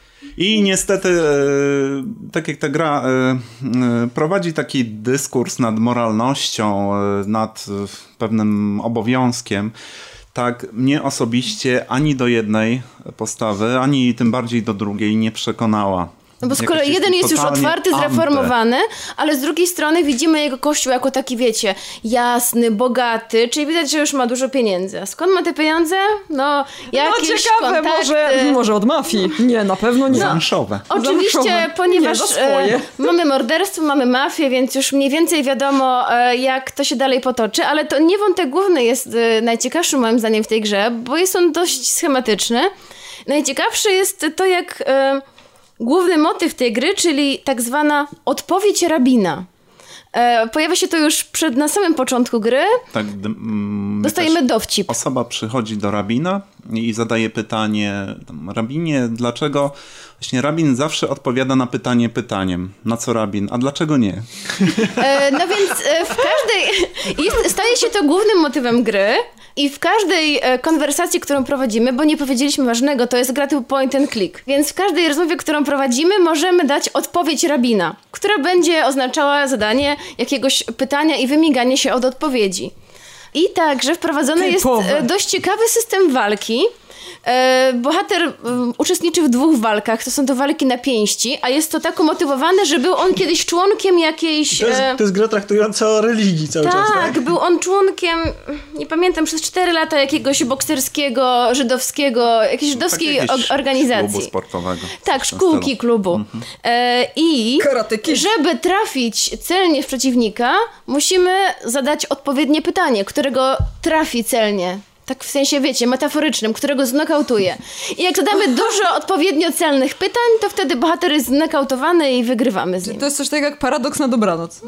I niestety, e, tak jak ta gra e, e, prowadzi taki dyskurs nad moralnością, e, nad e, pewnym obowiązkiem, tak mnie osobiście ani do jednej postawy, ani tym bardziej do drugiej nie przekonała. No bo z Jakoś kolei jest jeden jest już totalnie otwarty, ante. zreformowany, ale z drugiej strony widzimy jego kościół jako taki, wiecie, jasny, bogaty, czyli widać, że już ma dużo pieniędzy. A skąd ma te pieniądze? No, jakieś no ciekawe, kontakty. może, może od mafii. Nie, na pewno nie. Zamszowe. Oczywiście, Zamszowe. ponieważ Nie, za swoje. e, mamy morderstwo, mamy mafię, więc już mniej więcej wiadomo, e, jak to się dalej potoczy, ale to nie wątek główny jest e, najciekawszy moim zdaniem w tej grze, bo jest on dość schematyczny. Najciekawsze jest to, jak e, główny motyw tej gry, czyli tak zwana odpowiedź rabina. E, pojawia się to już przed, na samym początku gry. Tak, d- mm, Dostajemy jakaś dowcip. Osoba przychodzi do rabina i zadaje pytanie, tam, rabinie, dlaczego... Właśnie rabin zawsze odpowiada na pytanie pytaniem. Na co rabin? A dlaczego nie? E, no więc e, w każdej... Jest, staje się to głównym motywem gry i w każdej e, konwersacji, którą prowadzimy, bo nie powiedzieliśmy ważnego, to jest gra typu point and click, więc w każdej rozmowie, którą prowadzimy, możemy dać odpowiedź rabina, która będzie oznaczała zadanie jakiegoś pytania i wymiganie się od odpowiedzi. I także wprowadzony jest Typowe. e, dość ciekawy system walki. E, bohater e, uczestniczy w dwóch walkach, to są to walki na pięści, a jest to tak umotywowane, że był on kiedyś członkiem jakiejś... To jest, e, to jest gra traktująca o religii cały tak, czas, tak? był on członkiem, nie pamiętam, przez cztery lata jakiegoś bokserskiego, żydowskiego, jakiejś żydowskiej Tak, jakiegoś o- organizacji. klubu sportowego. Tak, W tym szkółki, stylu. klubu. E, I Karate Kid. żeby trafić celnie w przeciwnika, musimy zadać odpowiednie pytanie, którego trafi celnie. Tak w sensie, wiecie, metaforycznym, którego znokautuje. I jak zadamy dużo odpowiednio celnych pytań, to wtedy bohater jest znokautowany i wygrywamy z nim. To jest coś takiego jak paradoks na dobranoc.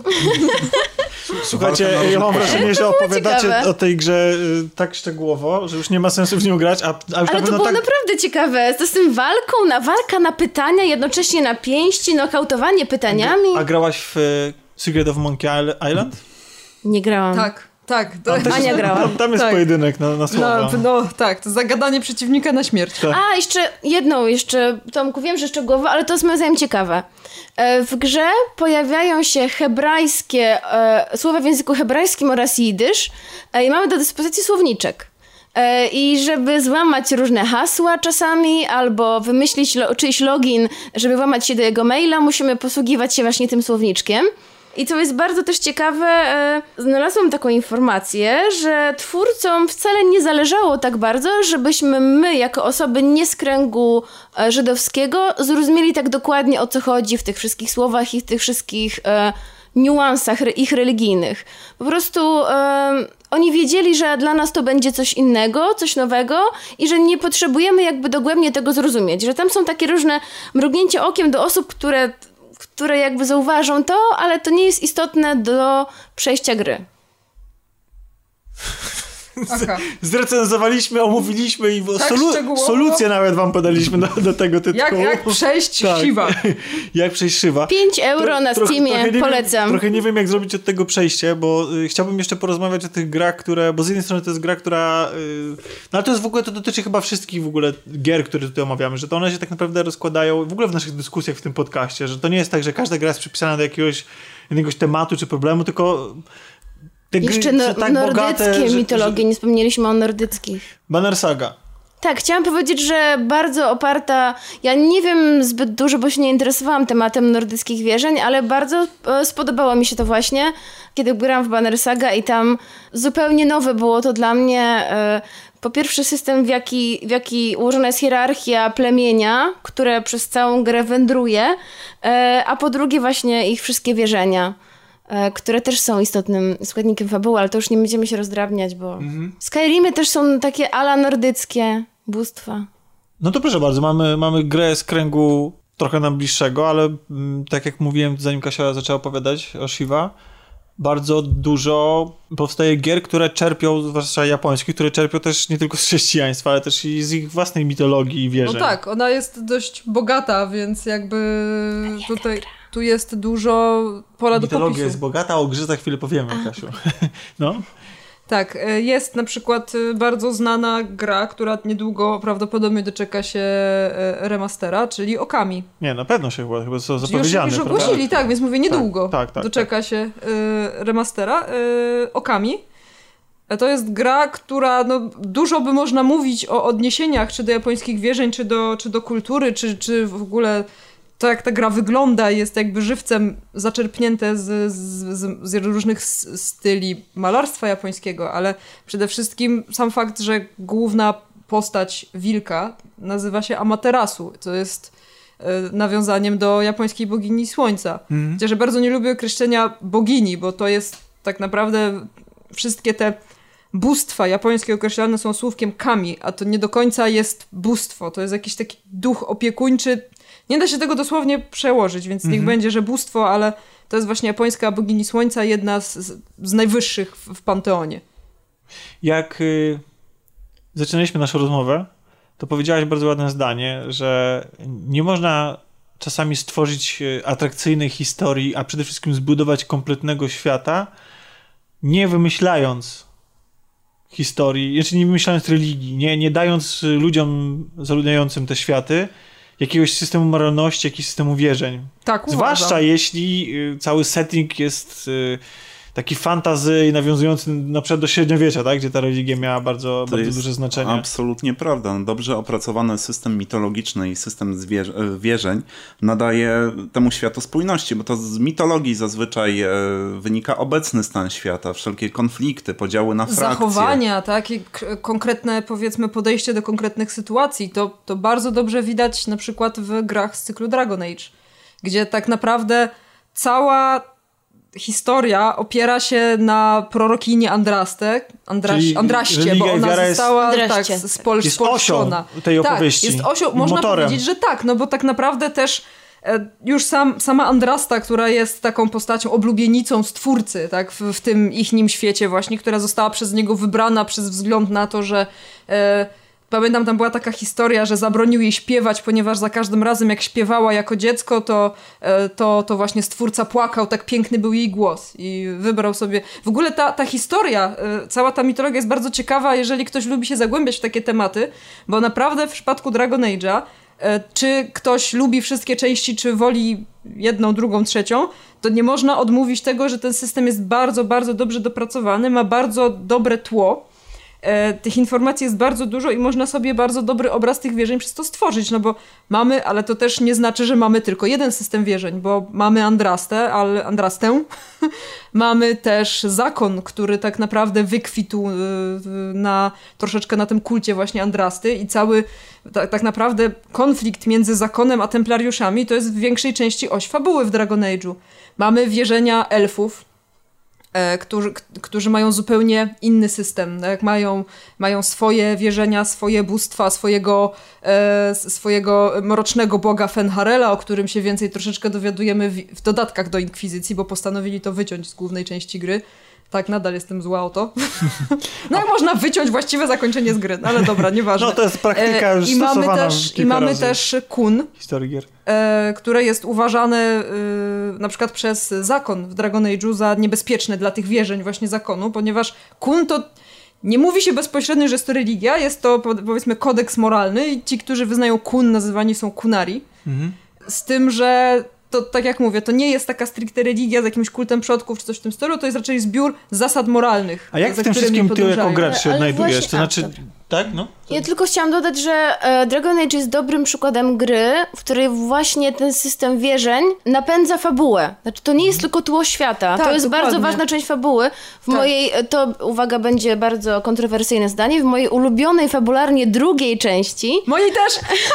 Słuchajcie, Walka na ja mam różne wrażenie, że opowiadacie ciekawe. o tej grze y, tak szczegółowo, że już nie ma sensu w nią grać, a, a już Ale na to pewno było tak... naprawdę ciekawe. To z tym walką, na walka na pytania, jednocześnie na pięści, nokautowanie pytaniami. A grałaś w y, Secret of Monkey Island? Nie grałam. Tak, tak. To Tam też Ania jest, grała. Tam, tam jest Tak. pojedynek na, na słowa. no, no tak, to zagadanie przeciwnika na śmierć. Tak. A, jeszcze jedną, jeszcze, Tomku, wiem, że szczegółowo, ale to jest moim zdaniem ciekawe. E, W grze pojawiają się hebrajskie, e, słowa w języku hebrajskim oraz jidysz e, i mamy do dyspozycji słowniczek. E, I żeby złamać różne hasła czasami, albo wymyślić lo, czyjś login, żeby włamać się do jego maila, musimy posługiwać się właśnie tym słowniczkiem. I co jest bardzo też ciekawe, e, znalazłam taką informację, że twórcom wcale nie zależało tak bardzo, żebyśmy my, jako osoby nie z kręgu e, żydowskiego, zrozumieli tak dokładnie, o co chodzi w tych wszystkich słowach i w tych wszystkich e, niuansach re, ich religijnych. Po prostu e, oni wiedzieli, że dla nas to będzie coś innego, coś nowego i że nie potrzebujemy jakby dogłębnie tego zrozumieć, że tam są takie różne mrugnięcia okiem do osób, które... które jakby zauważą to, ale to nie jest istotne do przejścia gry. Aha. Zrecenzowaliśmy, omówiliśmy i Tak solu- szczegółowo? solucję nawet wam podaliśmy do, do tego tytułu. Jak, jak przejść Tak. Shiva. Jak przejść Shiva. pięć euro Tro- na trochę- Steamie, trochę nie polecam. Wiem, trochę nie wiem, jak zrobić od tego przejście, bo y, chciałbym jeszcze porozmawiać o tych grach, które, bo z jednej strony to jest gra, która, y, no ale to jest w ogóle, to dotyczy chyba wszystkich w ogóle gier, które tutaj omawiamy, że to one się tak naprawdę rozkładają, w ogóle w naszych dyskusjach w tym podcaście, że to nie jest tak, że każda gra jest przypisana do jakiegoś, jakiegoś tematu czy problemu, tylko te gry Jeszcze są no, tak nordyckie bogate, że- mitologie, nie wspomnieliśmy o nordyckich. Banner Saga. Tak, chciałam powiedzieć, że bardzo oparta, ja nie wiem zbyt dużo, bo się nie interesowałam tematem nordyckich wierzeń, ale bardzo e, spodobało mi się to właśnie, kiedy grałam w Banner Saga i tam zupełnie nowe było to dla mnie. E, po pierwsze system, w jaki, w jaki ułożona jest hierarchia plemienia, które przez całą grę wędruje, e, a po drugie właśnie ich wszystkie wierzenia, e, które też są istotnym składnikiem fabuły, ale to już nie będziemy się rozdrabniać, bo Mhm. Skyrimy też są takie ala nordyckie bóstwa. No to proszę bardzo, mamy, mamy grę z kręgu trochę nam bliższego, ale mm, tak jak mówiłem, zanim Kasia zaczęła opowiadać o Shiva, bardzo dużo powstaje gier, które czerpią, zwłaszcza japońskich, które czerpią też nie tylko z chrześcijaństwa, ale też i z ich własnej mitologii i wierzeń. No tak, ona jest dość bogata, więc jakby tutaj tu jest dużo pola do Mitologia popisu. jest bogata, o grze za chwilę powiemy, Kasiu. No. Tak, e, jest na przykład e, bardzo znana gra, która niedługo prawdopodobnie doczeka się e, remastera, czyli Okami. Nie, na pewno się chyba, chyba są Już, zapowiedziane. już prawda? ogłosili, tak, więc mówię niedługo tak, tak, doczeka się e, remastera e, Okami. E, To jest gra, która no, dużo by można mówić o odniesieniach czy do japońskich wierzeń, czy do, czy do kultury, czy, czy w ogóle to, jak ta gra wygląda, jest jakby żywcem zaczerpnięte z, z, z różnych styli malarstwa japońskiego, ale przede wszystkim sam fakt, że główna postać wilka nazywa się Amaterasu, co jest y, nawiązaniem do japońskiej bogini słońca. Mhm. Chociaż bardzo nie lubię określenia bogini, bo to jest tak naprawdę wszystkie te bóstwa japońskie określane są słówkiem kami, a to nie do końca jest bóstwo. To jest jakiś taki duch opiekuńczy. Nie da się tego dosłownie przełożyć, więc mhm. niech będzie, że bóstwo, ale to jest właśnie japońska bogini słońca, jedna z, z najwyższych w, w panteonie. Jak y, zaczynaliśmy naszą rozmowę, to powiedziałaś bardzo ładne zdanie, że nie można czasami stworzyć atrakcyjnej historii, a przede wszystkim zbudować kompletnego świata, nie wymyślając historii, znaczy nie wymyślając religii, nie, nie dając ludziom zaludniającym te światy jakiegoś systemu moralności, jakiegoś systemu wierzeń. Tak, uważam. Zwłaszcza jeśli cały setting jest taki fantasy i nawiązujący na przykład do średniowiecza, tak? Gdzie ta religia miała bardzo, to bardzo duże znaczenie. Absolutnie prawda. Dobrze opracowany system mitologiczny i system zwierzę- wierzeń nadaje temu światu spójności, bo to z mitologii zazwyczaj e, wynika obecny stan świata, wszelkie konflikty, podziały na frakcje. Zachowania, tak? I k- konkretne, powiedzmy, podejście do konkretnych sytuacji. To, to bardzo dobrze widać na przykład w grach z cyklu Dragon Age, gdzie tak naprawdę cała historia opiera się na prorokini Andraste, Andraś, Andraście, bo ona została tak, spol, jest osią tej opowieści. Tak, jest osią, można motorem. powiedzieć, że tak, no bo tak naprawdę też e, już sam, sama Andrasta, która jest taką postacią oblubienicą stwórcy, tak, w, w tym ich nim świecie właśnie, która została przez niego wybrana przez wzgląd na to, że e, pamiętam, tam była taka historia, że zabronił jej śpiewać, ponieważ za każdym razem jak śpiewała jako dziecko, to, to, to właśnie stwórca płakał, tak piękny był jej głos i wybrał sobie... W ogóle ta, ta historia, cała ta mitologia jest bardzo ciekawa, jeżeli ktoś lubi się zagłębiać w takie tematy, bo naprawdę w przypadku Dragon Age'a, czy ktoś lubi wszystkie części, czy woli jedną, drugą, trzecią, to nie można odmówić tego, że ten system jest bardzo, bardzo dobrze dopracowany, ma bardzo dobre tło. E, tych informacji jest bardzo dużo i można sobie bardzo dobry obraz tych wierzeń przez to stworzyć, no bo mamy, ale to też nie znaczy, że mamy tylko jeden system wierzeń, bo mamy Andrastę, ale Andrastę, mamy też zakon, który tak naprawdę wykwitł y, na, troszeczkę na tym kulcie właśnie Andrasty i cały ta, tak naprawdę konflikt między zakonem a templariuszami to jest w większej części oś fabuły w Dragon Age'u. Mamy wierzenia elfów, E, którzy, k- którzy mają zupełnie inny system, tak? mają, mają swoje wierzenia, swoje bóstwa, swojego, e, swojego mrocznego boga Fenharela, o którym się więcej troszeczkę dowiadujemy w, w dodatkach do Inkwizycji, bo postanowili to wyciąć z głównej części gry. Tak, nadal jestem zła o to. No jak można wyciąć właściwe zakończenie z gry, no ale dobra, nieważne. No to jest praktyka już e, i mamy stosowana też I mamy razy. też kun, historii gier. E, które jest uważane e, na przykład przez zakon w Dragon Age'u za niebezpieczne dla tych wierzeń właśnie zakonu, ponieważ kun to nie mówi się bezpośrednio, że jest to religia, jest to powiedzmy kodeks moralny i ci, którzy wyznają kun, nazywani są kunari. Mhm. Z tym, że to tak jak mówię, to nie jest taka stricte religia z jakimś kultem przodków czy coś w tym stylu, to jest raczej zbiór zasad moralnych. A jak w tym wszystkim ty jako gracz się ale odnajdujesz? właśnie, To znaczy, a, tak, no? Ja tylko chciałam dodać, że e, Dragon Age jest dobrym przykładem gry, w której właśnie ten system wierzeń napędza fabułę. Znaczy, to nie jest tylko tło świata, Tak, to jest dokładnie. bardzo ważna część fabuły. W Tak. mojej, to uwaga, będzie bardzo kontrowersyjne zdanie, w mojej ulubionej fabularnie drugiej części... Mojej też!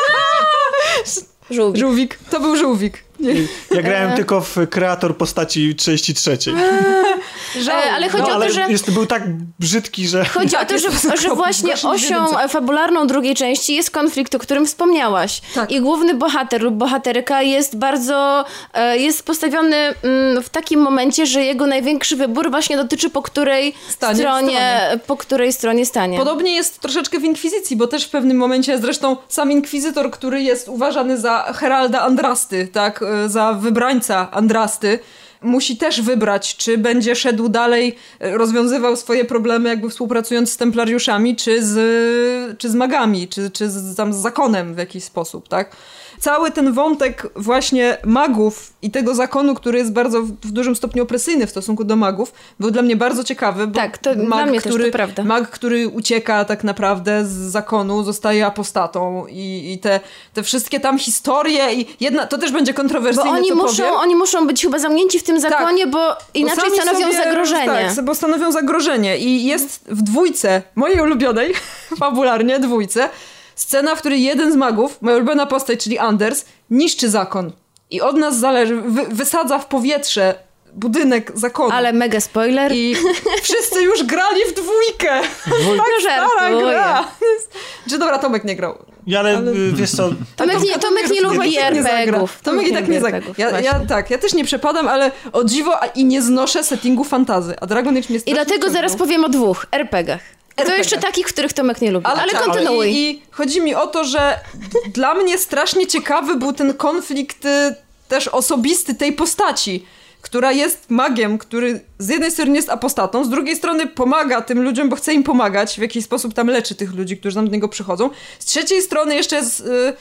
Żółwik. Żółwik. To był żółwik. Nie. Ja grałem e... tylko w kreator postaci trzydzieści trzy. Żał. E, ale chodzi no, o to, ale że... Jest, był tak brzydki, że... Chodzi o to, że, że właśnie osią fabularną drugiej części jest konflikt, o którym wspomniałaś. Tak. I główny bohater lub bohaterka jest bardzo... jest postawiony w takim momencie, że jego największy wybór właśnie dotyczy po której stanie, stronie, stronie. po której stronie stanie. Podobnie jest troszeczkę w Inkwizycji, bo też w pewnym momencie zresztą sam Inkwizytor, który jest uważany za heralda Andrasty, tak, za wybrańca Andrasty, musi też wybrać, czy będzie szedł dalej, rozwiązywał swoje problemy jakby współpracując z templariuszami, czy z, czy z magami, czy, czy z, tam z zakonem w jakiś sposób, tak? Cały ten wątek właśnie magów i tego zakonu, który jest bardzo w, w dużym stopniu opresyjny w stosunku do magów, był dla mnie bardzo ciekawy, bo tak, to mag, dla mnie który, też to prawda. mag, który ucieka tak naprawdę z zakonu, zostaje apostatą i, i te, te wszystkie tam historie i jedna, to też będzie kontrowersyjne, bo oni co muszą, powiem. oni muszą być chyba zamknięci w tym zakonie, tak, bo inaczej bo stanowią sobie, zagrożenie. Tak, bo stanowią zagrożenie i jest w dwójce, mojej ulubionej, fabularnie dwójce, scena, w której jeden z magów, moja ulubiona postać, czyli Anders, niszczy zakon. I od nas zależy, wy, wysadza w powietrze budynek zakonu. Ale mega spoiler. I wszyscy już grali w dwójkę. Dwójkę. Tak stara gra. Czy dobra, Tomek nie grał. Ja, ale, ale wiesz co... Tomek nie, Tomek nie lubi er pe gów. Tomek i tak nie zagra. Ja, ja tak, ja też nie przepadam, ale o dziwo a, i nie znoszę settingu fantazy. A Dragon Age mnie I dlatego ciągnął. zaraz powiem o dwóch er pe gach. er pe gie. To jeszcze takich, których Tomek nie lubi. Ale, ale tak, kontynuuj. I, I chodzi mi o to, że dla mnie strasznie ciekawy był ten konflikt y, też osobisty tej postaci, która jest magiem, który z jednej strony jest apostatą, z drugiej strony pomaga tym ludziom, bo chce im pomagać, w jakiś sposób tam leczy tych ludzi, którzy tam do niego przychodzą. Z trzeciej strony jeszcze jest, y,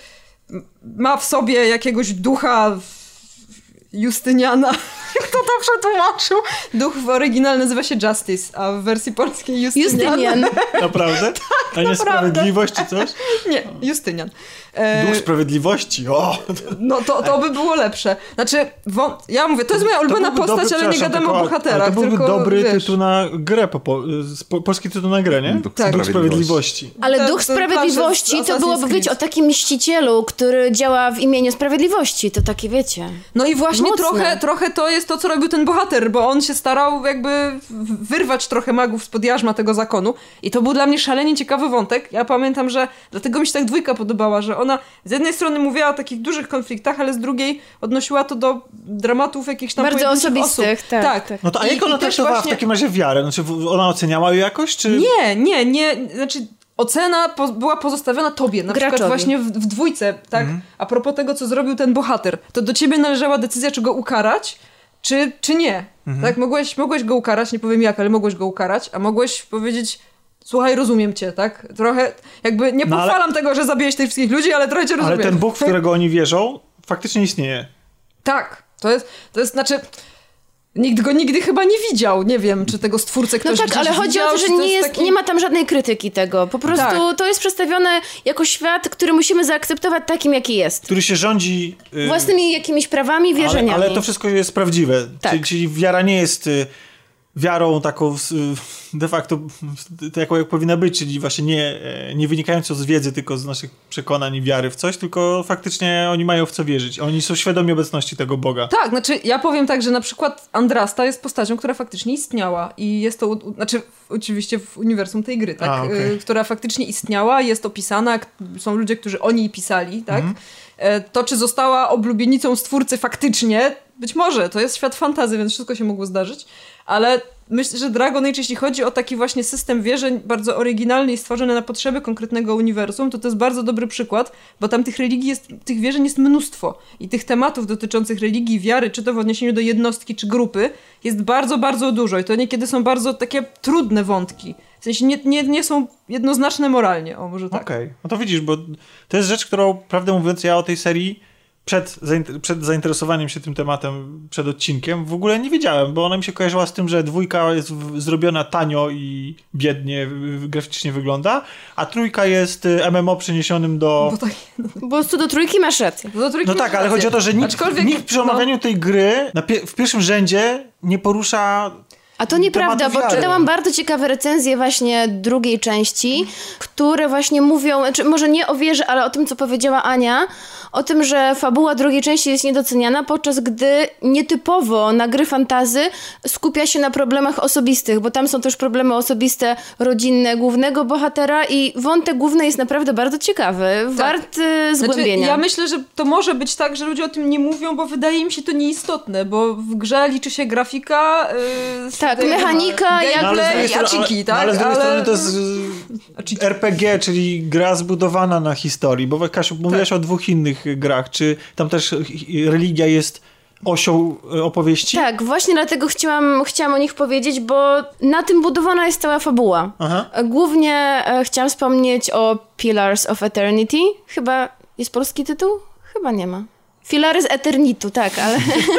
ma w sobie jakiegoś ducha Justyniana. Kto to przetłumaczył? Duch w oryginale nazywa się Justice, a w wersji polskiej Justynian. Justynian. Naprawdę? A nie Sprawiedliwość czy coś? Nie, Justynian. E... Duch Sprawiedliwości, o! No to, to by było lepsze. Znaczy, wą... ja mówię, to jest moja ulubiona postać, dobry, ale nie gadamy o bohaterach. To byłby tylko, dobry wiesz... tytuł na grę, po, po, po, polski tytuł na grę, nie? Duch tak. Duch Sprawiedliwości. Ale to, Duch to Sprawiedliwości to byłoby być o takim mścicielu, który działa w imieniu sprawiedliwości. To takie, wiecie... No i właśnie mocne. trochę, trochę to jest to, co robił ten bohater, bo on się starał jakby wyrwać trochę magów spod jarzma tego zakonu i to był dla mnie szalenie ciekawy wątek. Ja pamiętam, że dlatego mi się tak dwójka podobała, że ona z jednej strony mówiła o takich dużych konfliktach, ale z drugiej odnosiła to do dramatów jakichś tam bardzo osobistych, osób. tak, tak. tak. No to a I, jak ona traktowała właśnie... w takim razie wiarę? Znaczy ona oceniała ją jakoś, czy... Nie, nie, nie, znaczy ocena po, była pozostawiona tobie, na Graczowi. przykład właśnie w, w dwójce, tak? Mhm. A propos tego, co zrobił ten bohater, to do ciebie należała decyzja, czy go ukarać, czy, czy nie. Mhm. Tak? Mogłeś, mogłeś go ukarać, nie powiem jak, ale mogłeś go ukarać, a mogłeś powiedzieć, słuchaj, rozumiem cię, tak? Trochę, jakby nie no, pochwalam ale... tego, że zabiłeś tych wszystkich ludzi, ale trochę cię rozumiem. Ale ten Bóg, w którego oni wierzą, faktycznie istnieje. Tak, to jest, to jest, znaczy... Nikt go nigdy chyba nie widział. Nie wiem, czy tego stwórcę ktoś No tak, ale chodzi widział, o to, że to nie, jest, taki... nie ma tam żadnej krytyki tego. Po prostu tak. To jest przedstawione jako świat, który musimy zaakceptować takim, jaki jest. Który się rządzi... Yy... własnymi jakimiś prawami, wierzeniami. Ale, ale to wszystko jest prawdziwe. Tak. Czyli, czyli wiara nie jest... Yy... wiarą taką de facto taką jak powinna być, czyli właśnie nie, nie wynikającą z wiedzy, tylko z naszych przekonań i wiary w coś, tylko faktycznie oni mają w co wierzyć. Oni są świadomi obecności tego Boga. Tak, znaczy ja powiem tak, że na przykład Andrasta jest postacią, która faktycznie istniała i jest to, znaczy oczywiście w uniwersum tej gry, tak, A, okay. która faktycznie istniała, jest opisana, są ludzie, którzy o niej pisali, tak. Mhm. To, czy została oblubienicą stwórcy faktycznie, być może, to jest świat fantazji, więc wszystko się mogło zdarzyć, ale myślę, że Dragon Age, jeśli chodzi o taki właśnie system wierzeń bardzo oryginalny i stworzony na potrzeby konkretnego uniwersum, to to jest bardzo dobry przykład, bo tam tych religii jest, tych wierzeń jest mnóstwo i tych tematów dotyczących religii, wiary, czy to w odniesieniu do jednostki, czy grupy, jest bardzo, bardzo dużo i to niekiedy są bardzo takie trudne wątki. W sensie nie, nie, nie są jednoznaczne moralnie, o może tak. Okej, okay. No to widzisz, bo to jest rzecz, którą, prawdę mówiąc, ja o tej serii Przed, przed zainteresowaniem się tym tematem, przed odcinkiem, w ogóle nie wiedziałem, bo ona mi się kojarzyła z tym, że dwójka jest w, zrobiona tanio i biednie graficznie wygląda, a trójka jest M M O przeniesionym do... Bo, tak, bo co do trójki masz rację. Do trójki no tak, ale rację. chodzi o to, że nikt, Aczkolwiek, nikt przy omawianiu no... tej gry na pie- w pierwszym rzędzie nie porusza... A to nieprawda, bo czytałam bardzo ciekawe recenzje właśnie drugiej części, które właśnie mówią, znaczy może nie o wierze, ale o tym, co powiedziała Ania, o tym, że fabuła drugiej części jest niedoceniana, podczas gdy nietypowo na gry fantasy skupia się na problemach osobistych, bo tam są też problemy osobiste, rodzinne głównego bohatera i wątek główny jest naprawdę bardzo ciekawy, tak. Wart y, zgłębienia. Znaczy, ja myślę, że to może być tak, że ludzie o tym nie mówią, bo wydaje mi się to nieistotne, bo w grze liczy się grafika, yy, tak, mechanika, jak no, i aciki, tak? No, ale z drugiej ale... strony to jest er pe gie, czyli gra zbudowana na historii, bo Kasiu, mówiłaś tak. o dwóch innych grach, czy tam też religia jest osią opowieści? Tak, właśnie dlatego chciałam, chciałam o nich powiedzieć, bo na tym budowana jest cała fabuła. Aha. Głównie e, chciałam wspomnieć o Pillars of Eternity. Chyba jest polski tytuł? Chyba nie ma. Filary z Eternitu, tak, ale...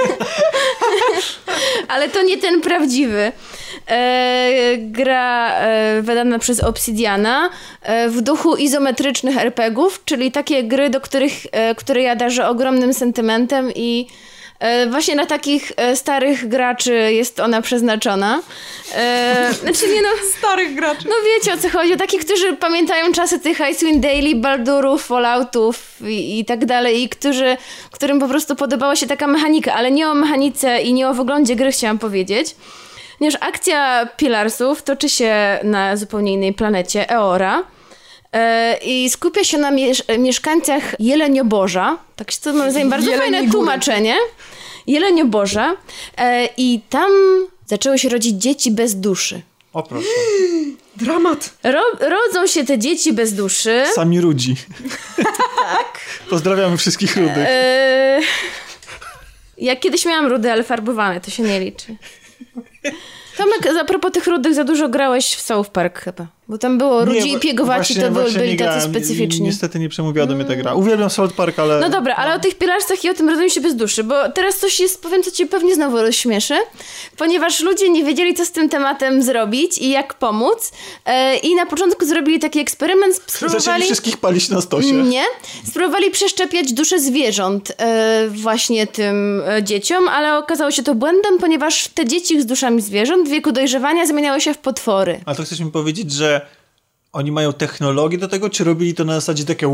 ale to nie ten prawdziwy. E, gra e, wydana przez Obsidiana e, w duchu izometrycznych er pe gie ów, czyli takie gry, do których, e, które ja darzę ogromnym sentymentem i e, właśnie na takich e, starych graczy jest ona przeznaczona. E, znaczy nie no... Starych graczy. No wiecie o co chodzi, o takich, którzy pamiętają czasy tych Icewind Dale, Baldurów, Falloutów i, i tak dalej i którzy, którym po prostu podobała się taka mechanika, ale nie o mechanice i nie o wyglądzie gry chciałam powiedzieć. Ponieważ akcja Pillarsów toczy się na zupełnie innej planecie, Eora, e, i skupia się na miesz- mieszkańcach Jelenioborza. Tak się to nazywa, bardzo Jeleni fajne góry. tłumaczenie. Jelenioborza. E, I tam zaczęły się rodzić dzieci bez duszy. O proszę. Dramat. Ro- rodzą się te dzieci bez duszy. Sami Rudzi. Tak. Pozdrawiamy wszystkich rudych. E, ja kiedyś miałam rudy, ale farbowane, to się nie liczy. Tomek, a propos tych rudych, za dużo grałeś w South Park chyba. Bo tam było rudzi i piegowaci, to były, byli tacy specyficzni. Niestety nie przemówiła do mnie ta gra. Uwielbiam South Park, ale... No dobra, ale o tych Pillarsach i o tym rodzeniu się bez duszy, bo teraz coś jest, powiem, co cię pewnie znowu rozśmieszy, ponieważ ludzie nie wiedzieli, co z tym tematem zrobić i jak pomóc e, i na początku zrobili taki eksperyment, spróbowali... Zaczęli wszystkich palić na stosie. Nie. Spróbowali przeszczepiać dusze zwierząt e, właśnie tym e, dzieciom, ale okazało się to błędem, ponieważ te dzieci z duszami zwierząt w wieku dojrzewania zmieniały się w potwory. A to chcesz mi powiedzieć, że oni mają technologię do tego, czy robili to na zasadzie takie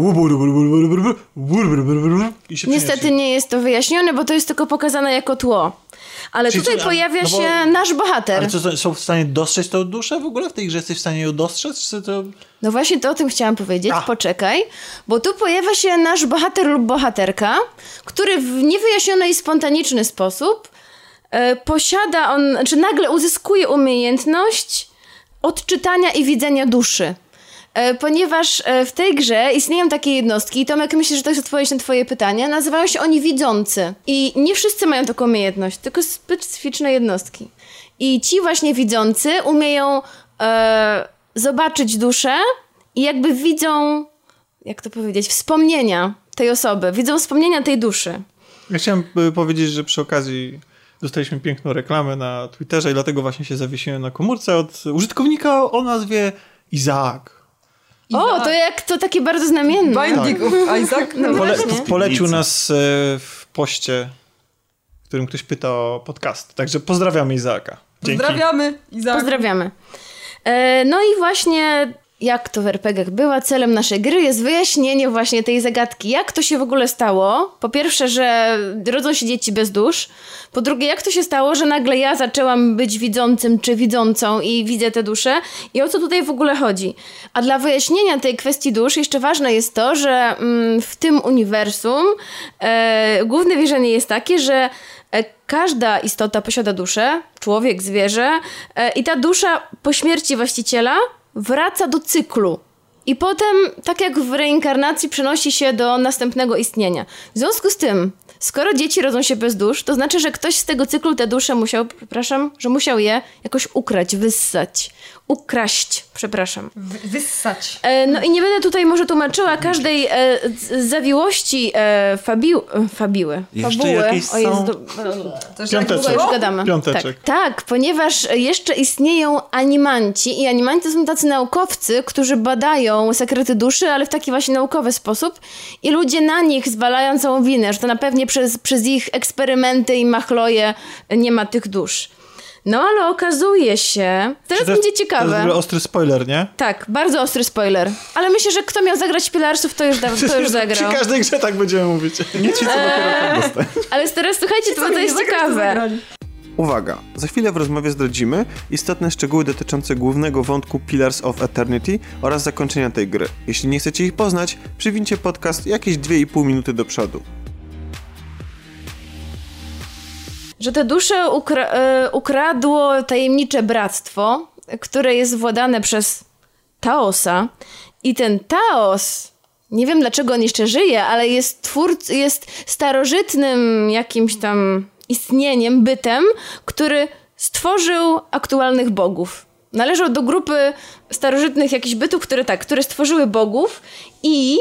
i się Niestety przenieśli? nie jest to wyjaśnione, bo to jest tylko pokazane jako tło. Ale Czyli tutaj co, a- pojawia no bo- się nasz bohater. Ale co, są w stanie dostrzec tą duszę w ogóle? W tej grze jesteś w stanie ją dostrzec? Czy to... No właśnie to o tym chciałam powiedzieć, A. poczekaj, bo tu pojawia się nasz bohater lub bohaterka, który w niewyjaśniony i spontaniczny sposób e, posiada on, czy nagle uzyskuje umiejętność odczytania i widzenia duszy. E, ponieważ e, w tej grze istnieją takie jednostki, i Tomek, myślę, że to jest odpowiedź na twoje pytanie, nazywają się oni widzący. I nie wszyscy mają taką umiejętność, tylko specyficzne jednostki. I ci właśnie widzący umieją e, zobaczyć duszę i jakby widzą, jak to powiedzieć, wspomnienia tej osoby, widzą wspomnienia tej duszy. Ja chciałem y, powiedzieć, że przy okazji dostaliśmy piękną reklamę na Twitterze i dlatego właśnie się zawiesiłem na komórce od użytkownika o nazwie Izaak. O, to jak to takie bardzo znamienne. Binding of Isaac. No Pole, właśnie. polecił nas e, w poście, w którym ktoś pyta o podcast. Także pozdrawiamy Izaaka. Dzięki. Pozdrawiamy. Izak. Pozdrawiamy. E, no i właśnie, jak to w er pe gie ach była, celem naszej gry jest wyjaśnienie właśnie tej zagadki. Jak to się w ogóle stało? Po pierwsze, że rodzą się dzieci bez dusz. Po drugie, jak to się stało, że nagle ja zaczęłam być widzącym czy widzącą i widzę te dusze? I o co tutaj w ogóle chodzi? A dla wyjaśnienia tej kwestii dusz jeszcze ważne jest to, że mm, w tym uniwersum e, główne wierzenie jest takie, że e, każda istota posiada duszę, człowiek, zwierzę, e, i ta dusza po śmierci właściciela wraca do cyklu. I potem, tak jak w reinkarnacji, przenosi się do następnego istnienia. W związku z tym, skoro dzieci rodzą się bez dusz, to znaczy, że ktoś z tego cyklu te dusze musiał, przepraszam, że musiał je jakoś ukraść, wyssać. Ukraść, przepraszam. W- wyssać. E, no i nie będę tutaj może tłumaczyła każdej e, z- zawiłości e, fabiu, e, fabiły. Jeszcze fabuły. jakieś O Jezu, są? to- Też tak Piąteczek. długo już gadamy. Piąteczek. Tak, tak, ponieważ jeszcze istnieją animanci i animanci to są tacy naukowcy, którzy badają sekrety duszy, ale w taki właśnie naukowy sposób i ludzie na nich zwalają całą winę, że to na pewno przez, przez ich eksperymenty i machloje nie ma tych dusz. No ale okazuje się, teraz To jest- będzie To jest w ogóle ciekawe. ostry spoiler, nie? Tak, bardzo ostry spoiler. Ale myślę, że kto miał zagrać Pillarsów, to już, da, to już Przy zagrał. każdej grze tak będziemy mówić. Nie ci, co dopiero tam dostają. Ale teraz słuchajcie, to, to jest ciekawe. Uwaga! Za chwilę w rozmowie zdradzimy istotne szczegóły dotyczące głównego wątku Pillars of Eternity oraz zakończenia tej gry. Jeśli nie chcecie ich poznać, przywincie podcast jakieś dwie i pół minuty do przodu. Że te dusze ukra- e, ukradło tajemnicze bractwo, które jest władane przez Taosa. I ten Taos, nie wiem dlaczego on jeszcze żyje, ale jest twórc, jest starożytnym jakimś tam istnieniem, bytem, który stworzył aktualnych bogów. Należał do grupy starożytnych jakichś bytów, które tak, które stworzyły bogów i,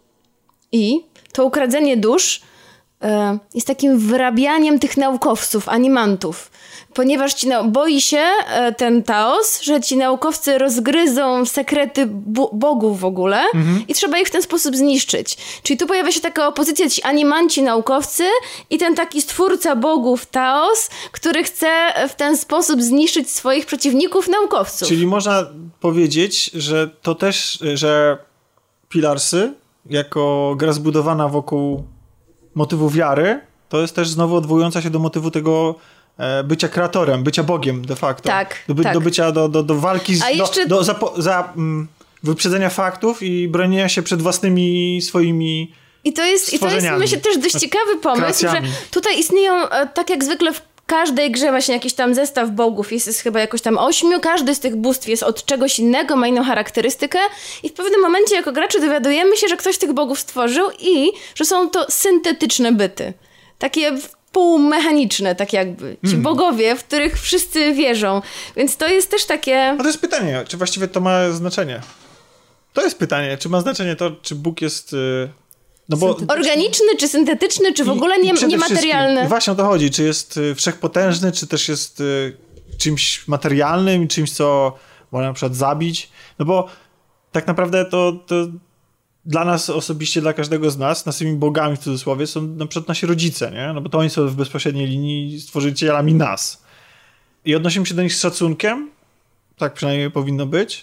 i to ukradzenie dusz e, jest takim wyrabianiem tych naukowców, animantów. Ponieważ ci na, boi się e, ten Taos, że ci naukowcy rozgryzą sekrety bu- bogów w ogóle mhm. i trzeba ich w ten sposób zniszczyć. Czyli tu pojawia się taka opozycja, ci animanci naukowcy i ten taki stwórca bogów Taos, który chce w ten sposób zniszczyć swoich przeciwników naukowców. Czyli można powiedzieć, że to też, że Pilarsy jako gra zbudowana wokół motywu wiary, to jest też znowu odwołująca się do motywu tego bycia kreatorem, bycia Bogiem de facto. Tak, do, by, tak. do bycia, do, do, do walki, z, A jeszcze... do, do za, za um, wyprzedzenia faktów i bronienia się przed własnymi swoimi I to jest, i to jest myślę też dość ciekawy pomysł, kreacjami. Że tutaj istnieją, tak jak zwykle w każdej grze właśnie jakiś tam zestaw bogów, jest, jest chyba jakoś tam ośmiu, każdy z tych bóstw jest od czegoś innego, ma inną charakterystykę i w pewnym momencie jako gracze dowiadujemy się, że ktoś tych bogów stworzył i że są to syntetyczne byty. Takie półmechaniczne, tak jakby. Ci mm. bogowie, w których wszyscy wierzą. Więc to jest też takie... A to jest pytanie, czy właściwie to ma znaczenie? To jest pytanie, czy ma znaczenie to, czy Bóg jest... No bo... Organiczny, czy syntetyczny, czy w ogóle nie, niematerialny? I właśnie o to chodzi, czy jest wszechpotężny, czy też jest czymś materialnym, czymś, co można na przykład zabić. No bo tak naprawdę to... to dla nas osobiście, dla każdego z nas, naszymi bogami w cudzysłowie są na przykład nasi rodzice, nie? No bo to oni są w bezpośredniej linii stworzycielami nas. I odnosimy się do nich z szacunkiem, tak przynajmniej powinno być.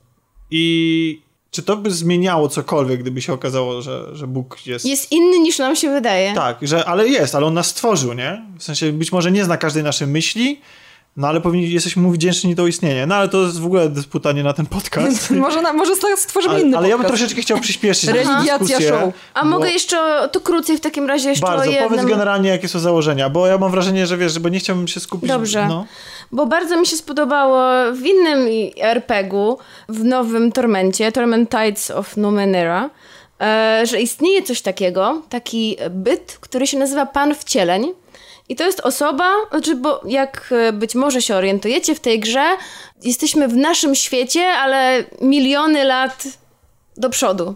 I czy to by zmieniało cokolwiek, gdyby się okazało, że, że Bóg jest... Jest inny niż nam się wydaje. Tak, że, ale jest, ale on nas stworzył, nie? W sensie być może nie zna każdej naszej myśli, no ale powinni, jesteśmy mu wdzięczni to istnienie. No ale to jest w ogóle dysputanie na ten podcast. może, na, może stworzymy ale, inny ale podcast. ja bym troszeczkę chciał przyspieszyć Religiacja show. A bo... mogę jeszcze to krócej w takim razie jeszcze bardzo, o jednym... powiedz generalnie jakie są założenia, bo ja mam wrażenie, że wiesz, bo nie chciałbym się skupić... Dobrze, no. bo bardzo mi się spodobało w innym er pe gie u, w nowym Tormencie, Torment Tides of Numenera, e, że istnieje coś takiego, taki byt, który się nazywa Pan Wcieleń. I to jest osoba, znaczy, bo jak być może się orientujecie w tej grze, jesteśmy w naszym świecie, ale miliony lat do przodu.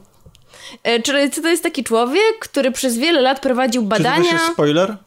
E, czyli to jest taki człowiek, który przez wiele lat prowadził badania... Czy to też jest spoiler?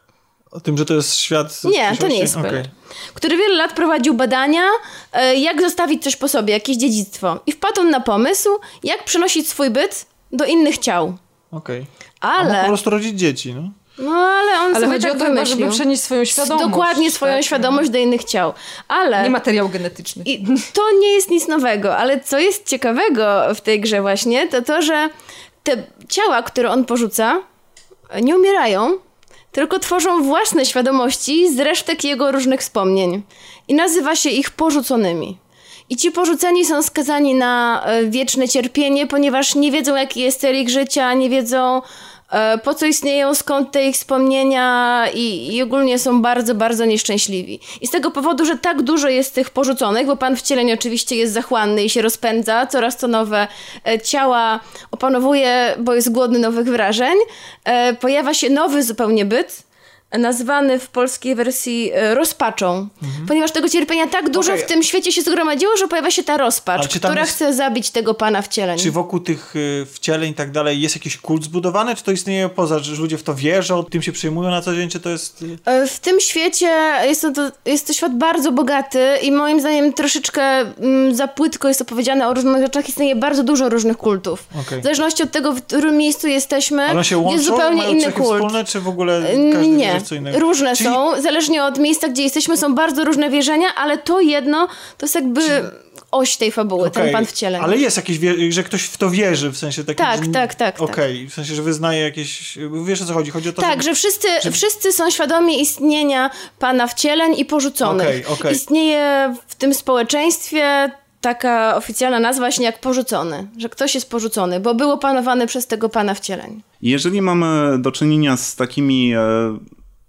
O tym, że to jest świat... Nie, to nie jest spoiler. Okay. Który wiele lat prowadził badania, e, jak zostawić coś po sobie, jakieś dziedzictwo. I wpadł on na pomysł, jak przenosić swój byt do innych ciał. Okej. Okay. Ale... A mógł po prostu rodzić dzieci, no. No, ale on ale sobie chodzi tak o to, wymyślił. żeby przenieść swoją świadomość. Dokładnie swoją tak? świadomość do innych ciał. Ale... Nie materiał genetyczny. I to nie jest nic nowego, ale co jest ciekawego w tej grze właśnie, to to, że te ciała, które on porzuca, nie umierają, tylko tworzą własne świadomości z resztek jego różnych wspomnień. I nazywa się ich porzuconymi. I ci porzuceni są skazani na wieczne cierpienie, ponieważ nie wiedzą, jaki jest cel ich życia, nie wiedzą, po co istnieją, skąd te ich wspomnienia i, i ogólnie są bardzo, bardzo nieszczęśliwi. I z tego powodu, że tak dużo jest tych porzuconych, bo Pan Wcieleń oczywiście jest zachłanny i się rozpędza, coraz to nowe ciała opanowuje, bo jest głodny nowych wrażeń, pojawia się nowy zupełnie byt, nazwany w polskiej wersji rozpaczą. Mhm. Ponieważ tego cierpienia tak dużo okay. w tym świecie się zgromadziło, że pojawia się ta rozpacz, która jest... chce zabić tego Pana Wcieleń. Czy wokół tych y, wcieleń i tak dalej jest jakiś kult zbudowany? Czy to istnieje poza, że ludzie w to wierzą, tym się przejmują na co dzień? Czy to jest... W tym świecie jest to, jest to świat bardzo bogaty i moim zdaniem troszeczkę mm, za płytko jest opowiedziane o różnych rzeczach. Istnieje bardzo dużo różnych kultów. Okay. W zależności od tego, w którym miejscu jesteśmy, one się łączą? Jest zupełnie Mają inny cechy kult. Wspólne, czy w ogóle każdy nie. wierzy co innego? Różne Czyli... są, zależnie od miejsca, gdzie jesteśmy, są bardzo różne wierzenia, ale to jedno, to jest jakby Czyli... oś tej fabuły, okay. ten Pan Wcieleń. Ale jest jakieś, wie... że ktoś w to wierzy, w sensie takim... Tak, że... tak, tak. Okej, okay. W sensie, że wyznaje jakieś... Wiesz, o co chodzi? Chodzi o to, tak, że, że wszyscy, że... wszyscy są świadomi istnienia Pana Wcieleń i porzuconych. Okay, okay. Istnieje w tym społeczeństwie taka oficjalna nazwa właśnie jak porzucony, że ktoś jest porzucony, bo był opanowany przez tego Pana Wcieleń. Jeżeli mamy do czynienia z takimi... E...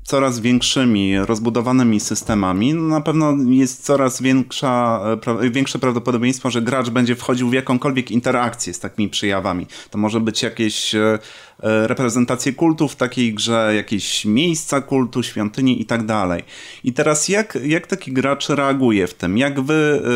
coraz większymi, rozbudowanymi systemami, no na pewno jest coraz większa, pra, większe prawdopodobieństwo, że gracz będzie wchodził w jakąkolwiek interakcję z takimi przejawami. To może być jakieś e, reprezentacje kultu w takiej grze, jakieś miejsca kultu, świątyni i tak dalej. I teraz jak, jak taki gracz reaguje w tym? Jak wy e,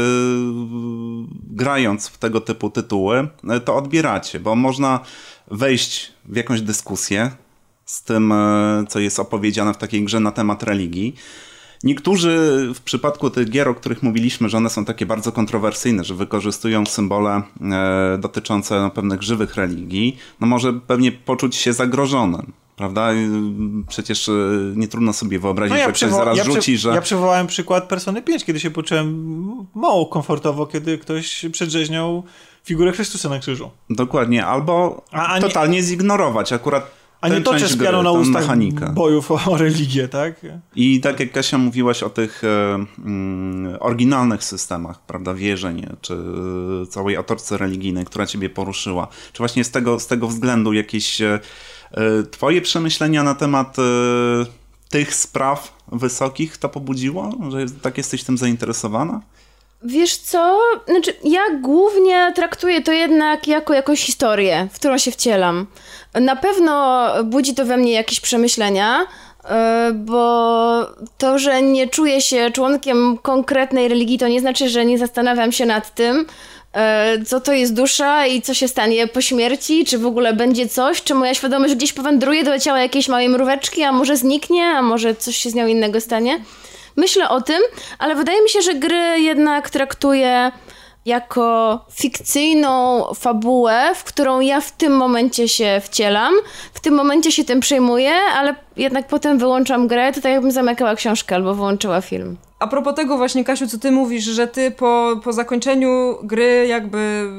grając w tego typu tytuły to odbieracie? Bo można wejść w jakąś dyskusję z tym, co jest opowiedziane w takiej grze na temat religii. Niektórzy w przypadku tych gier, o których mówiliśmy, że one są takie bardzo kontrowersyjne, że wykorzystują symbole e, dotyczące no, pewnych żywych religii, no może pewnie poczuć się zagrożonym, prawda? Przecież nie trudno sobie wyobrazić, no ja że ktoś zaraz ja rzuci, przy, że... Ja przywołałem przykład Persony pięć, kiedy się poczułem mało komfortowo, kiedy ktoś przedrzeźniał figurę Chrystusa na krzyżu. Dokładnie, albo a, a nie, totalnie zignorować akurat a nie toczę z pianą na ustach mechanikę. Bojów o, o religię, tak? I tak jak Kasia mówiłaś o tych e, mm, oryginalnych systemach, prawda, wierzeń, czy całej otoczce religijnej, która ciebie poruszyła. Czy właśnie z tego, z tego względu jakieś e, twoje przemyślenia na temat e, tych spraw wysokich to pobudziło? Że tak jesteś tym zainteresowana? Wiesz co? Znaczy, ja głównie traktuję to jednak jako jakąś historię, w którą się wcielam. Na pewno budzi to we mnie jakieś przemyślenia, bo to, że nie czuję się członkiem konkretnej religii, to nie znaczy, że nie zastanawiam się nad tym, co to jest dusza i co się stanie po śmierci, czy w ogóle będzie coś, czy moja świadomość gdzieś powędruje do ciała jakiejś małej mróweczki, a może zniknie, a może coś się z nią innego stanie. Myślę o tym, ale wydaje mi się, że gry jednak traktuję jako fikcyjną fabułę, w którą ja w tym momencie się wcielam, w tym momencie się tym przejmuję, ale jednak potem wyłączam grę, to tak jakbym zamykała książkę albo wyłączyła film. A propos tego właśnie, Kasiu, co ty mówisz, że ty po, po zakończeniu gry jakby,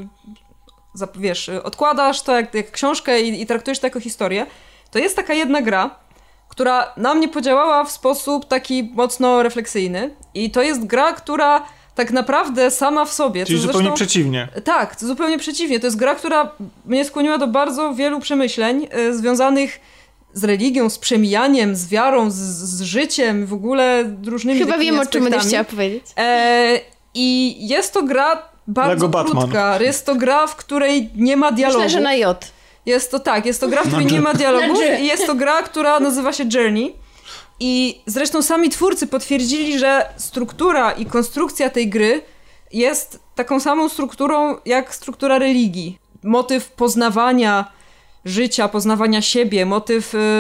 wiesz, odkładasz to jak, jak książkę i, i traktujesz to jako historię, to jest taka jedna gra, która na mnie podziałała w sposób taki mocno refleksyjny i to jest gra, która tak naprawdę sama w sobie... Czyli zupełnie zresztą, przeciwnie. Tak, zupełnie przeciwnie. To jest gra, która mnie skłoniła do bardzo wielu przemyśleń y, związanych z religią, z przemijaniem, z wiarą, z, z życiem, w ogóle różnymi Chyba wiem, aspektami. o czym będziesz chciała powiedzieć. E, I jest to gra bardzo Lego krótka. Batman. Jest to gra, w której nie ma dialogu. Myślę, że na J. Jest to tak, jest to gra, w której nie ma dialogów i jest to gra, która nazywa się Journey. I zresztą sami twórcy potwierdzili, że struktura i konstrukcja tej gry jest taką samą strukturą jak struktura religii. Motyw poznawania życia, poznawania siebie, motyw yy,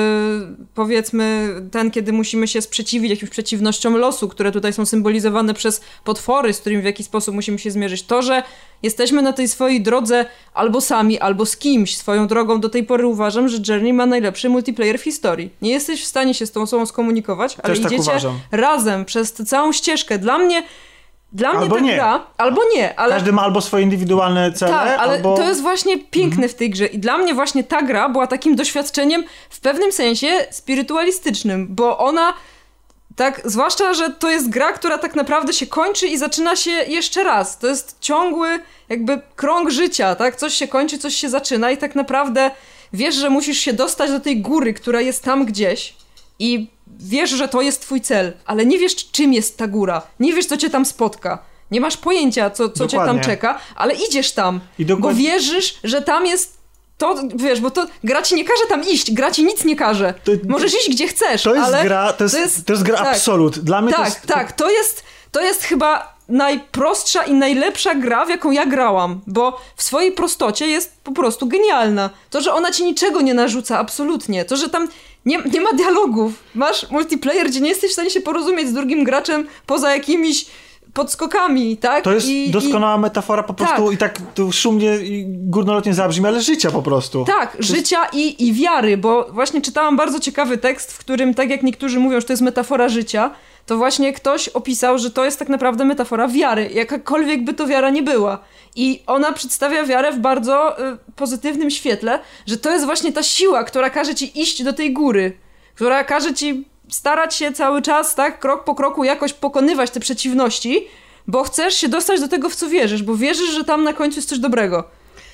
powiedzmy ten, kiedy musimy się sprzeciwić jakimś przeciwnościom losu, które tutaj są symbolizowane przez potwory, z którymi w jakiś sposób musimy się zmierzyć. To, że jesteśmy na tej swojej drodze albo sami, albo z kimś. Swoją drogą do tej pory uważam, że Journey ma najlepszy multiplayer w historii. Nie jesteś w stanie się z tą osobą skomunikować, ale Też tak idziecie uważam. razem przez tę całą ścieżkę. Dla mnie Dla mnie albo ta nie. gra, albo nie, ale... Każdy ma albo swoje indywidualne cele, Tak, ale albo... to jest właśnie piękne mhm. w tej grze i dla mnie właśnie ta gra była takim doświadczeniem w pewnym sensie spirytualistycznym, bo ona tak, zwłaszcza, że to jest gra, która tak naprawdę się kończy i zaczyna się jeszcze raz. To jest ciągły jakby krąg życia, tak? Coś się kończy, coś się zaczyna i tak naprawdę wiesz, że musisz się dostać do tej góry, która jest tam gdzieś i wiesz, że to jest twój cel, ale nie wiesz, czym jest ta góra. Nie wiesz, co cię tam spotka. Nie masz pojęcia, co, co cię tam czeka, ale idziesz tam, I dokładnie... bo wierzysz, że tam jest to, wiesz, bo to gra ci nie każe tam iść, gra ci nic nie każe. To, Możesz iść, gdzie chcesz, to jest ale... Gra, to, jest, to jest, to jest gra tak, absolut. Dla mnie tak, to jest... Tak, to jest, to jest chyba najprostsza i najlepsza gra, w jaką ja grałam, bo w swojej prostocie jest po prostu genialna. To, że ona ci niczego nie narzuca, absolutnie. To, że tam nie, nie ma dialogów. Masz multiplayer, gdzie nie jesteś w stanie się porozumieć z drugim graczem poza jakimiś podskokami, tak? To jest I, doskonała i... metafora po prostu tak. i tak to szumnie i górnolotnie zabrzmi, ale życia po prostu. Tak, to życia jest... i, i wiary, bo właśnie czytałam bardzo ciekawy tekst, w którym, tak jak niektórzy mówią, że to jest metafora życia, to właśnie ktoś opisał, że to jest tak naprawdę metafora wiary, jakakolwiek by to wiara nie była. I ona przedstawia wiarę w bardzo y, pozytywnym świetle, że to jest właśnie ta siła, która każe ci iść do tej góry, która każe ci starać się cały czas, tak, krok po kroku jakoś pokonywać te przeciwności, bo chcesz się dostać do tego, w co wierzysz, bo wierzysz, że tam na końcu jest coś dobrego.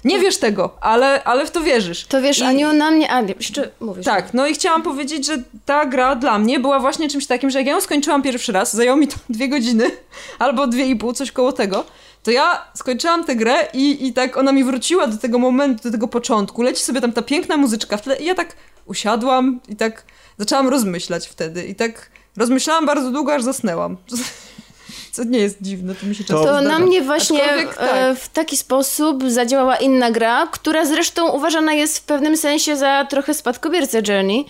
Nie wiesz tego, ale, ale w to wierzysz. To wiesz, I... Aniu, na mnie... A, jeszcze mówisz. Tak, no i chciałam powiedzieć, że ta gra dla mnie była właśnie czymś takim, że jak ja ją skończyłam pierwszy raz, zajęło mi to dwie godziny, albo dwie i pół, coś koło tego, to ja skończyłam tę grę i, i tak ona mi wróciła do tego momentu, do tego początku, leci sobie tam ta piękna muzyczka w tle i ja tak usiadłam i tak zaczęłam rozmyślać wtedy i tak rozmyślałam bardzo długo, aż zasnęłam. Co nie jest dziwne, to mi się często To zdarza. na mnie właśnie Aczkolwiek, tak. e, w taki sposób zadziałała inna gra, która zresztą uważana jest w pewnym sensie za trochę spadkobiercę Journey.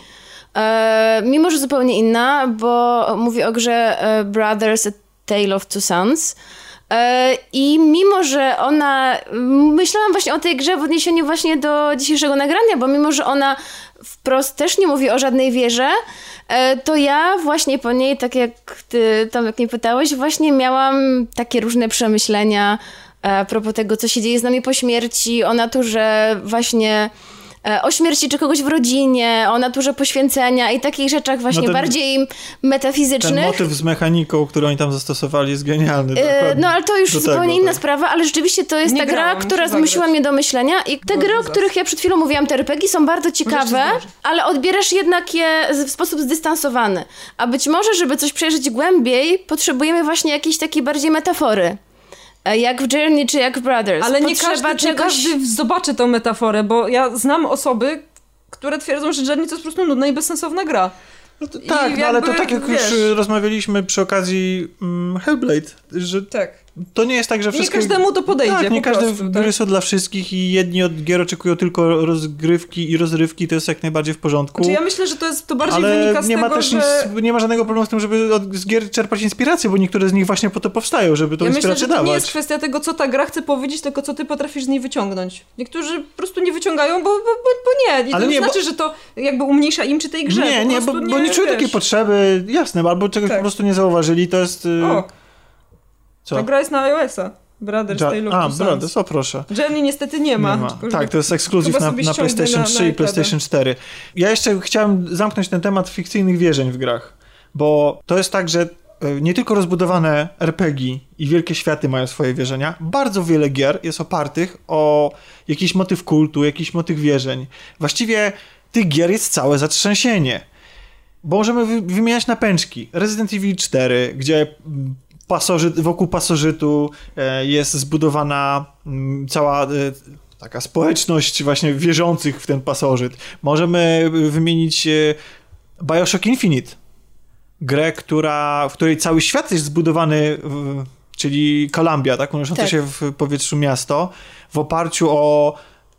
E, mimo, że zupełnie inna, bo mówi o grze e, Brothers: A Tale of Two Sons. E, I mimo, że ona... Myślałam właśnie o tej grze w odniesieniu właśnie do dzisiejszego nagrania, bo mimo, że ona wprost też nie mówi o żadnej wierze, e, to ja właśnie po niej, tak jak ty, Tomek, mnie pytałeś, właśnie miałam takie różne przemyślenia a propos tego, co się dzieje z nami po śmierci, o naturze właśnie... o śmierci czy kogoś w rodzinie, o naturze poświęcenia i takich rzeczach właśnie no ten, bardziej metafizycznych. Ten motyw z mechaniką, który oni tam zastosowali, jest genialny. Yy, no ale to już zupełnie tego, inna tak. sprawa, ale rzeczywiście to jest nie ta gra, która zmusiła mnie do myślenia i te gry, o których ja przed chwilą mówiłam, te er pe gie są bardzo ciekawe, ale odbierasz jednak je w sposób zdystansowany. A być może, żeby coś przejrzeć głębiej, potrzebujemy właśnie jakiejś takiej bardziej metafory. Jak w Journey czy jak w Brothers. Ale nie każdy, czegoś... nie każdy zobaczy tę metaforę, bo ja znam osoby, które twierdzą, że Journey to jest po prostu nudna i bezsensowna gra. No to, tak, no jakby, ale to tak jak wiesz, już rozmawialiśmy przy okazji um, Hellblade, że tak. To nie jest tak, że wszystko... Nie każdemu to podejdzie. Tak, nie po każde prostu, gry tak? są dla wszystkich i jedni od gier oczekują tylko rozgrywki i rozrywki, to jest jak najbardziej w porządku. Znaczy ja myślę, że to jest to bardziej ale wynika z nie tego, ma też że... nic, nie ma żadnego problemu z tym, żeby od, z gier czerpać inspirację, bo niektóre z nich właśnie po to powstają, żeby tą ja inspirację myślę, że to dawać. nie jest kwestia tego, co ta gra chce powiedzieć, tylko co ty potrafisz z niej wyciągnąć. Niektórzy po prostu nie wyciągają, bo, bo, bo, bo nie. I to ale nie znaczy, bo... że to jakby umniejsza im czy tej grze. Nie, nie, bo, nie, bo nie czują takiej potrzeby, jasne, albo czegoś tak. po prostu nie zauważyli, to jest... O, co? Ta gra jest na iOS-a. Brothers ja, Tale of A, Two Brothers, o proszę. Journey niestety nie ma. Nie ma. Tak, to jest ekskluzyw na, na PlayStation trzy na, na i PlayStation cztery. Ja jeszcze chciałem zamknąć ten temat fikcyjnych wierzeń w grach, bo to jest tak, że nie tylko rozbudowane er pe gie i wielkie światy mają swoje wierzenia, bardzo wiele gier jest opartych o jakiś motyw kultu, jakiś motyw wierzeń. Właściwie tych gier jest całe zatrzęsienie, bo możemy wymieniać na pęczki. Resident Evil cztery, gdzie pasożyt, wokół pasożytu jest zbudowana cała taka społeczność właśnie wierzących w ten pasożyt. Możemy wymienić BioShock Infinite, grę, która, w której cały świat jest zbudowany, czyli Columbia, tak, unoszące tak. się w powietrzu miasto, w oparciu o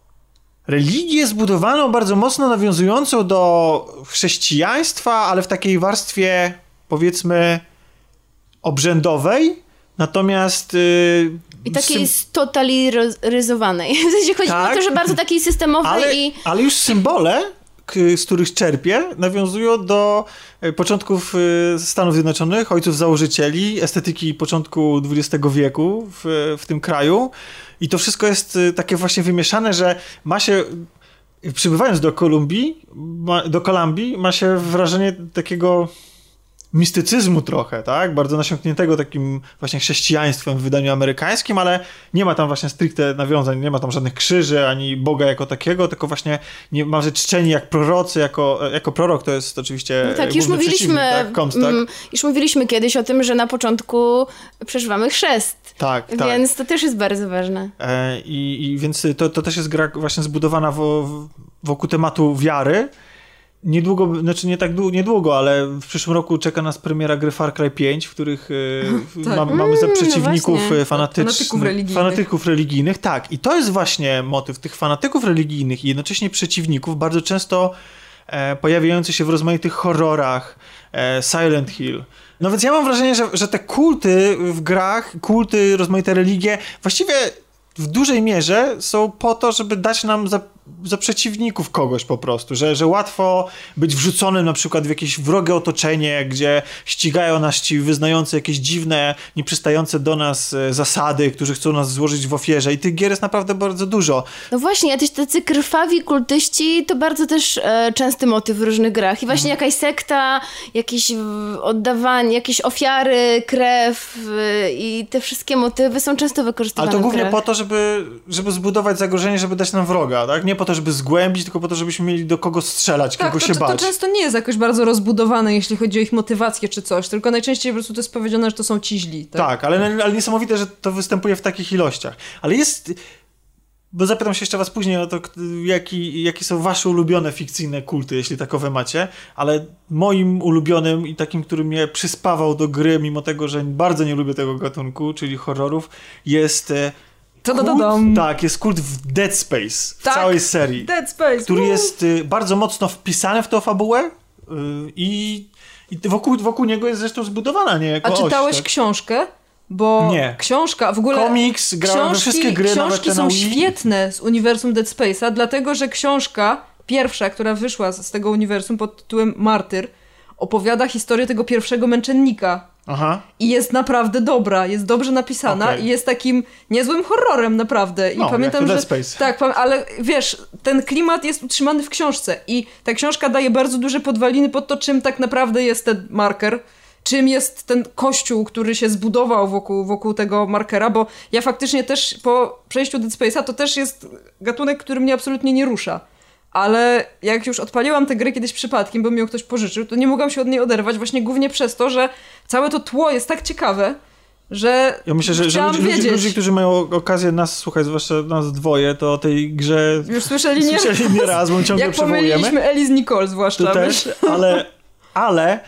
religię zbudowaną bardzo mocno nawiązującą do chrześcijaństwa, ale w takiej warstwie, powiedzmy, obrzędowej, natomiast... Yy, I takiej sym... stotalizowanej. W sensie chodzi tak, o to, że bardzo takiej systemowej ale, i... Ale już symbole, z których czerpię, nawiązują do początków Stanów Zjednoczonych, ojców założycieli, estetyki początku dwudziestego wieku w, w tym kraju. I to wszystko jest takie właśnie wymieszane, że ma się... Przybywając do Kolumbii, ma, do Kolumbii, ma się wrażenie takiego... mistycyzmu trochę, tak? Bardzo nasiąkniętego takim właśnie chrześcijaństwem w wydaniu amerykańskim, ale nie ma tam właśnie stricte nawiązań, nie ma tam żadnych krzyży, ani Boga jako takiego, tylko właśnie nie ma czczeni jak prorocy, jako, jako prorok to jest oczywiście no tak, już mówiliśmy, tak? Kąt, tak? Mm, już mówiliśmy kiedyś o tym, że na początku przeżywamy chrzest. Tak, tak. Więc to też jest bardzo ważne. E, i, i więc to, to też jest gra właśnie zbudowana w, wokół tematu wiary. Niedługo, znaczy nie tak długo, niedługo, ale w przyszłym roku czeka nas premiera gry Far Cry pięć, w których e, tak. ma, mamy za przeciwników no fanatycznych, fanatyków religijnych. fanatyków religijnych. Tak, i to jest właśnie motyw tych fanatyków religijnych i jednocześnie przeciwników, bardzo często e, pojawiający się w rozmaitych horrorach, e, Silent Hill. No więc ja mam wrażenie, że, że te kulty w grach, kulty, rozmaite religie, właściwie w dużej mierze są po to, żeby dać nam za za przeciwników kogoś po prostu, że, że łatwo być wrzuconym na przykład w jakieś wrogie otoczenie, gdzie ścigają nas ci wyznający jakieś dziwne, nieprzystające do nas zasady, którzy chcą nas złożyć w ofierze i tych gier jest naprawdę bardzo dużo. No właśnie, jacyś tacy krwawi kultyści to bardzo też e, częsty motyw w różnych grach i właśnie jakaś sekta, jakieś oddawanie, jakieś ofiary, krew e, i te wszystkie motywy są często wykorzystywane. Ale to głównie w grach. po to, żeby, żeby zbudować zagrożenie, żeby dać nam wroga, tak? Nie po to, żeby zgłębić, tylko po to, żebyśmy mieli do kogo strzelać, Tak, kogo to, się to, bać. to często nie jest jakoś bardzo rozbudowane, jeśli chodzi o ich motywację czy coś, tylko najczęściej po prostu to jest powiedziane, że to są ci źli. Tak, Tak, ale, ale niesamowite, że to występuje w takich ilościach. Ale jest... Bo zapytam się jeszcze was później o to, jaki, jakie są wasze ulubione fikcyjne kulty, jeśli takowe macie, ale moim ulubionym i takim, który mnie przyspawał do gry, mimo tego, że bardzo nie lubię tego gatunku, czyli horrorów, jest kult, tak, jest kult w Dead Space, w tak, całej serii, Dead Space, który woo! jest bardzo mocno wpisany w tę fabułę i, i wokół, wokół niego jest zresztą zbudowana niejako A czytałeś oś, tak? książkę? Bo Nie. książka, w ogóle Komiks, grałem we wszystkie gry, książki nawet te są na Wii. świetne z uniwersum Dead Space'a, dlatego, że książka pierwsza, która wyszła z, z tego uniwersum pod tytułem Martyr, opowiada historię tego pierwszego męczennika. Aha. I jest naprawdę dobra, jest dobrze napisana Okay. i jest takim niezłym horrorem naprawdę. I no, pamiętam, jak że Dead Space. tak, ale wiesz, ten klimat jest utrzymany w książce i ta książka daje bardzo duże podwaliny pod to, czym tak naprawdę jest ten marker. Czym jest ten kościół, który się zbudował wokół, wokół tego markera, bo ja faktycznie też po przejściu Dead Space'a to też jest gatunek, który mnie absolutnie nie rusza. Ale jak już odpaliłam tę grę kiedyś przypadkiem, bo mi ją ktoś pożyczył, to nie mogłam się od niej oderwać właśnie głównie przez to, że całe to tło jest tak ciekawe, że ja myślę, że, że chciałam ludzie, wiedzieć. ludzie, którzy mają okazję nas słuchać, zwłaszcza nas dwoje, to o tej grze Już słyszeli nie, słyszeli nie raz, bo my ciągle jak przywołujemy. pomyliliśmy Ellie z Nicole zwłaszcza. To wiesz? też, ale, ale,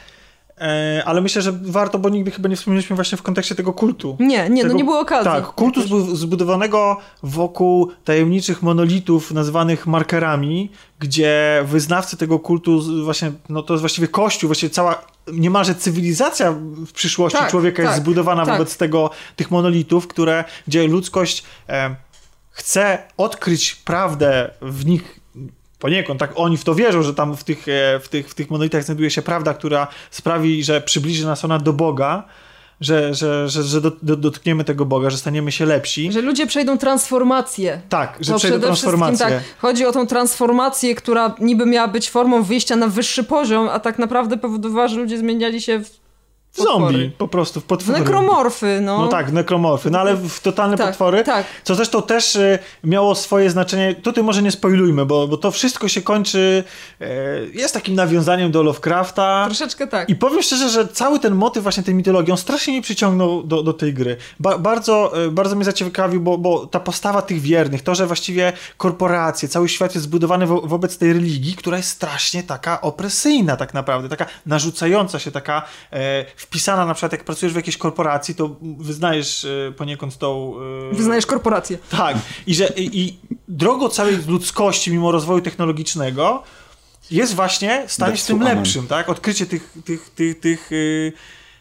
e, ale myślę, że warto, bo nigdy chyba nie wspomnieliśmy właśnie w kontekście tego kultu. Nie, nie, tego, no nie było okazji. Tak, kultu zbu- zbudowanego wokół tajemniczych monolitów nazywanych markerami, gdzie wyznawcy tego kultu właśnie, no to jest właściwie kościół, właściwie cała niemalże cywilizacja w przyszłości tak, człowieka tak, jest zbudowana tak. wobec tego, tych monolitów, które, gdzie ludzkość e, chce odkryć prawdę w nich poniekąd, tak oni w to wierzą, że tam w tych, w tych, w tych monolitach znajduje się prawda, która sprawi, że przybliży nas ona do Boga, że, że, że, że do, do, dotkniemy tego Boga, że staniemy się lepsi. Że ludzie przejdą transformację. Tak, że to przejdą przede transformację. wszystkim tak, chodzi o tą transformację, która niby miała być formą wyjścia na wyższy poziom, a tak naprawdę powodowała, że ludzie zmieniali się w potwory. Zombie, po prostu w W potwory. nekromorfy, no. No tak, w nekromorfy, no ale w totalne tak, potwory, tak. co zresztą też y, miało swoje znaczenie, tutaj może nie spoilujmy, bo, bo to wszystko się kończy, y, jest takim nawiązaniem do Lovecrafta. Troszeczkę tak. I powiem szczerze, że cały ten motyw właśnie tej mitologii, on strasznie mnie przyciągnął do, do tej gry. Ba- bardzo, y, bardzo mnie zaciekawił, bo, bo ta postawa tych wiernych, to, że właściwie korporacje, cały świat jest zbudowany wo- wobec tej religii, która jest strasznie taka opresyjna tak naprawdę, taka narzucająca się, taka e, wpisana na przykład jak pracujesz w jakiejś korporacji, to wyznajesz e, poniekąd tą... E, Wyznajesz korporację. Tak. I że i, i drogą całej ludzkości, mimo rozwoju technologicznego, jest właśnie stanie się tym lepszym, tak? Odkrycie tych, tych, tych, tych yy,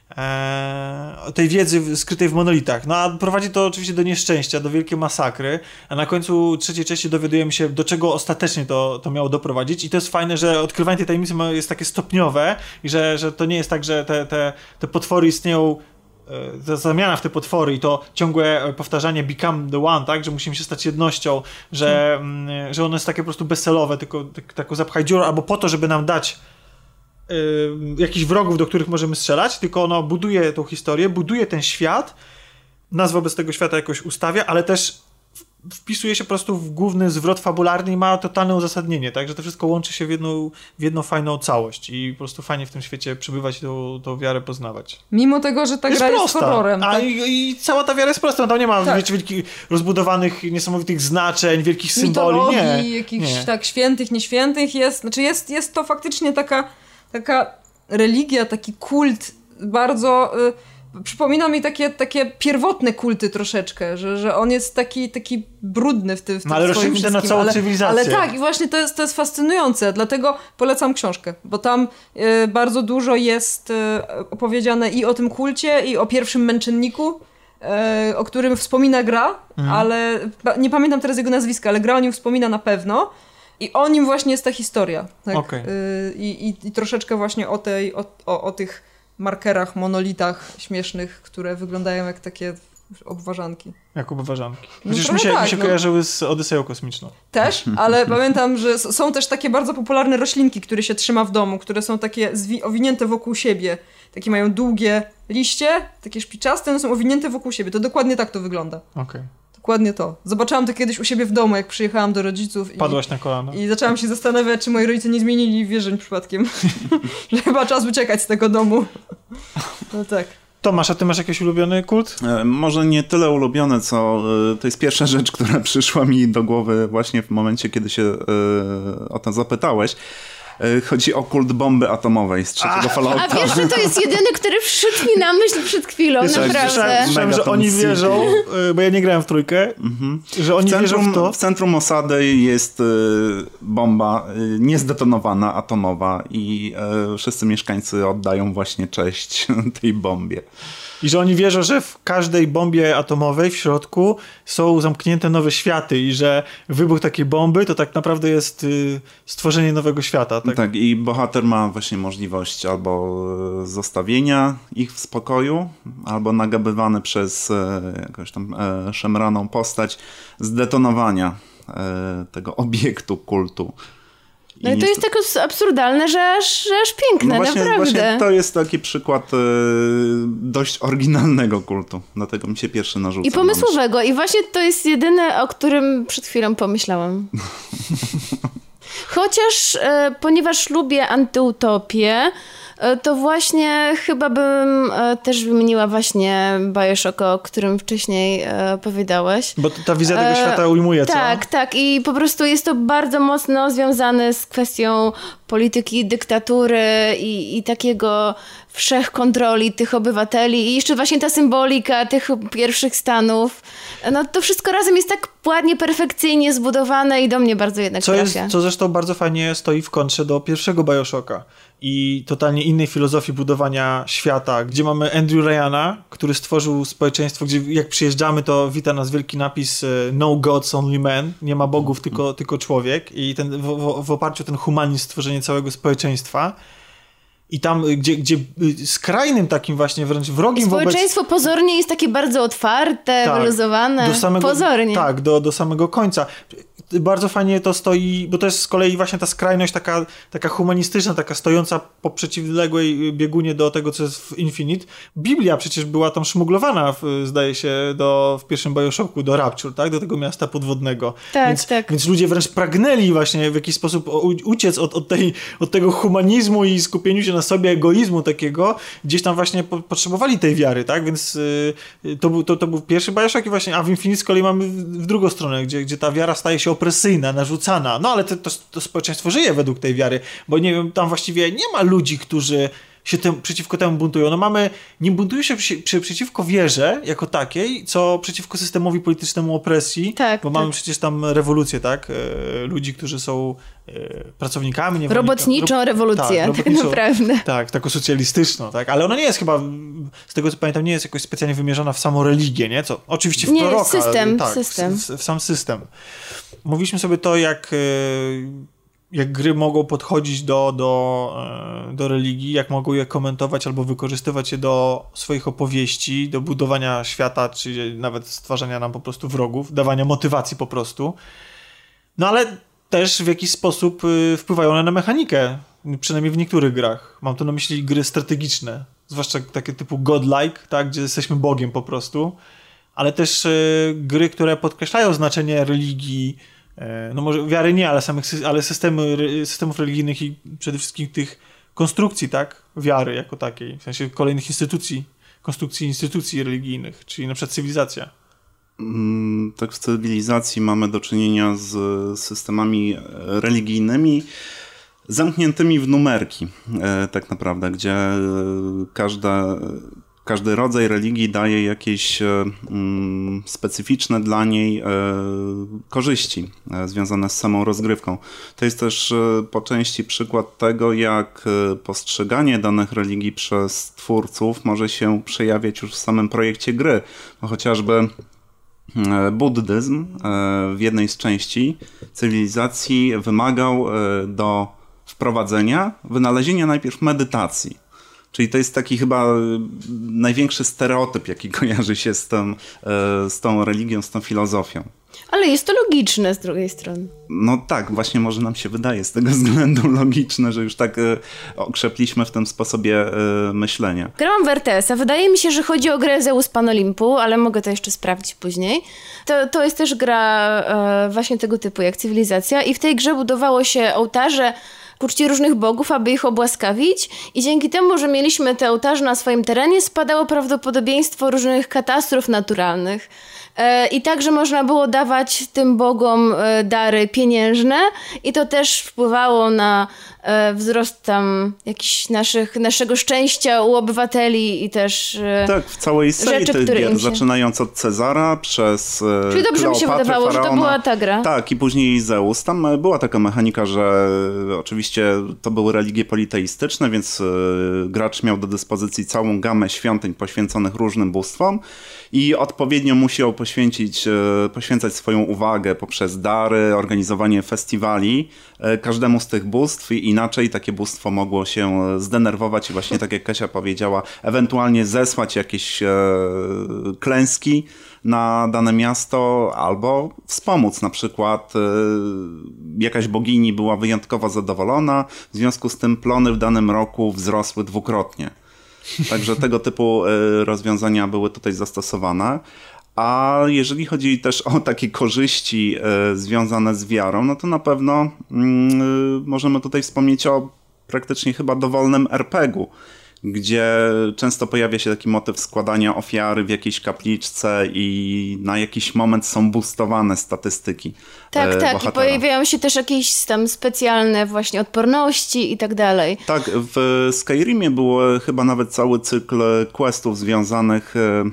e, tej wiedzy skrytej w monolitach. No a prowadzi to oczywiście do nieszczęścia, do wielkiej masakry, a na końcu trzeciej części dowiadujemy się, do czego ostatecznie to, to miało doprowadzić i to jest fajne, że odkrywanie tej tajemnicy jest takie stopniowe i że, że to nie jest tak, że te, te, te potwory istnieją, ta zamiana w te potwory i to ciągłe powtarzanie become the one, tak, że musimy się stać jednością, że, hmm. że ono jest takie po prostu bezcelowe, tylko tak, taką zapchaj dziurę, albo po to, żeby nam dać y, jakichś wrogów, do których możemy strzelać, tylko ono buduje tą historię, buduje ten świat, nas wobec tego świata jakoś ustawia, ale też wpisuje się po prostu w główny zwrot fabularny i ma totalne uzasadnienie, tak, że to wszystko łączy się w jedną, w jedną fajną całość i po prostu fajnie w tym świecie przebywać i tą, tą wiarę poznawać. Mimo tego, że ta jest gra prosta. jest horrorem. A tak? i, i cała ta wiara jest prosta, no tam nie ma Tak. wiecie, wielkich, rozbudowanych, niesamowitych znaczeń, wielkich symboli, Mitologii, nie. jakichś nie. tak świętych, nieświętych jest, znaczy jest, jest to faktycznie taka, taka religia, taki kult bardzo... Y, przypomina mi takie, takie pierwotne kulty troszeczkę, że, że on jest taki, taki brudny w tym, w tym No ale swoim rozszerzył na wszystkim, całą ale, cywilizację. ale tak, i właśnie to jest, to jest fascynujące, dlatego polecam książkę, bo tam y, bardzo dużo jest y, opowiedziane i o tym kulcie, i o pierwszym męczenniku, y, o którym wspomina gra, Mhm. ale nie pamiętam teraz jego nazwiska, ale gra o nim wspomina na pewno. I o nim właśnie jest ta historia. Tak? Okay. Y, i, i, I troszeczkę właśnie o tej, o, o, o tych markerach, monolitach śmiesznych, które wyglądają jak takie obwarzanki. Jak obwarzanki. No Przecież mi się, tak, mi się no. kojarzyły z Odyseją kosmiczną. Też, ale pamiętam, że s- są też takie bardzo popularne roślinki, które się trzyma w domu, które są takie zwi- owinięte wokół siebie. Takie mają długie liście, takie szpiczaste, one są owinięte wokół siebie. To dokładnie tak to wygląda. Okej. Okay. Dokładnie to. Zobaczyłam to kiedyś u siebie w domu, jak przyjechałam do rodziców. I, Padłaś na kolana. I zaczęłam się zastanawiać, czy moi rodzice nie zmienili wierzeń przypadkiem. Że chyba czas uciekać z tego domu. No tak. Tomasz, a ty masz jakiś ulubiony kult? E, może nie tyle ulubiony, co e, to jest pierwsza rzecz, która przyszła mi do głowy właśnie w momencie, kiedy się e, o to zapytałeś. E, chodzi o kult bomby atomowej z trzeciego Fallouta. A wiesz, że to jest jedyny, który wszedł mi na myśl przed chwilą, Wiesz, naprawdę. Słyszałem, słyszałem że Megaton oni City. wierzą, y, bo ja nie grałem w trójkę, Mhm. że oni w centrum, wierzą w to. W centrum osady jest y, bomba y, niezdetonowana, atomowa i y, wszyscy mieszkańcy oddają właśnie cześć tej bombie. I że oni wierzą, że w każdej bombie atomowej w środku są zamknięte nowe światy i że wybuch takiej bomby to tak naprawdę jest y, stworzenie nowego świata. Tak? Tak, i bohater ma właśnie możliwość albo y, zostawienia ich w spokoju, albo nagabywany przez y, jakąś tam y, szemraną postać zdetonowania y, tego obiektu kultu. No i to jest tak absurdalne, że aż, że aż piękne, no właśnie, naprawdę. Właśnie to jest taki przykład y, dość oryginalnego kultu. Dlatego mi się pierwszy narzuca. I pomysłowego. I właśnie to jest jedyne, o którym przed chwilą pomyślałam. Chociaż, e, ponieważ lubię antyutopię, e, to właśnie chyba bym e, też wymieniła właśnie Bioshock, o którym wcześniej e, opowiadałeś. Bo ta wizja tego E, świata ujmuje, co? Tak, tak. I po prostu jest to bardzo mocno związane z kwestią polityki, dyktatury i, i takiego wszechkontroli tych obywateli i jeszcze właśnie ta symbolika tych pierwszych stanów. No to wszystko razem jest tak ładnie, perfekcyjnie zbudowane i do mnie bardzo jednak Co, jest, trafia. co zresztą bardzo fajnie stoi w kontrze do pierwszego Bioshocka i totalnie innej filozofii budowania świata, gdzie mamy Andrew Ryana, który stworzył społeczeństwo, gdzie jak przyjeżdżamy, to wita nas wielki napis No Gods, Only Men, nie ma bogów, tylko, tylko człowiek i ten, w, w, w oparciu o ten humanizm stworzenie całego społeczeństwa. I tam, gdzie, gdzie skrajnym takim właśnie wręcz wrogim wobec... Społeczeństwo pozornie jest takie bardzo otwarte, Tak, wyluzowane. do samego, pozornie. Tak, do, do samego końca. Bardzo fajnie to stoi, bo to jest z kolei właśnie ta skrajność taka, taka humanistyczna, taka stojąca po przeciwległej biegunie do tego, co jest w Infinite. Biblia przecież była tam szmuglowana, w, zdaje się, do, w pierwszym Bioshocku, do Rapture, tak? Do tego miasta podwodnego. Tak, więc, tak. Więc ludzie wręcz pragnęli właśnie w jakiś sposób uciec od, od, tej, od tego humanizmu i skupieniu się na sobie, egoizmu takiego. Gdzieś tam właśnie po, potrzebowali tej wiary, tak? Więc y, to, był, to, to był pierwszy Bioshock i właśnie, a w Infinite z kolei mamy w, w drugą stronę, gdzie, gdzie ta wiara staje się opresyjna, narzucana. No ale to, to, to społeczeństwo żyje według tej wiary, bo nie wiem, tam właściwie nie ma ludzi, którzy się tym, przeciwko temu buntują. No mamy, nie buntują się przy, przy, przeciwko wierze jako takiej, co przeciwko systemowi politycznemu opresji, tak, bo tak. mamy przecież tam rewolucję, tak? E, ludzi, którzy są e, pracownikami, nie robotniczą rewolucję, tak, tak naprawdę. Tak, taką socjalistyczną, tak? Ale ona nie jest chyba, z tego co pamiętam, nie jest jakoś specjalnie wymierzona w samą religię, nie? Co oczywiście w nie, proroka. system, tak, system. W, w, w sam system. Mówiliśmy sobie to, jak, jak gry mogą podchodzić do, do, do religii, jak mogą je komentować albo wykorzystywać je do swoich opowieści, do budowania świata, czy nawet stwarzania nam po prostu wrogów, dawania motywacji po prostu. No ale też w jakiś sposób wpływają one na mechanikę, przynajmniej w niektórych grach. Mam tu na myśli gry strategiczne, zwłaszcza takie typu godlike, tak, gdzie jesteśmy Bogiem po prostu, ale też y, gry, które podkreślają znaczenie religii, y, no może wiary nie, ale samych ale systemy, systemów religijnych i przede wszystkim tych konstrukcji, tak, wiary jako takiej, w sensie kolejnych instytucji, konstrukcji instytucji religijnych, czyli na przykład cywilizacja. Mm, tak, w cywilizacji mamy do czynienia z systemami religijnymi zamkniętymi w numerki, e, tak naprawdę, gdzie e, każda Każdy rodzaj religii daje jakieś mm, specyficzne dla niej e, korzyści e, związane z samą rozgrywką. To jest też e, po części przykład tego, jak e, postrzeganie danych religii przez twórców może się przejawiać już w samym projekcie gry. Bo chociażby buddyzm w jednej z części cywilizacji wymagał do wprowadzenia wynalezienia najpierw medytacji. Czyli to jest taki chyba największy stereotyp, jaki kojarzy się z tą, z tą religią, z tą filozofią. Ale jest to logiczne z drugiej strony. No tak, właśnie może nam się wydaje z tego względu logiczne, że już tak y, okrzepliśmy w tym sposobie y, myślenia. Grałam w R T S a. Wydaje mi się, że chodzi o grę Zeus Pan Olimpu, ale mogę to jeszcze sprawdzić później. To, to jest też gra y, właśnie tego typu jak Cywilizacja i w tej grze budowało się ołtarze ku czci różnych bogów, aby ich obłaskawić i dzięki temu, że mieliśmy te ołtarze na swoim terenie, spadało prawdopodobieństwo różnych katastrof naturalnych. I także można było dawać tym bogom dary pieniężne i to też wpływało na wzrost tam jakiś naszych, naszego szczęścia u obywateli i też tak, w całej serii rzeczy, tych gier, się... zaczynając od Cezara przez Czyli dobrze Kleopatrę, mi się wydawało, Faraona, że to była ta gra. Tak, i później Zeus. Tam była taka mechanika, że oczywiście to były religie politeistyczne, więc gracz miał do dyspozycji całą gamę świątyń poświęconych różnym bóstwom i odpowiednio musiał poświęcić, poświęcać swoją uwagę poprzez dary, organizowanie festiwali każdemu z tych bóstw i inaczej takie bóstwo mogło się zdenerwować i właśnie tak jak Kasia powiedziała, ewentualnie zesłać jakieś e, klęski na dane miasto albo wspomóc. Na przykład e, jakaś bogini była wyjątkowo zadowolona, w związku z tym plony w danym roku wzrosły dwukrotnie. Także tego typu e, rozwiązania były tutaj zastosowane. A jeżeli chodzi też o takie korzyści e, związane z wiarą, no to na pewno mm, możemy tutaj wspomnieć o praktycznie chyba dowolnym er pe gu, gdzie często pojawia się taki motyw składania ofiary w jakiejś kapliczce i na jakiś moment są boostowane statystyki Tak, e, tak. bohatera. I pojawiają się też jakieś tam specjalne właśnie odporności i tak dalej. Tak, w Skyrimie był chyba nawet cały cykl questów związanych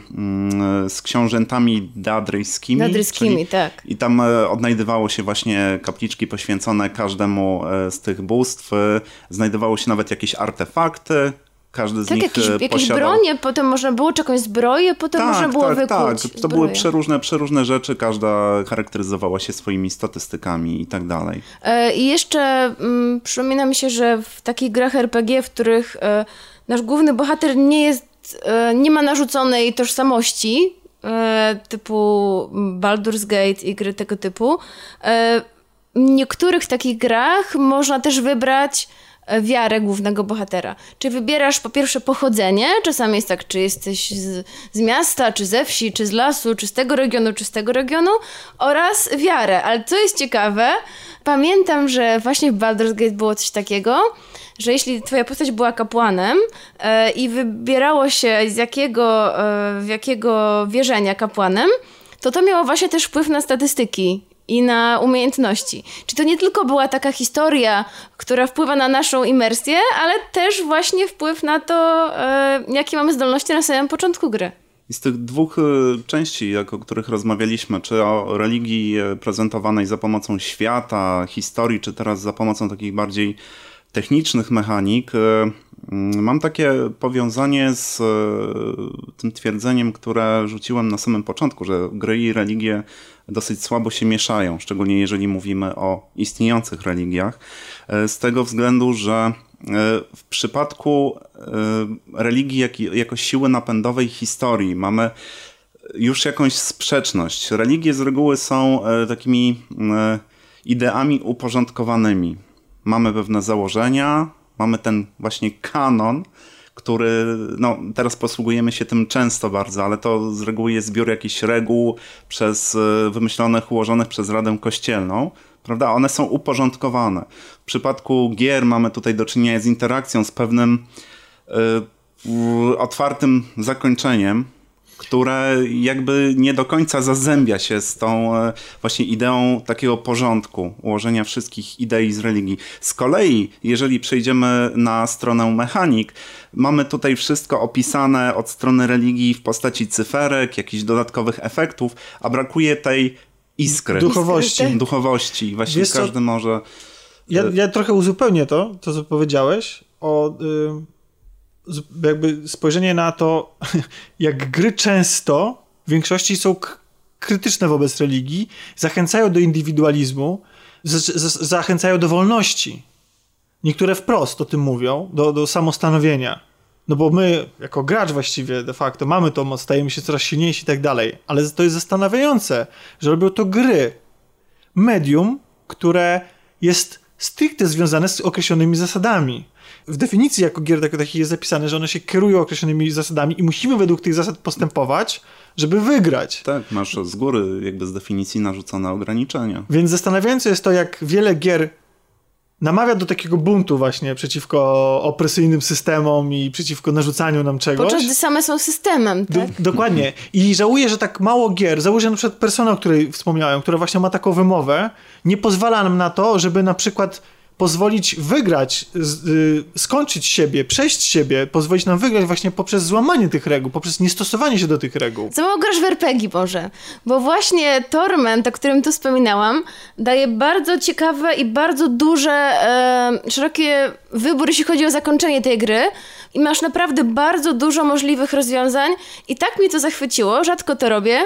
mm, z książętami dadryjskimi. Dadryjskimi, czyli, tak. I tam odnajdywało się właśnie kapliczki poświęcone każdemu z tych bóstw. Znajdowało się nawet jakieś artefakty. Każdy z tak, nich jakieś, jakieś posiadał... bronie, potem można było, czy jakąś zbroję, potem tak, można było tak, wykuć tak. To zbroję. były przeróżne, przeróżne rzeczy, każda charakteryzowała się swoimi statystykami i tak dalej. E, I jeszcze mm, przypomina mi się, że w takich grach er pe gie, w których e, nasz główny bohater nie jest, e, nie ma narzuconej tożsamości, e, typu Baldur's Gate i gry tego typu, e, w niektórych takich grach można też wybrać wiarę głównego bohatera. Czy wybierasz po pierwsze pochodzenie, czasami jest tak, czy jesteś z, z miasta, czy ze wsi, czy z lasu, czy z tego regionu, czy z tego regionu, oraz wiarę. Ale co jest ciekawe, pamiętam, że właśnie w Baldur's Gate było coś takiego, że jeśli twoja postać była kapłanem e, i wybierało się z jakiego, e, w jakiego wierzenia kapłanem, to to miało właśnie też wpływ na statystyki i na umiejętności. Czy to nie tylko była taka historia, która wpływa na naszą imersję, ale też właśnie wpływ na to, e, jakie mamy zdolności na samym początku gry. I z tych dwóch części, jak o których rozmawialiśmy, czy o religii prezentowanej za pomocą świata, historii, czy teraz za pomocą takich bardziej technicznych mechanik, mam takie powiązanie z tym twierdzeniem, które rzuciłem na samym początku, że gry i religie dosyć słabo się mieszają, szczególnie jeżeli mówimy o istniejących religiach, z tego względu, że w przypadku religii jak, jako siły napędowej historii mamy już jakąś sprzeczność. Religie z reguły są takimi ideami uporządkowanymi. Mamy pewne założenia, mamy ten właśnie kanon, który, no teraz posługujemy się tym często bardzo, ale to z reguły jest zbiór jakichś reguł przez, wymyślonych, ułożonych przez Radę Kościelną, prawda? One są uporządkowane. W przypadku gier mamy tutaj do czynienia z interakcją, z pewnym y, otwartym zakończeniem, które jakby nie do końca zazębia się z tą właśnie ideą takiego porządku, ułożenia wszystkich idei z religii. Z kolei, jeżeli przejdziemy na stronę mechanik, mamy tutaj wszystko opisane od strony religii w postaci cyferek, jakichś dodatkowych efektów, a brakuje tej iskry. Duchowości. Duchowości. Właśnie Wiesz każdy co? może... Ja, ja trochę uzupełnię to, to co powiedziałeś, o... Y- jakby spojrzenie na to, jak gry często w większości są k- krytyczne wobec religii, zachęcają do indywidualizmu, z- z- zachęcają do wolności. Niektóre wprost o tym mówią, do, do samostanowienia. No bo my, jako gracz właściwie de facto, mamy tą moc, stajemy się coraz silniejsi i tak dalej, ale to jest zastanawiające, że robią to gry. Medium, które jest stricte związane z określonymi zasadami. W definicji jako gier takich jest zapisane, że one się kierują określonymi zasadami i musimy według tych zasad postępować, żeby wygrać. Tak, masz z góry jakby z definicji narzucone ograniczenia. Więc zastanawiające jest to, jak wiele gier namawia do takiego buntu właśnie przeciwko opresyjnym systemom i przeciwko narzucaniu nam czegoś. Podczas gdy same są systemem, tak? Do, dokładnie. I żałuję, że tak mało gier, żałuję, że na przykład Persona, o której wspomniałem, która właśnie ma taką wymowę, nie pozwala nam na to, żeby na przykład pozwolić wygrać, z, y, skończyć siebie, przejść siebie, pozwolić nam wygrać właśnie poprzez złamanie tych reguł, poprzez niestosowanie się do tych reguł. Za mało grasz w er pe gie może, bo właśnie Torment, o którym tu wspominałam, daje bardzo ciekawe i bardzo duże, e, szerokie wybór, jeśli chodzi o zakończenie tej gry i masz naprawdę bardzo dużo możliwych rozwiązań i tak mnie to zachwyciło, rzadko to robię,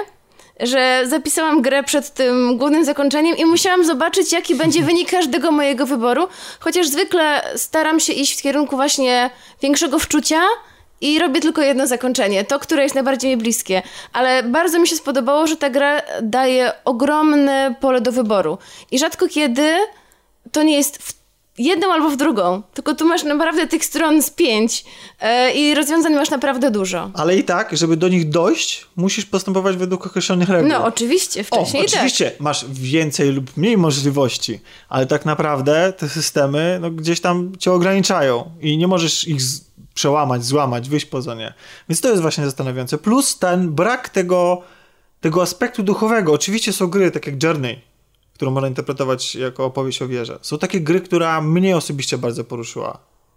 że zapisałam grę przed tym głównym zakończeniem i musiałam zobaczyć, jaki będzie wynik każdego mojego wyboru, chociaż zwykle staram się iść w kierunku właśnie większego wczucia i robię tylko jedno zakończenie, to, które jest najbardziej mi bliskie. Ale bardzo mi się spodobało, że ta gra daje ogromne pole do wyboru. I rzadko kiedy to nie jest w jedną albo w drugą, tylko tu masz naprawdę tych stron z pięć yy, i rozwiązań masz naprawdę dużo. Ale i tak, żeby do nich dojść, musisz postępować według określonych reguł. No oczywiście, wcześniej o, oczywiście, tak. masz więcej lub mniej możliwości, ale tak naprawdę te systemy no, gdzieś tam cię ograniczają i nie możesz ich z- przełamać, złamać, wyjść poza nie. Więc to jest właśnie zastanawiające. Plus ten brak tego, tego aspektu duchowego. Oczywiście są gry, tak jak Journey, którą można interpretować jako opowieść o wierze. Są takie gry, która mnie osobiście bardzo poruszyła.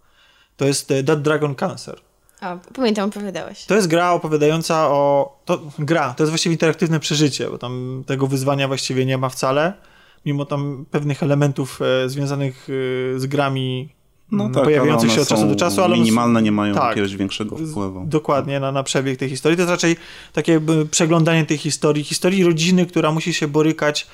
To jest That Dragon Cancer. A, pamiętam, opowiadałeś. To jest gra opowiadająca o... To gra, to jest właściwie interaktywne przeżycie, bo tam tego wyzwania właściwie nie ma wcale, mimo tam pewnych elementów e, związanych e, z grami No m, tak, pojawiających ale się one od czasu są do czasu, ale minimalne, nie mają tak, jakiegoś większego wpływu. Dokładnie, na, na przebieg tej historii. To jest raczej takie jakby przeglądanie tej historii, historii rodziny, która musi się borykać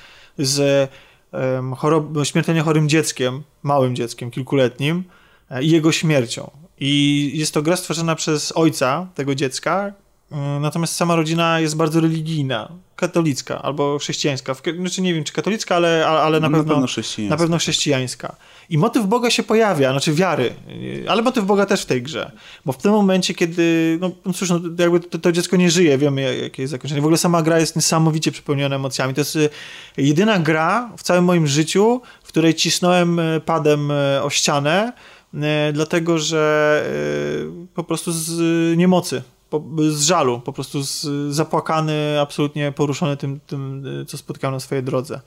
z um, chorob- śmiertelnie chorym dzieckiem, małym dzieckiem, kilkuletnim e, i jego śmiercią. I jest to gra stworzona przez ojca tego dziecka, y, natomiast sama rodzina jest bardzo religijna, katolicka albo chrześcijańska. W, znaczy nie wiem, czy katolicka, ale, ale na, Na pewno, pewno chrześcijańska. na pewno chrześcijańska. I motyw Boga się pojawia, znaczy wiary, y, ale motyw Boga też w tej grze. Bo w tym momencie, kiedy, no, no cóż, no, jakby to, to dziecko nie żyje, wiemy jakie jest zakończenie. W ogóle sama gra jest niesamowicie przepełniona emocjami. To jest y, jedyna gra w całym moim życiu, w której cisnąłem y, padem y, o ścianę, y, dlatego, że y, po prostu z y, niemocy, po, z żalu, po prostu z, zapłakany, absolutnie poruszony tym, tym, y, co spotkałem na swojej drodze.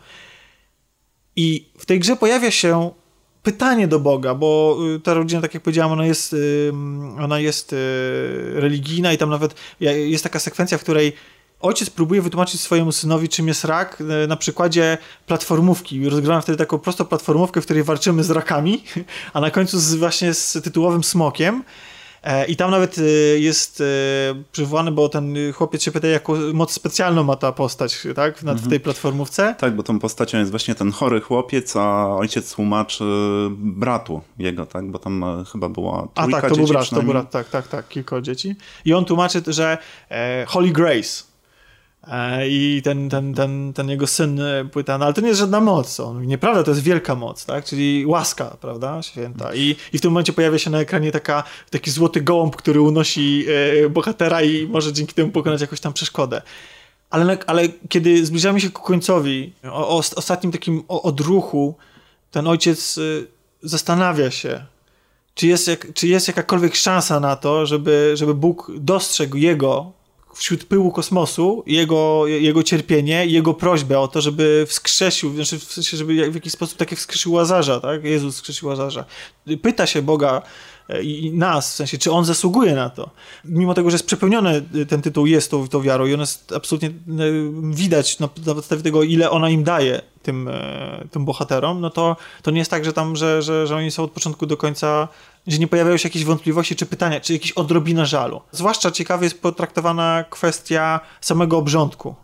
I w tej grze pojawia się pytanie do Boga, bo ta rodzina, tak jak powiedziałam, ona jest, ona jest religijna i tam nawet jest taka sekwencja, w której ojciec próbuje wytłumaczyć swojemu synowi, czym jest rak, na przykładzie platformówki. Rozgrałem wtedy taką prostą platformówkę, w której walczymy z rakami, a na końcu z, właśnie z tytułowym smokiem. I tam nawet jest przywołane, bo ten chłopiec się pyta, jaką moc specjalną ma ta postać, tak? W, w tej platformówce. Tak, bo tą postacią jest właśnie ten chory chłopiec, a ojciec tłumaczy bratu jego, tak? Bo tam chyba była trójka A tak, to był brat, to przynajmniej. był brat, tak, tak, tak, kilka dzieci. I on tłumaczy, że e, Holy Grace e, i ten, ten, ten, ten jego syn pyta, no ale to nie jest żadna moc. On mówi, nieprawda, to jest wielka moc, tak? Czyli łaska, prawda, święta. I, i w tym momencie pojawia się na ekranie taka, taki złoty gołąb, który unosi e, bohatera i może dzięki temu pokonać jakąś tam przeszkodę. Ale, ale kiedy zbliżamy się ku końcowi, o, o ostatnim takim odruchu, ten ojciec y, zastanawia się, czy jest, jak, czy jest jakakolwiek szansa na to, żeby, żeby Bóg dostrzegł jego wśród pyłu kosmosu, jego, jego cierpienie, jego prośbę o to, żeby wskrzesił, znaczy w sensie, żeby w jakiś sposób takie wskrzesił Łazarza, tak? Jezus wskrzesił Łazarza. Pyta się Boga i nas, w sensie, czy on zasługuje na to. Mimo tego, że jest przepełniony ten tytuł jest tą, tą wiarą i ona jest absolutnie widać na, na podstawie tego, ile ona im daje tym, tym bohaterom, no to, to nie jest tak, że tam, że, że, że oni są od początku do końca, że nie pojawiają się jakieś wątpliwości czy pytania, czy jakieś odrobina żalu. Zwłaszcza ciekawie jest potraktowana kwestia samego obrządku.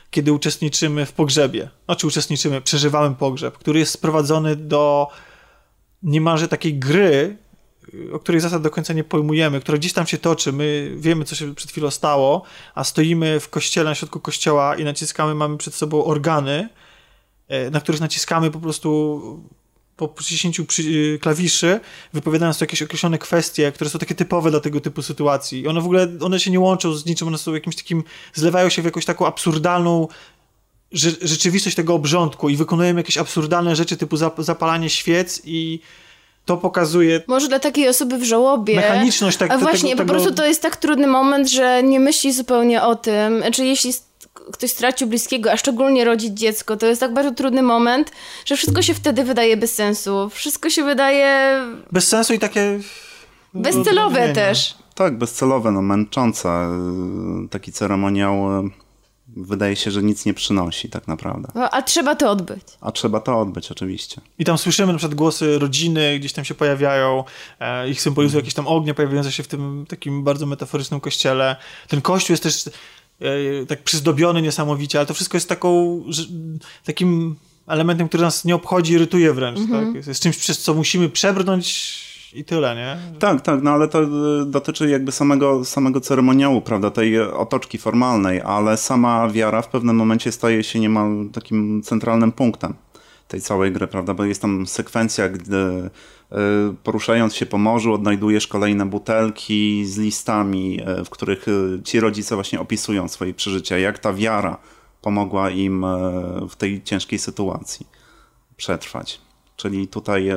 kiedy uczestniczymy w pogrzebie. Znaczy uczestniczymy, przeżywamy pogrzeb, który jest sprowadzony do niemalże takiej gry, o której zasad do końca nie pojmujemy, która gdzieś tam się toczy. My wiemy, co się przed chwilą stało, a stoimy w kościele, na środku kościoła i naciskamy, mamy przed sobą organy, na których naciskamy po prostu po przyciśnięciu przy, klawiszy, wypowiadając tu jakieś określone kwestie, które są takie typowe dla tego typu sytuacji. I one w ogóle, one się nie łączą z niczym, one są jakimś takim, zlewają się w jakąś taką absurdalną rze- rzeczywistość tego obrządku i wykonujemy jakieś absurdalne rzeczy typu zap- zapalanie świec i to pokazuje... Może dla takiej osoby w żałobie. Mechaniczność tak, A właśnie, tego, po prostu to jest tak trudny moment, że nie myśli zupełnie o tym. Znaczy, jeśli ktoś stracił bliskiego, a szczególnie rodzić dziecko, to jest tak bardzo trudny moment, że wszystko się wtedy wydaje bez sensu. Wszystko się wydaje... Bez sensu i takie... Bezcelowe też. Tak, bezcelowe, no męczące. Taki ceremoniał wydaje się, że nic nie przynosi tak naprawdę. No, a trzeba to odbyć. A trzeba to odbyć, oczywiście. I tam słyszymy na przykład głosy rodziny, gdzieś tam się pojawiają, e, ich symbolizują jakieś tam ognie pojawiające się w tym takim bardzo metaforycznym kościele. Ten kościół jest też e, tak przyzdobiony niesamowicie, ale to wszystko jest taką, że, takim elementem, który nas nie obchodzi, irytuje wręcz. Mm-hmm. Tak? Jest, jest czymś, przez co musimy przebrnąć i tyle, nie? Tak, tak, no ale to dotyczy jakby samego, samego ceremoniału, prawda, tej otoczki formalnej, ale sama wiara w pewnym momencie staje się niemal takim centralnym punktem tej całej gry, prawda, bo jest tam sekwencja, gdy poruszając się po morzu odnajdujesz kolejne butelki z listami, w których ci rodzice właśnie opisują swoje przeżycia, jak ta wiara pomogła im w tej ciężkiej sytuacji przetrwać. Czyli tutaj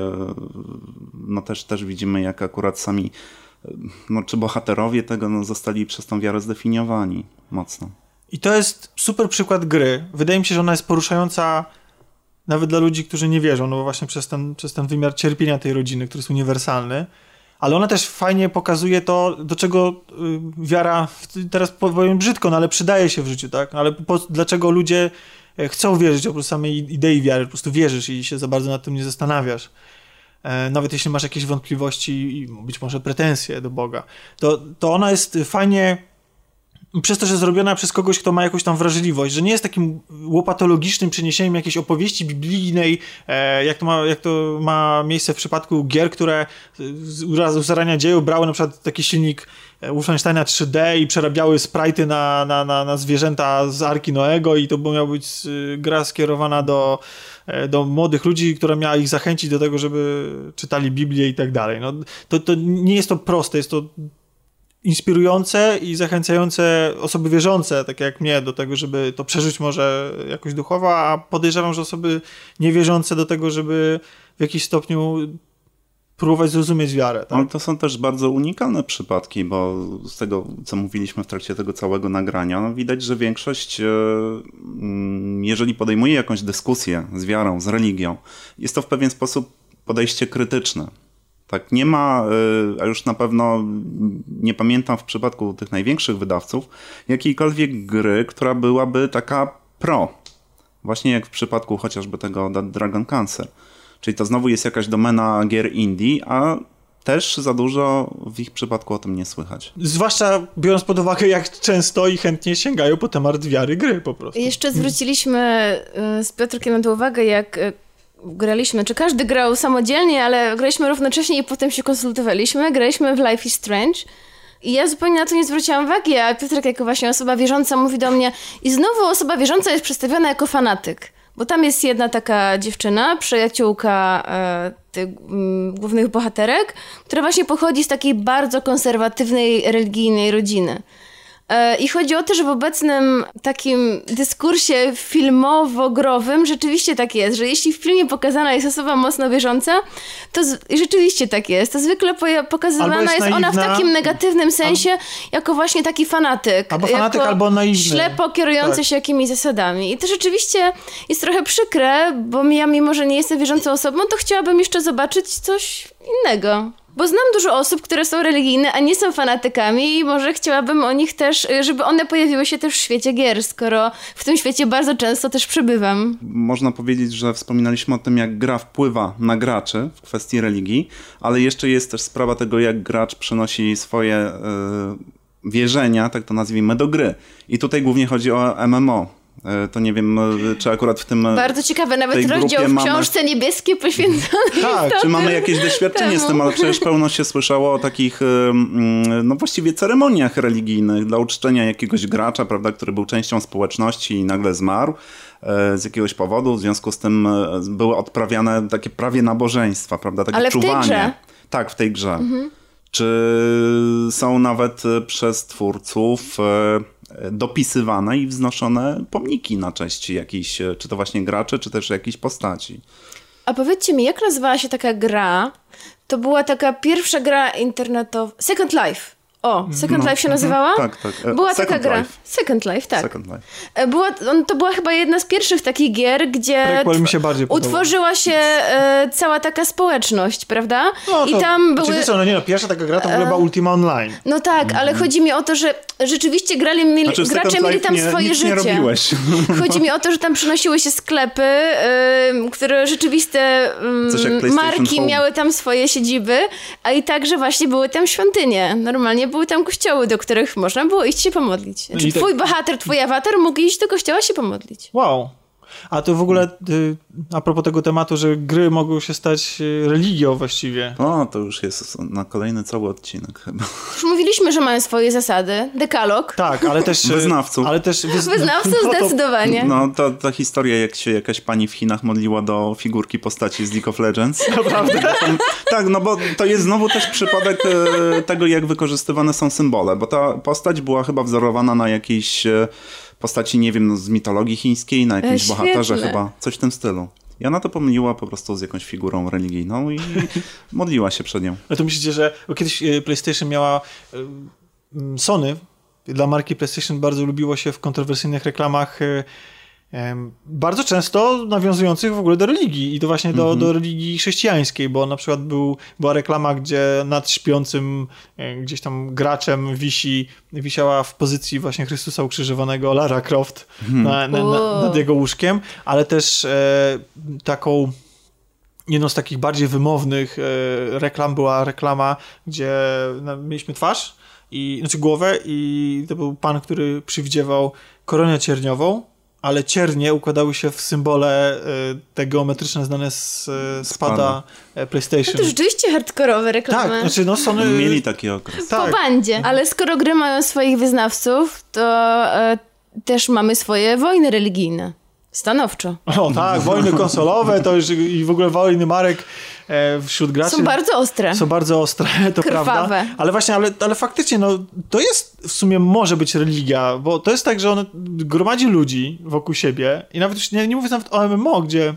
no też, też widzimy, jak akurat sami, no, czy bohaterowie tego no, zostali przez tą wiarę zdefiniowani mocno. I to jest super przykład gry. Wydaje mi się, że ona jest poruszająca nawet dla ludzi, którzy nie wierzą, no bo właśnie przez ten, przez ten wymiar cierpienia tej rodziny, który jest uniwersalny. Ale ona też fajnie pokazuje to, do czego wiara, teraz powiem brzydko, no ale przydaje się w życiu, tak? Ale po, dlaczego ludzie chcą wierzyć oprócz samej idei wiary, po prostu wierzysz i się za bardzo nad tym nie zastanawiasz. Nawet jeśli masz jakieś wątpliwości i być może pretensje do Boga. To, to ona jest fajnie, przez to, że zrobiona przez kogoś, kto ma jakąś tam wrażliwość, że nie jest takim łopatologicznym przeniesieniem jakiejś opowieści biblijnej, jak to ma, jak to ma miejsce w przypadku gier, które z zarania dzieju brały na przykład taki silnik Wolfensteina trzy D i przerabiały sprite'y na, na, na, na zwierzęta z Arki Noego i to miała być gra skierowana do, do młodych ludzi, która miała ich zachęcić do tego, żeby czytali Biblię i tak dalej. No, to, to nie jest to proste, jest to inspirujące i zachęcające osoby wierzące, takie jak mnie, do tego, żeby to przeżyć może jakoś duchowo, a podejrzewam, że osoby niewierzące do tego, żeby w jakiś stopniu próbować zrozumieć wiarę. Tak? Ale to są też bardzo unikalne przypadki, bo z tego, co mówiliśmy w trakcie tego całego nagrania, no widać, że większość, jeżeli podejmuje jakąś dyskusję z wiarą, z religią, jest to w pewien sposób podejście krytyczne. Tak, nie ma, a już na pewno nie pamiętam w przypadku tych największych wydawców, jakiejkolwiek gry, która byłaby taka pro. Właśnie jak w przypadku chociażby tego Dragon Cancer. Czyli to znowu jest jakaś domena gier indie, a też za dużo w ich przypadku o tym nie słychać. Zwłaszcza biorąc pod uwagę, jak często i chętnie sięgają po temat wiary gry po prostu. Jeszcze zwróciliśmy z Piotrkiem na to uwagę, jak graliśmy, czy każdy grał samodzielnie, ale graliśmy równocześnie i potem się konsultowaliśmy. Graliśmy w Life is Strange i ja zupełnie na to nie zwróciłam uwagi, a Piotrek jako właśnie osoba wierząca mówi do mnie i znowu osoba wierząca jest przedstawiona jako fanatyk. Bo tam jest jedna taka dziewczyna, przyjaciółka e, tych m, głównych bohaterek, która właśnie pochodzi z takiej bardzo konserwatywnej, religijnej rodziny. E, I chodzi o to, że w obecnym takim dyskursie filmowo-growym rzeczywiście tak jest, że jeśli w filmie pokazana jest osoba mocno wierząca, to z, rzeczywiście tak jest. To zwykle poja- pokazywana jest, jest ona w takim negatywnym sensie, albo, jako właśnie taki fanatyk. Albo fanatyk, jako albo naiwny. Ślepo kierujący tak. się jakimiś zasadami. I to rzeczywiście jest trochę przykre, bo ja mimo, że nie jestem wierzącą osobą, to chciałabym jeszcze zobaczyć coś innego. Bo znam dużo osób, które są religijne, a nie są fanatykami i może chciałabym o nich też, żeby one pojawiły się też w świecie gier, skoro w tym świecie bardzo często też przebywam. Można powiedzieć, że wspominaliśmy o tym, jak gra wpływa na graczy w kwestii religii, ale jeszcze jest też sprawa tego, jak gracz przenosi swoje yy, wierzenia, tak to nazwijmy, do gry. I tutaj głównie chodzi o M M O. To nie wiem, czy akurat w tym... Bardzo ciekawe, nawet rozdział w mamy... książce niebieskie poświęcony Tak, czy mamy jakieś doświadczenie temu. z tym, ale przecież pełno się słyszało o takich, no właściwie ceremoniach religijnych dla uczczenia jakiegoś gracza, prawda, który był częścią społeczności i nagle zmarł z jakiegoś powodu, w związku z tym były odprawiane takie prawie nabożeństwa, prawda, takie ale czuwanie. W tej grze? Tak, w tej grze. Mhm. Czy są nawet przez twórców dopisywane i wznoszone pomniki na cześć jakichś, czy to właśnie graczy, czy też jakichś postaci. A powiedzcie mi, jak nazywała się taka gra? To była taka pierwsza gra internetowa... Second Life. O, Second no, Life się nazywała? Tak, tak. Była Second taka gra. Life. Second Life, tak. Second Life. Była, to była chyba jedna z pierwszych takich gier, gdzie Prequel mi się bardziej utworzyła się e, cała taka społeczność, prawda? No, I to, tam były... Znaczy, co, no nie no, pierwsza taka gra to w ogóle była Ultima Online. No tak, mm. ale chodzi mi o to, że rzeczywiście grali, mieli, znaczy, gracze mieli tam nie, swoje nic życie. Nie robiłeś. Chodzi mi o to, że tam przynosiły się sklepy, y, które rzeczywiste y, marki Home. Miały tam swoje siedziby, a i także właśnie były tam świątynie. Normalnie były tam kościoły, do których można było iść się pomodlić. Znaczy, no twój tak... bohater, twój awatar mógł iść do kościoła się pomodlić. Wow. A to w ogóle y, a propos tego tematu, że gry mogą się stać y, religią właściwie. O, to już jest na kolejny cały odcinek chyba. Już mówiliśmy, że mają swoje zasady. Dekalog. Tak, ale też... Wyznawców. Ale też wyz... Wyznawców no, zdecydowanie. No, to ta historia, jak się jakaś pani w Chinach modliła do figurki postaci z League of Legends. Naprawdę? Tak, no bo to jest znowu też przypadek e, tego, jak wykorzystywane są symbole, bo ta postać była chyba wzorowana na jakiejś... E, postaci, nie wiem, no, z mitologii chińskiej, na jakimś Świetne. bohaterze chyba, coś w tym stylu. I ona to pomyliła po prostu z jakąś figurą religijną i modliła się przed nią. No to myślicie, że bo kiedyś PlayStation miała Sony, dla marki PlayStation bardzo lubiło się w kontrowersyjnych reklamach bardzo często nawiązujących w ogóle do religii i to właśnie do, mm-hmm. do religii chrześcijańskiej, bo na przykład był, była reklama, gdzie nad śpiącym gdzieś tam graczem wisi, wisiała w pozycji właśnie Chrystusa ukrzyżowanego Lara Croft mm. na, na, na, nad jego łóżkiem, ale też e, taką jedną z takich bardziej wymownych e, reklam była reklama, gdzie no, mieliśmy twarz, i, znaczy głowę i to był pan, który przywdziewał koronę cierniową, ale ciernie układały się w symbole y, te geometryczne znane z y, spada PlayStation. No to rzeczywiście hardkorowe reklamy. Tak, znaczy no Sony... Mieli taki okres. Tak. Po bandzie. Ale skoro gry mają swoich wyznawców, to y, też mamy swoje wojny religijne. Stanowczo. O tak, wojny konsolowe to już i w ogóle wojny marek e, wśród graczy. Są bardzo ostre. Są bardzo ostre, to Krwawe. prawda. Ale właśnie, ale, ale faktycznie, no to jest w sumie może być religia, bo to jest tak, że on gromadzi ludzi wokół siebie i nawet już nie, nie mówię nawet o M M O, gdzie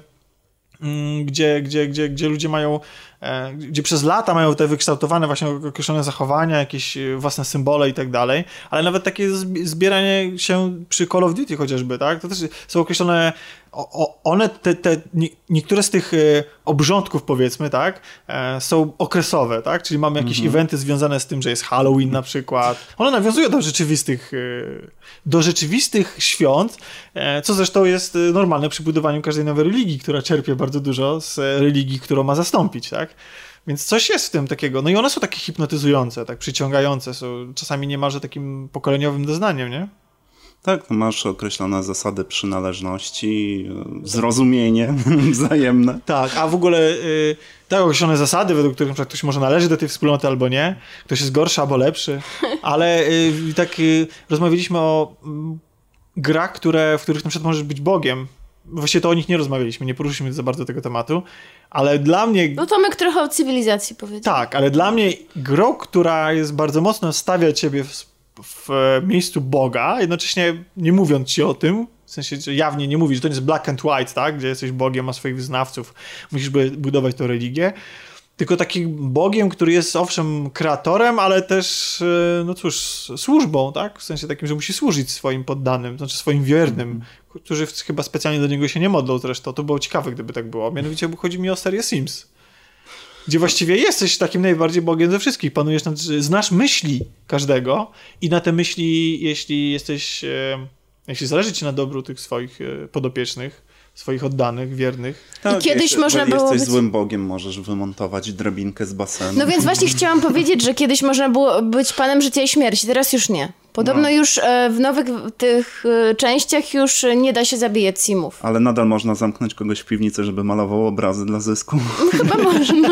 mm, gdzie, gdzie, gdzie, gdzie ludzie mają e, gdzie przez lata mają te wykształtowane właśnie określone zachowania, jakieś własne symbole i tak dalej, ale nawet takie zbieranie się przy Call of Duty chociażby, tak? To też są określone o, o, one, te, te, nie, niektóre z tych e, obrządków powiedzmy, tak, e, są okresowe, tak? Czyli mamy jakieś mm-hmm. eventy związane z tym, że jest Halloween na przykład. One nawiązują do rzeczywistych e, do rzeczywistych świąt, e, co zresztą jest normalne przy budowaniu każdej nowej religii, która czerpie bardzo dużo z religii, którą ma zastąpić, tak? Więc coś jest w tym takiego. No i one są takie hipnotyzujące, tak przyciągające, są czasami niemalże takim pokoleniowym doznaniem, nie? Tak, no masz określone zasady przynależności, zrozumienie wzajemne. Tak, a w ogóle y, tak określone zasady, według których na przykład ktoś może należy do tej wspólnoty albo nie, ktoś jest gorszy albo lepszy, ale y, tak y, rozmawialiśmy o y, grach, które, w których na przykład możesz być Bogiem. Właściwie to o nich nie rozmawialiśmy, nie poruszyliśmy za bardzo tego tematu, ale dla mnie... No Tomek trochę o cywilizacji powiedział. Tak, ale dla mnie grą, która jest bardzo mocno stawia ciebie w, w miejscu Boga, jednocześnie nie mówiąc ci o tym, w sensie że jawnie nie mówi, że to nie jest black and white, tak, gdzie jesteś Bogiem, masz swoich wyznawców, musisz budować tę religię, tylko takim Bogiem, który jest owszem kreatorem, ale też, no cóż, służbą, tak? W sensie takim, że musi służyć swoim poddanym, znaczy swoim wiernym, mm. którzy chyba specjalnie do niego się nie modlą zresztą. To było ciekawe, gdyby tak było. Mianowicie chodzi mi o serię Sims, gdzie właściwie jesteś takim najbardziej Bogiem ze wszystkich. Panujesz nad, znasz myśli każdego i na te myśli, jeśli jesteś, jeśli zależy ci na dobru tych swoich podopiecznych, swoich oddanych, wiernych. Tak, I kiedyś jeśli, można było jesteś być... złym Bogiem, możesz wymontować drabinkę z basenu. No więc właśnie chciałam powiedzieć, że kiedyś można było być panem życia i śmierci, teraz już nie. Podobno No. już e, w nowych tych e, częściach już nie da się zabijać simów. Ale nadal można zamknąć kogoś w piwnicy, żeby malował obrazy dla zysku. Chyba można.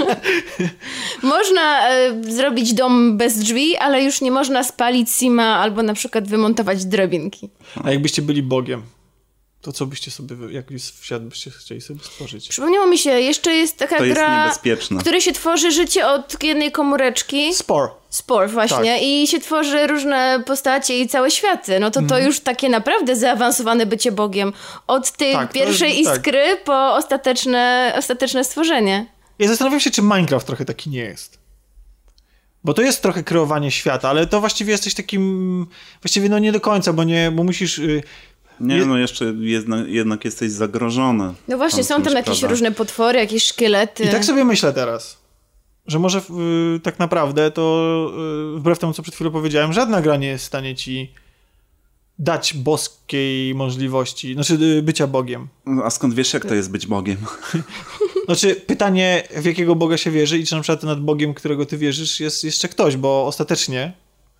Można e, zrobić dom bez drzwi, ale już nie można spalić sima albo na przykład wymontować drabinki. A jakbyście byli Bogiem, to co byście sobie, jaki świat byście chcieli sobie stworzyć? Przypomniało mi się, jeszcze jest taka To jest gra, niebezpieczne. w której się tworzy życie od jednej komóreczki. Spore. Spore właśnie. Tak. I się tworzy różne postacie i całe światy. No to to Mhm. już takie naprawdę zaawansowane bycie Bogiem. Od tej Tak, to pierwszej jest- tak. iskry po ostateczne, ostateczne stworzenie. Ja zastanawiam się, czy Minecraft trochę taki nie jest. Bo to jest trochę kreowanie świata, ale to właściwie jesteś takim... Właściwie no nie do końca, bo nie, bo musisz... y, Nie, Je- no jeszcze jedna, jednak jesteś zagrożony. No właśnie, są czymś, tam jakieś prawda? różne potwory, jakieś szkielety. I tak sobie myślę teraz, że może y, tak naprawdę to y, wbrew temu, co przed chwilą powiedziałem, żadna gra nie jest w stanie ci dać boskiej możliwości, znaczy y, bycia Bogiem. A skąd wiesz, jak to jest być Bogiem? Znaczy pytanie, w jakiego Boga się wierzy i czy na przykład nad Bogiem, którego ty wierzysz, jest jeszcze ktoś, bo ostatecznie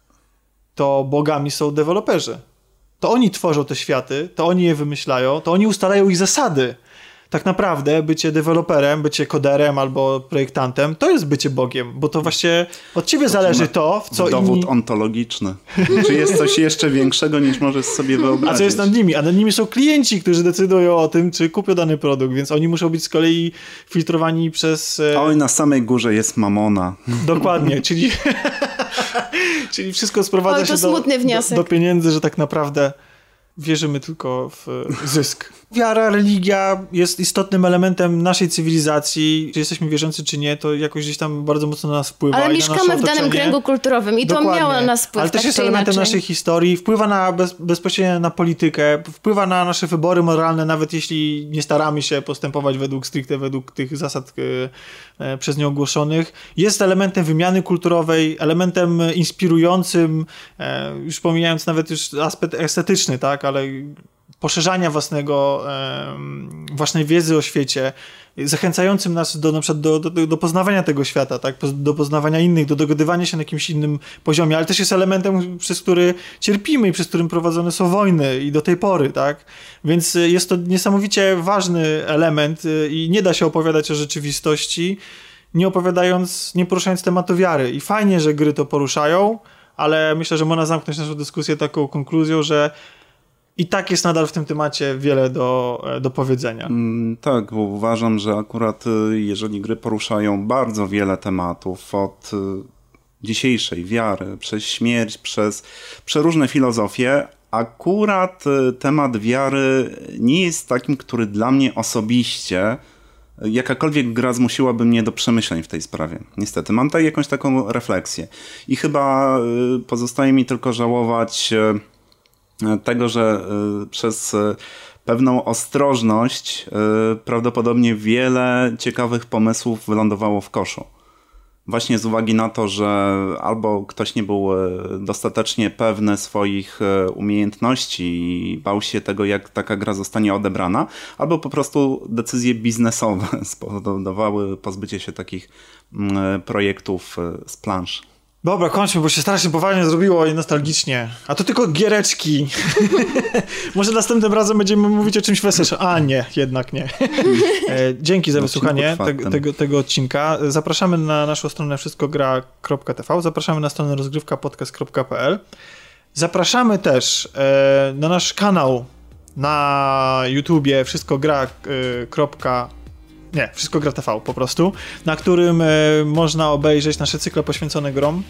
to bogami są deweloperzy. To oni tworzą te światy, to oni je wymyślają, to oni ustalają ich zasady. Tak naprawdę bycie deweloperem, bycie koderem albo projektantem, to jest bycie Bogiem, bo to właśnie od ciebie zależy to, w co Dowód inni... ontologiczny. Czy jest coś jeszcze większego, niż możesz sobie wyobrazić? A co jest nad nimi? A nad nimi są klienci, którzy decydują o tym, czy kupią dany produkt, więc oni muszą być z kolei filtrowani przez... e, Oj, na samej górze jest mamona. Dokładnie, czyli... czyli wszystko sprowadza Oj, to się do, smutny do, wniosek. do pieniędzy, że tak naprawdę wierzymy tylko w zysk. Wiara, religia jest istotnym elementem naszej cywilizacji. Czy jesteśmy wierzący, czy nie, to jakoś gdzieś tam bardzo mocno na nas wpływa. Ale i na mieszkamy nasze w danym otoczenie. kręgu kulturowym i to Dokładnie. miało na nas wpływ, Ale też tak jest czy elementem inaczej. naszej historii, wpływa na bez, bezpośrednio na politykę, wpływa na nasze wybory moralne, nawet jeśli nie staramy się postępować według stricte, według tych zasad e, e, przez nie ogłoszonych. Jest elementem wymiany kulturowej, elementem inspirującym, e, już pomijając nawet już aspekt estetyczny, tak, ale poszerzania własnego, e, własnej wiedzy o świecie, zachęcającym nas do, na przykład do, do, do poznawania tego świata, tak? Do poznawania innych, do dogadywania się na jakimś innym poziomie, ale też jest elementem, przez który cierpimy i przez którym prowadzone są wojny i do tej pory, tak? Więc jest to niesamowicie ważny element i nie da się opowiadać o rzeczywistości, nie opowiadając, nie poruszając tematu wiary. I fajnie, że gry to poruszają, ale myślę, że można zamknąć naszą dyskusję taką konkluzją, że i tak jest nadal w tym temacie wiele do, do powiedzenia. Mm, tak, bo uważam, że akurat y, jeżeli gry poruszają bardzo wiele tematów, od y, dzisiejszej wiary, przez śmierć, przez przeróżne filozofie, akurat y, temat wiary nie jest takim, który dla mnie osobiście jakakolwiek gra zmusiłaby mnie do przemyśleń w tej sprawie. Niestety, mam tutaj jakąś taką refleksję. I chyba y, pozostaje mi tylko żałować y, tego, że y, przez y, pewną ostrożność y, prawdopodobnie wiele ciekawych pomysłów wylądowało w koszu. Właśnie z uwagi na to, że albo ktoś nie był y, dostatecznie pewny swoich y, umiejętności i bał się tego, jak taka gra zostanie odebrana, albo po prostu decyzje biznesowe spowodowały pozbycie się takich y, projektów y, z plansz. Dobra, kończmy, bo się strasznie poważnie zrobiło i nostalgicznie. A to tylko giereczki. Może następnym razem będziemy mówić o czymś weselszym. A nie, jednak nie. E, Dzięki za wysłuchanie te, tego, tego odcinka. Zapraszamy na naszą stronę wszystkogra kropka t v. Zapraszamy na stronę rozgrywka podcast kropka p l. Zapraszamy też e, na nasz kanał na YouTubie wszystkogra. E, Nie, Wszystko Gra T V po prostu, na którym e, można obejrzeć nasze cykle poświęcone grom,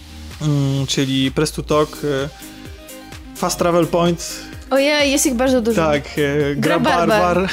mm, czyli Press to Talk, e, Fast Travel Point, Ojej, jest ich bardzo dużo. tak, e, Gra Barbar. Barbar,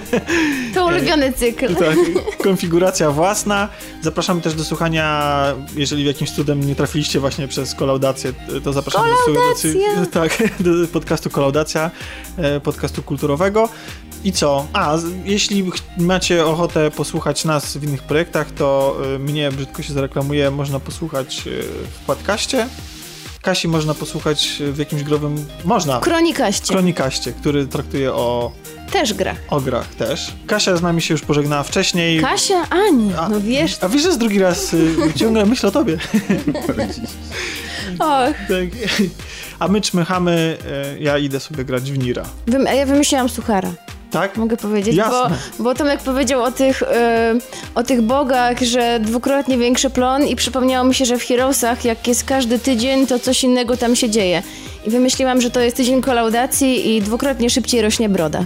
To ulubiony cykl. tak, konfiguracja własna. Zapraszamy też do słuchania, jeżeli jakimś cudem nie trafiliście właśnie przez Kolaudację, to zapraszamy Kolaudacja! do, do, tak, do podcastu Kolaudacja, e, podcastu kulturowego. I co? A, jeśli macie ochotę posłuchać nas w innych projektach, to y, mnie, brzydko się zareklamuję, można posłuchać y, w podcaście. Kasi można posłuchać w jakimś growym... Można. Kronikaście. Kronikaście, który traktuje o... Też gra. O grach też. Kasia z nami się już pożegnała wcześniej. Kasia? Ani, A, no wiesz. A wiesz, że z drugi raz y, ciągle myślę o tobie. Och. Tak. A my czmychamy, y, ja idę sobie grać w Nira. Wym- a ja wymyśliłam suchara. Tak? Mogę powiedzieć, Jasne. bo, bo Tomek powiedział o tych, y, o tych bogach, że dwukrotnie większy plon i przypomniało mi się, że w Heroesach jak jest każdy tydzień, to coś innego tam się dzieje. I wymyśliłam, że to jest tydzień kolaudacji i dwukrotnie szybciej rośnie broda.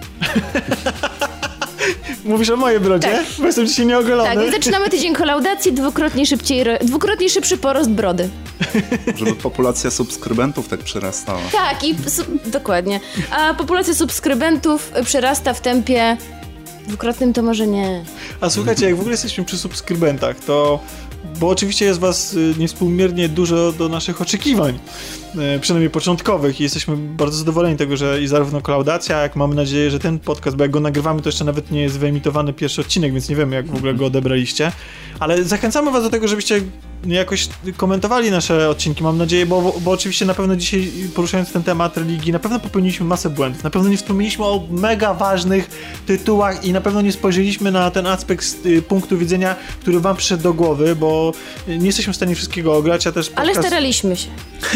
Mówisz o mojej brodzie? Tak. Bo jestem dzisiaj nieogolony. Tak, więc zaczynamy tydzień kolaudacji, dwukrotnie szybciej, ro- dwukrotnie szybszy porost brody. Żeby populacja subskrybentów tak przyrastała. Tak, i su- dokładnie. A populacja subskrybentów przerasta w tempie dwukrotnym, to może nie. A słuchajcie, jak w ogóle jesteśmy przy subskrybentach, to... Bo oczywiście jest was y, niewspółmiernie dużo do naszych oczekiwań, y, przynajmniej początkowych, i jesteśmy bardzo zadowoleni tego, że i zarówno kolaudacja, jak mamy nadzieję, że ten podcast, bo jak go nagrywamy, to jeszcze nawet nie jest wyemitowany pierwszy odcinek, więc nie wiemy, jak w ogóle go odebraliście, ale zachęcamy was do tego, żebyście jakoś komentowali nasze odcinki, mam nadzieję, bo, bo oczywiście na pewno dzisiaj, poruszając ten temat religii, na pewno popełniliśmy masę błędów, na pewno nie wspomnieliśmy o mega ważnych tytułach i na pewno nie spojrzeliśmy na ten aspekt z y, punktu widzenia, który wam przyszedł do głowy, bo nie jesteśmy w stanie wszystkiego ograć, a też podcast... Ale staraliśmy się.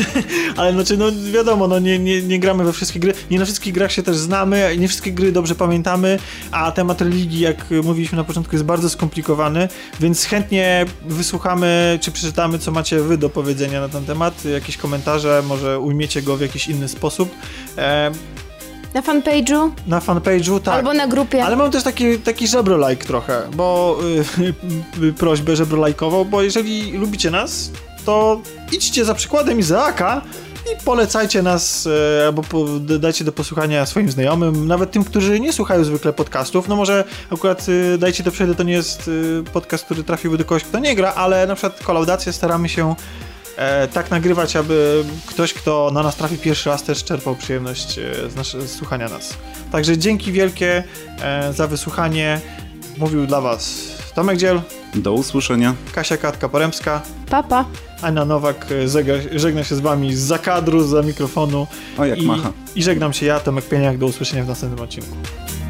Ale znaczy, no wiadomo, no nie, nie, nie gramy we wszystkie gry, nie na wszystkich grach się też znamy, nie wszystkie gry dobrze pamiętamy, a temat religii, jak mówiliśmy na początku, jest bardzo skomplikowany, więc chętnie wysłuchamy, czy przeczytamy, co macie wy do powiedzenia na ten temat, jakieś komentarze, może ujmiecie go w jakiś inny sposób. E, Na fanpage'u? na fanpage'u, tak. Albo na grupie. Ale mam też taki, taki żebro-like trochę, bo y, prośbę żebro-lajkową, bo jeżeli lubicie nas, to idźcie za przykładem Izaaka i polecajcie nas, e, albo po, dajcie do posłuchania swoim znajomym, nawet tym, którzy nie słuchają zwykle podcastów. No może akurat e, dajcie do przejdę, to nie jest e, podcast, który trafiłby do kogoś, kto nie gra, ale na przykład kolaudację staramy się e, tak nagrywać, aby ktoś, kto na nas trafi pierwszy raz, też czerpał przyjemność e, z, nasze, z słuchania nas. Także dzięki wielkie e, za wysłuchanie. Mówił dla was Tomek Dziel, Do usłyszenia. Kasia Katka-Poremska, Papa. Anna Nowak żegna, żegna się z wami zza kadru, zza mikrofonu. O, jak I, macha. I żegnam się ja, Tomek Pieniak. Do usłyszenia w następnym odcinku.